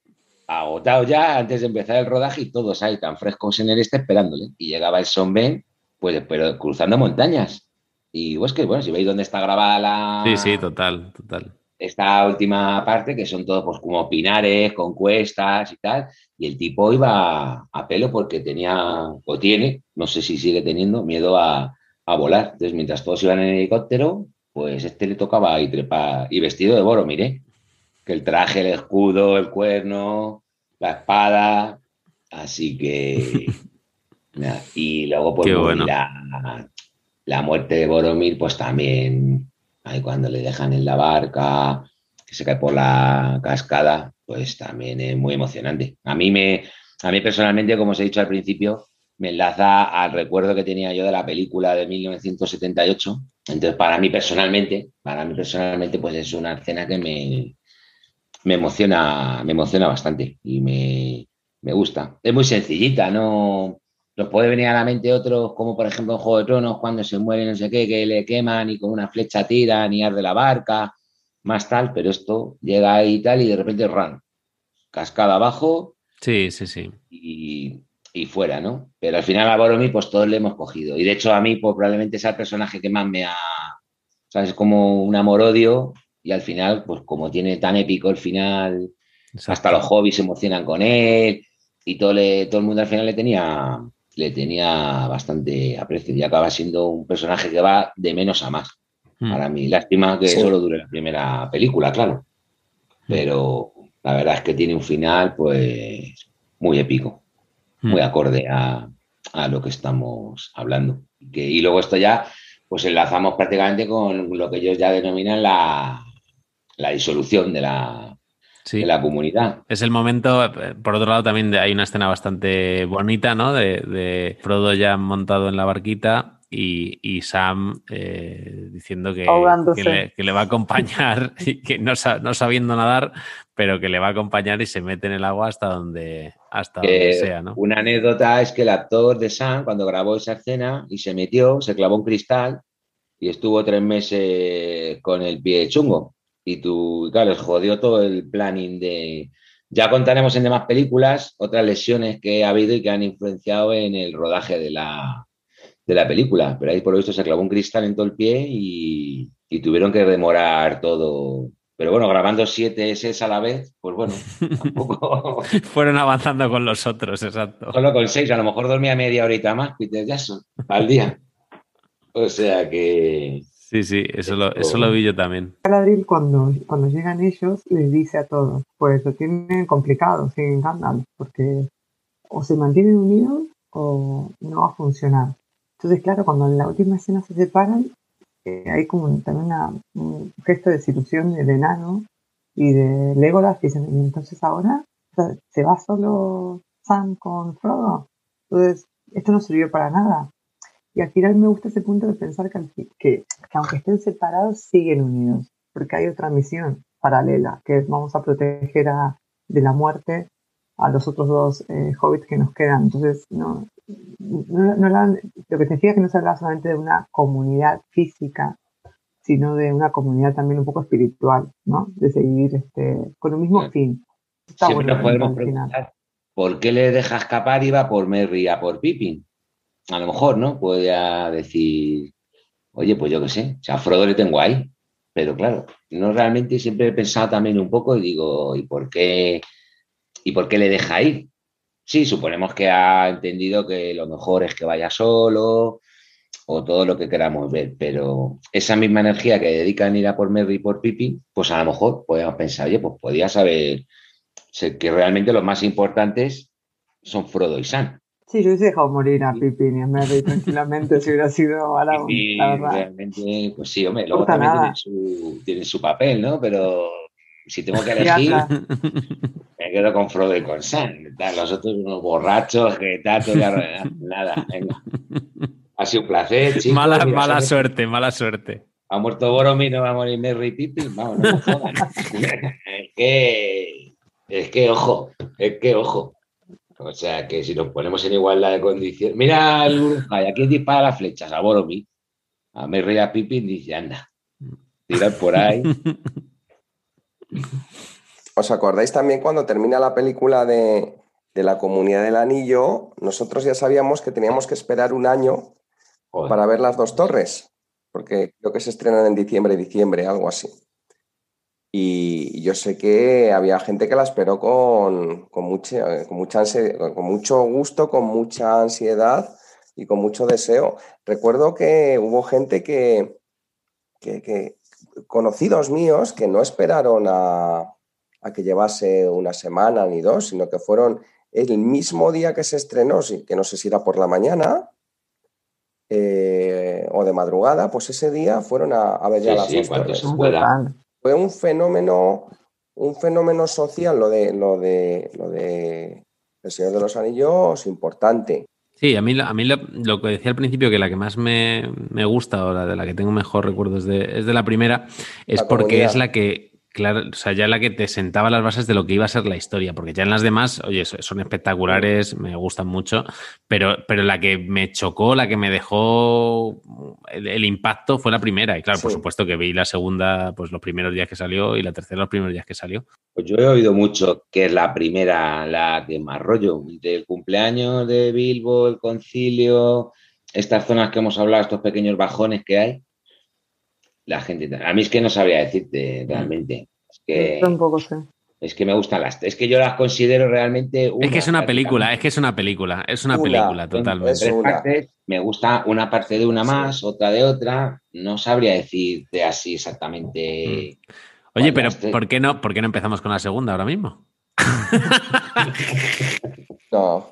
agotado ya antes de empezar el rodaje y todos ahí tan frescos en el este esperándole. Y llegaba el Sean Ben, pues, pero cruzando montañas. Y pues que, bueno, si veis dónde está grabada Sí, sí, la, total, total. esta última parte, que son todos pues, como pinares, con cuestas y tal, y el tipo iba a pelo porque tenía, o tiene, no sé si sigue teniendo, miedo a, a volar. Entonces, mientras todos iban en helicóptero, pues este le tocaba y trepar, y vestido de Boromir, ¿eh? Que el traje, el escudo, el cuerno, la espada, así que... nada. Y luego, pues Qué muy bueno. la, la muerte de Boromir, pues también, ahí cuando le dejan en la barca, que se cae por la cascada, pues también es muy emocionante. A mí me, a mí personalmente, como os he dicho al principio, me enlaza al recuerdo que tenía yo de la película de mil novecientos setenta y ocho. Entonces, para mí personalmente, para mí personalmente, pues es una escena que me, me emociona, me emociona bastante y me, me gusta. Es muy sencillita, no nos puede venir a la mente otros, como por ejemplo en Juego de Tronos, cuando se muere no sé qué, que le queman y con una flecha tiran y arde la barca, más tal, pero esto llega ahí y tal y de repente ran, cascada abajo Sí, sí, sí. y, y fuera, ¿no? Pero al final a Boromir pues todos le hemos cogido y de hecho a mí pues, probablemente sea el personaje que más me ha, ¿sabes? Como un amor-odio y al final pues como tiene tan épico el final, hasta Exacto. los hobbies se emocionan con él y todo, le, todo el mundo al final le tenía, le tenía bastante aprecio y acaba siendo un personaje que va de menos a más. Mm, Para mí, lástima que Sí. solo dure la primera película, claro, mm, pero la verdad es que tiene un final pues muy épico, muy mm. acorde a, a lo que estamos hablando. Que, y luego esto ya pues enlazamos prácticamente con lo que ellos ya denominan la, la disolución de la, de Sí. la comunidad. Es el momento, eh, por otro lado, también de- hay una escena bastante bonita, ¿no? De, de Frodo ya montado en la barquita y, y Sam eh, diciendo que, que Ahogándose. le, que le va a acompañar, y que no, sa- no sabiendo nadar, pero que le va a acompañar y se mete en el agua hasta donde, hasta donde Que sea, ¿no? una anécdota es que el actor de Sam, cuando grabó esa escena y se metió, se clavó un cristal y estuvo tres meses con el pie chungo. Y tú, claro, les jodió todo el planning de... Ya contaremos en demás películas otras lesiones que ha habido y que han influenciado en el rodaje de la, de la película. Pero ahí por lo visto se clavó un cristal en todo el pie y, y tuvieron que demorar todo. Pero bueno, grabando siete sets a la vez, pues bueno, tampoco... Fueron avanzando con los otros, exacto. Solo con seis, a lo mejor dormía media horita más, Peter Jackson, al día. O sea que... Sí, sí, eso lo, eso lo esto- vi yo también. Galadriel cuando, cuando llegan ellos les dice a todos, pues lo tienen complicado sin Gandalf, porque o se mantienen unidos o no va a funcionar. Entonces, claro, cuando en la última escena se separan, eh, hay como un, también una, un gesto de desilusión del enano y de Legolas que dicen, y entonces ahora, o sea, ¿se va solo Sam con Frodo? Entonces, esto no sirvió para nada. Y al final me gusta ese punto de pensar que, que, que aunque estén separados, siguen unidos, porque hay otra misión paralela, que es vamos a proteger a, de la muerte a los otros dos eh, hobbits que nos quedan. Entonces, no, no, no la, lo que significa que no se habla solamente de una comunidad física, sino de una comunidad también un poco espiritual, ¿no? De seguir este, con el mismo fin. Está Siempre bueno nos podemos al final. preguntar por qué le deja escapar y va por Merry a por Pippin. A lo mejor, ¿no? Podría decir, oye, pues yo qué sé, o sea, a Frodo le tengo ahí. Pero claro, no realmente siempre he pensado también un poco y digo, ¿y por qué, y por qué le deja ir? Sí, suponemos que ha entendido que lo mejor es que vaya solo o todo lo que queramos ver, pero esa misma energía que dedican a ir a por Merry y por Pippin, pues a lo mejor podemos pensar, oye, pues podía saber que realmente los más importantes son Frodo y Sam. Sí, yo hubiese dejado morir a Pippin y a Merry tranquilamente si hubiera sido Aragorn, la Y verdad. realmente, pues sí, hombre, No luego importa también nada. tienen su, tienen su papel, ¿no? Pero si tengo que Y elegir, anda. me quedo con Frodo y con Sam. Los otros unos borrachos, que tato, ya nada, venga. Ha sido un placer, chicos. Mala, Mira, mala son- suerte, mala suerte. ha muerto Boromir, no va a morir Merry y Pippin. Vamos, no me jodan. Es que, es que, ojo, es que, ojo. O sea, que si nos ponemos en igualdad de condiciones. Mira el Urunjay, ¿a quién dispara las flechas? A Boromir. A Merry y a Pippin dice, anda, tirar por ahí. ¿Os acordáis también cuando termina la película de, de la Comunidad del Anillo? Nosotros ya sabíamos que teníamos que esperar un año Joder. para ver las dos torres, porque creo que se estrenan en diciembre, diciembre, algo así. Y yo sé que había gente que la esperó con, con, mucha, con, mucha ansi- con mucho gusto, con mucha ansiedad y con mucho deseo. Recuerdo que hubo gente que, que, que conocidos míos que no esperaron a, a que llevase una semana ni dos, sino que fueron el mismo día que se estrenó, sí, que no sé si era por la mañana eh, o de madrugada, pues ese día fueron a, a ver ya Sí, las sí, en dos cuanto torres. se pueda. Fue un fenómeno, un fenómeno social lo de lo de lo de El Señor de los Anillos importante. Sí, a mí, a mí lo, lo que decía al principio, que la que más me, me gusta o la de la que tengo mejor recuerdo es de, es de la primera, es La porque comunidad. es la que, claro, o sea, ya la que te sentaba las bases de lo que iba a ser la historia, porque ya en las demás, oye, son espectaculares, me gustan mucho, pero, pero la que me chocó, la que me dejó el, el impacto fue la primera. Y claro, por Sí. supuesto que vi la segunda pues los primeros días que salió y la tercera los primeros días que salió. Pues yo he oído mucho que es la primera, la que más rollo, del cumpleaños de Bilbo, el concilio, estas zonas que hemos hablado, estos pequeños bajones que hay. La gente, a mí es que no sabría decirte realmente. Es Yo que, tampoco sé. es que me gustan las, es que yo las considero realmente una. Es que es una película, prácticamente. es que es una película, es una Una, película Son es totalmente. tres una. partes, me gusta una parte de una Sí. más, otra de otra. No sabría decirte así exactamente. Mm. Oye, cuál de pero las tres. ¿por qué no, por qué no empezamos con la segunda ahora mismo? No.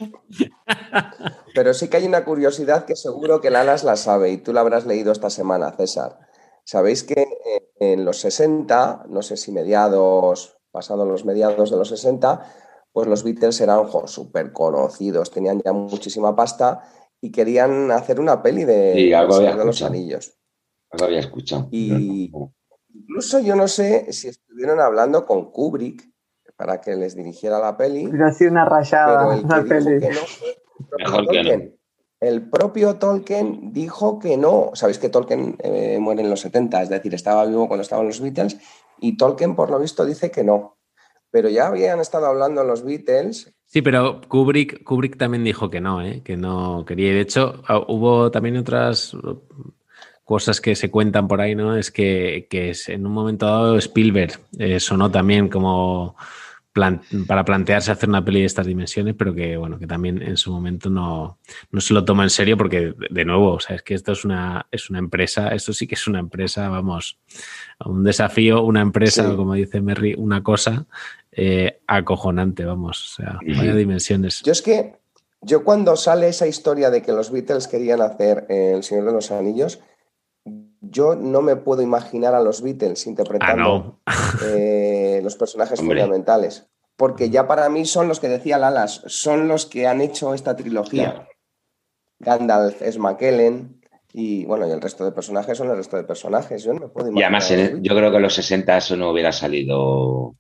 Pero sí que hay una curiosidad que seguro que Lalas la sabe y tú la habrás leído esta semana, César. Sabéis que en los sesenta, no sé si mediados, pasados los mediados de los sesenta, pues los Beatles eran súper conocidos, tenían ya muchísima pasta y querían hacer una peli de, Sí, algo del había Señor de los escuchado. Anillos. Algo había escuchado. Y incluso yo no sé si estuvieron hablando con Kubrick para que les dirigiera la peli, Pero ha sido una pero rayada el que la dijo peli. que no fue el propio Mejor que Tolkien. no. El propio Tolkien dijo que no. Sabéis que Tolkien eh, muere en los setenta, es decir, estaba vivo cuando estaban los Beatles, y Tolkien, por lo visto, dice que no. Pero ya habían estado hablando los Beatles. Sí, pero Kubrick, Kubrick también dijo que no, ¿eh? Que no quería. Y de hecho, hubo también otras cosas que se cuentan por ahí, ¿no? Es que, que en un momento dado Spielberg eh, sonó también como plan, para plantearse hacer una peli de estas dimensiones, pero que bueno, que también en su momento no, no se lo toma en serio porque, de nuevo, o sea, es que esto es una, es una empresa, esto sí que es una empresa, vamos, un desafío, una empresa, sí. Como dice Merry, una cosa eh, acojonante, vamos, o sea, vaya dimensiones. Yo es que, yo cuando sale esa historia de que los Beatles querían hacer eh, El Señor de los Anillos, yo no me puedo imaginar a los Beatles interpretando ah, no. eh, los personajes Hombre. fundamentales, porque ya para mí son los que decía Lalas, son los que han hecho esta trilogía. Claro. Gandalf es McKellen y bueno, y el resto de personajes son el resto de personajes. Yo no me puedo imaginar. Y además, en, yo creo que en los sesenta eso no hubiera salido.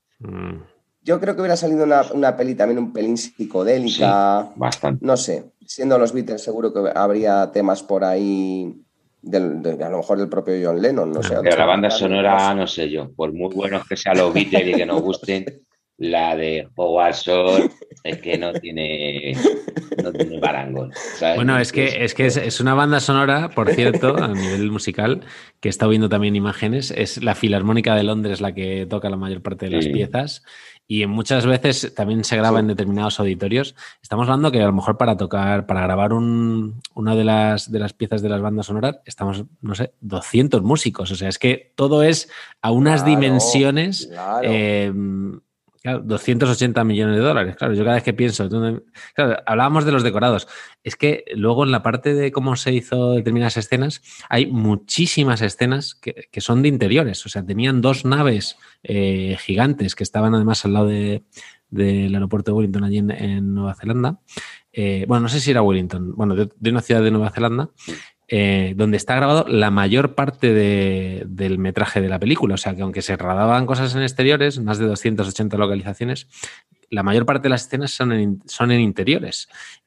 Yo creo que hubiera salido una, una peli también un pelín psicodélica. Sí, bastante. No sé, siendo los Beatles seguro que habría temas por ahí. Del, de, a lo mejor del propio John Lennon, no sé. Pero la banda sonora, no sé yo, por muy buenos que sean los Beatles y que nos gusten, la de Howard Shore es que no tiene, no tiene parangón, ¿sabes? Bueno, es que, es, que es, es una banda sonora, por cierto, a nivel musical, que he estado viendo también imágenes, es la Filarmónica de Londres la que toca la mayor parte de las sí. piezas. Y muchas veces también se graba sí. en determinados auditorios. Estamos hablando que a lo mejor para tocar, para grabar un, una de las, de las piezas de las bandas sonoras, estamos, no sé, doscientos músicos. O sea, es que todo es a unas claro, dimensiones... Claro. Eh, Claro, doscientos ochenta millones de dólares. Claro, yo cada vez que pienso... Claro, hablábamos de los decorados. Es que luego en la parte de cómo se hizo determinadas escenas, hay muchísimas escenas que, que son de interiores. O sea, tenían dos naves eh, gigantes que estaban además al lado de, del aeropuerto de Wellington allí en, en Nueva Zelanda. Eh, bueno, no sé si era Wellington. Bueno, de, de una ciudad de Nueva Zelanda. Eh, donde está grabado la mayor parte de, del metraje de la película. O sea, que aunque se rodaban cosas en exteriores, más de doscientas ochenta localizaciones, la mayor parte de las escenas son en, son en interiores.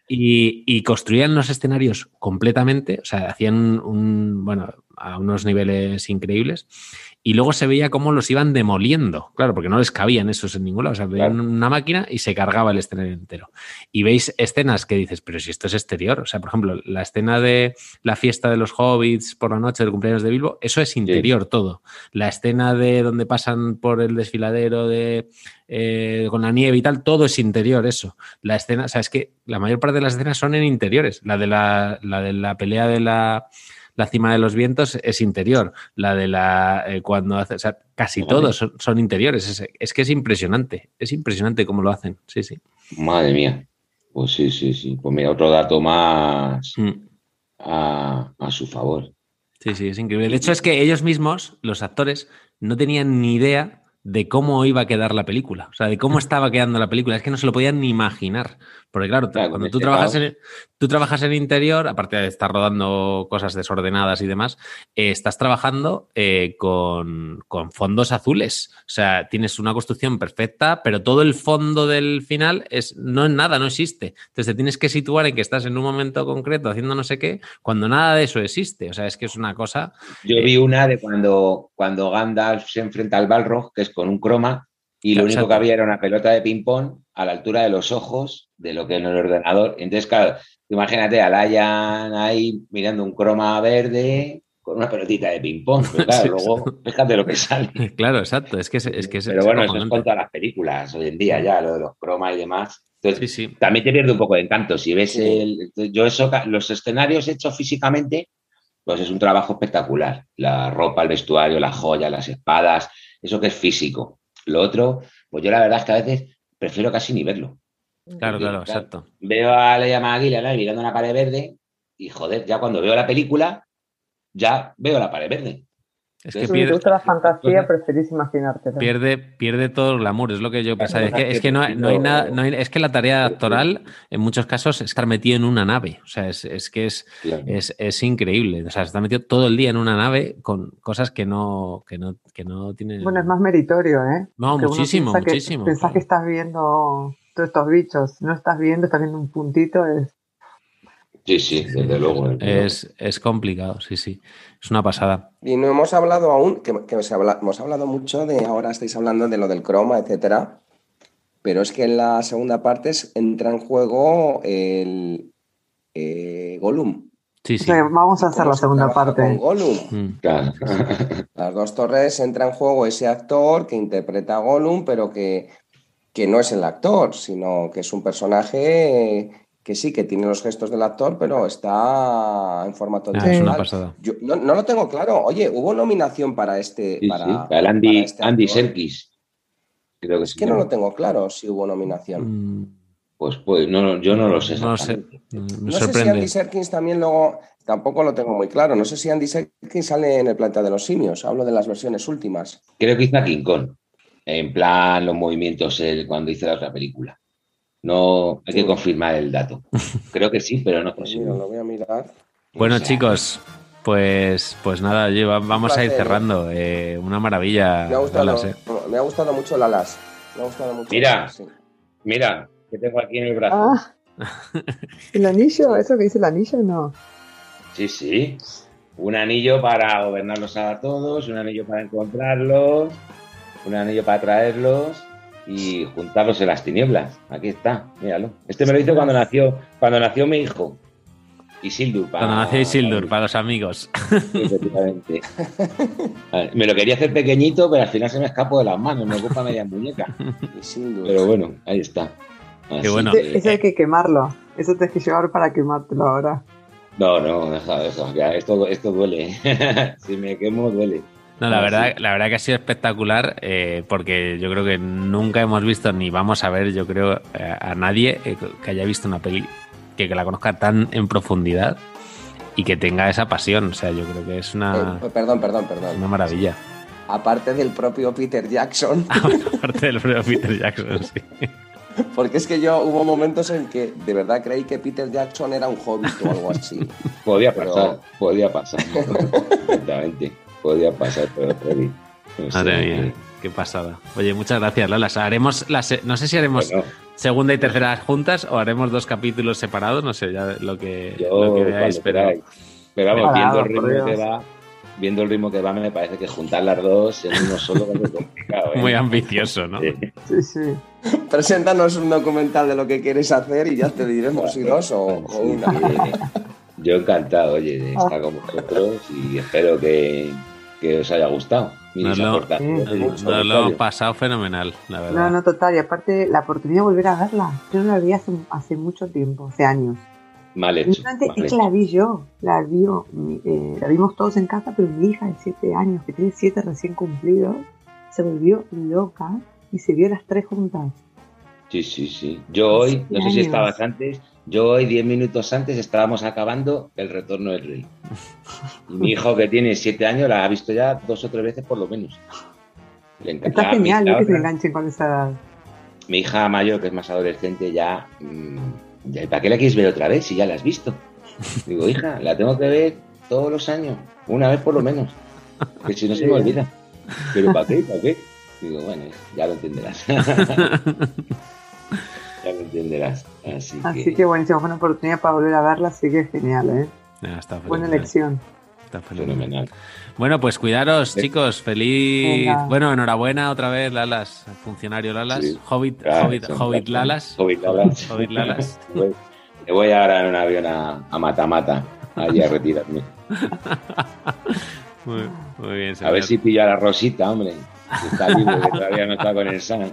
Y, y construían los escenarios completamente, o sea, hacían un, bueno, a unos niveles increíbles. Y luego se veía cómo los iban demoliendo, claro, porque no les cabían esos en ningún lado. O sea, veían claro. una máquina y se cargaba el escenario entero. Y veis escenas que dices, pero si esto es exterior. O sea, por ejemplo, la escena de la fiesta de los hobbits por la noche del cumpleaños de Bilbo, eso es interior sí. todo. La escena de donde pasan por el desfiladero de eh, con la nieve y tal, todo es interior, eso. La escena, o sea, es que la mayor parte de las escenas son en interiores. La de la, la, de la pelea de la... La cima de los vientos es interior. La de la... Eh, cuando hace... O sea, casi Madre todos son, son interiores. Es, es que es impresionante. Es impresionante cómo lo hacen. Sí, sí. Madre mía. Pues sí, sí, sí. Pues mira, otro dato más mm. a, a su favor. Sí, sí, es increíble. De hecho, es que ellos mismos, los actores, no tenían ni idea de cómo iba a quedar la película. O sea, de cómo estaba quedando la película. Es que no se lo podían ni imaginar. Porque claro, claro cuando tú trabajas, en, tú trabajas en interior, aparte de estar rodando cosas desordenadas y demás, eh, estás trabajando eh, con, con fondos azules. O sea, tienes una construcción perfecta, pero todo el fondo del final es, no es nada, no existe. Entonces te tienes que situar en que estás en un momento concreto haciendo no sé qué, cuando nada de eso existe. O sea, es que es una cosa... Yo eh, vi una de cuando, cuando Gandalf se enfrenta al Balrog, que es con un croma, y claro, lo único exacto. que había era una pelota de ping-pong a la altura de los ojos de lo que es el ordenador. Entonces, claro, imagínate a Layan ahí mirando un croma verde con una pelotita de ping-pong. Pero claro, sí, luego fíjate lo que sale. Claro, exacto. Es que es, es que es, Pero es bueno, eso es con todas las películas hoy en día ya, lo de los cromas y demás. Entonces, sí, sí. también te pierde un poco de encanto. Si ves el... Yo eso, los escenarios hechos físicamente, pues es un trabajo espectacular. La ropa, el vestuario, las joyas, las espadas, eso que es físico. Lo otro, pues yo la verdad es que a veces prefiero casi ni verlo. Claro, claro, exacto. Veo a Leia McGillian mirando una pared verde y, joder, ya cuando veo la película, ya veo la pared verde. Es que pierde, si te gusta la fantasía, preferís imaginártela. Pierde, pierde todo el glamour, es lo que yo pensaba. Es que, es que no, hay, no hay nada, no hay, es que la tarea actoral, en muchos casos, es estar metido en una nave. O sea, es, es que es, claro. es, es increíble. O sea, estar metido todo el día en una nave con cosas que no, que no, que no tienen. Bueno, es más meritorio, ¿eh? No, porque muchísimo, piensa muchísimo. Que, pensás claro. que estás viendo todos estos bichos. No estás viendo, estás viendo un puntito. Es... Sí, sí, desde luego. Desde es, luego. es complicado, sí, sí. Es una pasada. Y no hemos hablado aún, que, que se habla, hemos hablado mucho de, ahora estáis hablando de lo del croma, etcétera, pero es que en la segunda parte entra en juego el eh, Gollum. Sí, sí. O sea, vamos a hacer la segunda parte. Con Gollum. Mm. Claro. Las dos torres entra en juego ese actor que interpreta a Gollum, pero que que no es el actor, sino que es un personaje que sí, que tiene los gestos del actor, pero está en formato Ah, digital. es una pasada. Yo no, no lo tengo claro. Oye, ¿hubo nominación para este? Sí, para, sí, para el Andy, para este Andy actor? Serkis. Creo que Es se que no llama. lo tengo claro si hubo nominación. Mm, Pues, pues no, no, yo no lo sé no lo sé. exactamente. Me No sé si sorprende. Andy Serkis también luego, tampoco lo tengo muy claro. No sé si Andy Serkis sale en el Planeta de los Simios. Hablo de las versiones últimas. Creo que hizo a King Kong. En plan, los movimientos él cuando hizo la otra película. No, hay que Sí. confirmar el dato. Creo que sí, pero no estoy Pues mira, seguro. lo voy a mirar. Bueno, O sea, chicos, pues, pues nada, oye, va- vamos a ir placer, cerrando. Eh, una maravilla, Me ha gustado, Lalas, eh. me ha gustado mucho Lalas. Me ha gustado mucho. Mira. Lalas, sí. Mira, que tengo aquí en el brazo. Ah, ¿el anillo? ¿Eso que dice el anillo? No. Sí, sí. Un anillo para gobernarlos a todos, un anillo para encontrarlos, un anillo para traerlos y juntarlos en las tinieblas. Aquí está, míralo. Este me lo hizo cuando nació, cuando nació mi hijo. Isildur. Para, Cuando nació Isildur, para, para los amigos. efectivamente. Me lo quería hacer pequeñito, pero al final se me escapó de las manos, me ocupa media muñeca. Isildur. Pero bueno, ahí está. Así Qué bueno. que- Eso hay que quemarlo. Eso tienes que llevar para quemártelo ahora. No, no, deja, deja. Ya, esto, esto duele. Si me quemo, duele. No, la Ah, verdad, sí. la verdad que ha sido espectacular, eh, porque yo creo que nunca hemos visto ni vamos a ver, yo creo, eh, a nadie eh, que haya visto una peli que, que la conozca tan en profundidad y que tenga esa pasión. O sea, yo creo que es una, Eh, perdón, perdón, perdón. una maravilla. Aparte del propio Peter Jackson, Aparte del propio Peter Jackson, sí. porque es que yo hubo momentos en que de verdad creí que Peter Jackson era un hobbit o algo así. Podía Pero- pasar, podía pasar. Exactamente. Podía pasar, pero Freddy. No sé, Madre mía, eh, qué pasada. Oye, muchas gracias, Lola. Haremos la se- no sé si haremos bueno, segunda y tercera juntas o haremos dos capítulos separados, no sé, ya lo que, yo lo que cuando veáis, pero queráis. Pero vamos, Parado, viendo el por ritmo Dios. que va, viendo el ritmo que va, me parece que juntar las dos en uno solo va a ser complicado. ¿eh? muy ambicioso, ¿no? Sí. Sí, sí. Preséntanos un documental de lo que quieres hacer y ya te diremos si dos o, o Sí, una. sí. Yo encantado, oye, de estar con vosotros y espero que, que os haya gustado. Mis Nos lo- aportaciones Sí, y Nos mis lo hemos comentarios. pasado fenomenal, la verdad. No, no, total. Y aparte, la oportunidad de volver a verla. Yo no la vi hace, hace mucho tiempo, hace años. Mal Y hecho. realmente mal es que hecho. la vi yo. La, vio, mi- eh, la vimos todos en casa, pero mi hija de siete años, que tiene siete recién cumplidos, se volvió loca y se vio las tres juntas. Sí, sí, sí. Yo hoy, no sé si años. estabas antes, yo hoy, diez minutos antes, estábamos acabando El Retorno del Rey. Y mi hijo, que tiene siete años, la ha visto ya dos o tres veces por lo menos. Le encanta. Está La- genial, mi, ¿no? la Que se otra- enganchen con esa edad. mi hija mayor, que es más adolescente, ya, mm, ya, ¿para qué la quieres ver otra vez si ya la has visto? Digo, hija, la tengo que ver todos los años, una vez por lo menos, que si no se me olvida. ¿Pero para qué? ¿Para qué? Digo, bueno, ya lo entenderás. Ya lo entenderás. Así, Así que, que buenísimo, fue una oportunidad para volver a verla, así que genial, ¿eh? Ya, está Buena fenomenal, elección. está fenomenal. fenomenal. Bueno, pues cuidaros, Eh. chicos. Feliz. Venga. Bueno, enhorabuena otra vez, Lalas. Funcionario Lalas. Sí. Hobbit, Ah, Hobbit, son Hobbit placer. Lalas. Hobbit Lalas. Hobbit Lalas. Me voy- me voy ahora en un avión a, a Mata-Mata, allí a retirarme. Muy, muy bien, A señor. ver si pillo a la Rosita, hombre. Que está libre, que todavía no está con el San.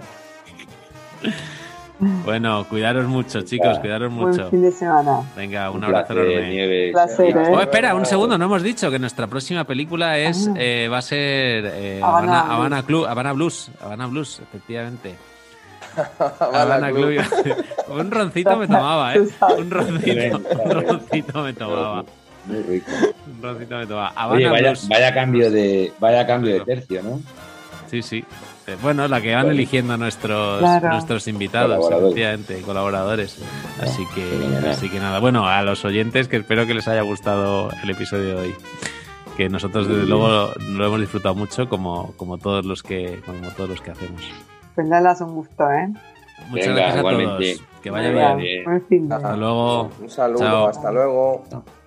Bueno, cuidaros mucho, chicos. Cuidaros Buen mucho. fin de semana. Venga, un, Un abrazo placer, enorme. Nieves. Placer, Hasta ¿eh? Oh, luego. espera, un segundo, no hemos dicho que nuestra próxima película es Ah. eh, va a ser eh, Habana Habana, Blues. Habana Club, Habana Blues, Habana Blues, efectivamente. Habana Habana Club. Club. Un roncito me tomaba, ¿eh? Un roncito, un roncito me tomaba. Muy rico. Un roncito me tomaba. Habana Oye, vaya, Blues. vaya cambio de vaya cambio de tercio, ¿no? Sí, sí. Eh, Bueno, la que van Bueno. eligiendo nuestros Claro. nuestros invitados, Colaboradores. efectivamente, colaboradores. Así que, fenomenal. así que nada. Bueno, a los oyentes que espero que les haya gustado el episodio de hoy. Que nosotros desde luego lo hemos disfrutado mucho, como, como todos los que como todos los que hacemos. Pues Lala, es un gusto, ¿eh? Muchas Venga, gracias a igualmente. todos. Que vaya Venga, bien. bien. buen fin de. Hasta luego. Un saludo, Chao. hasta luego. No.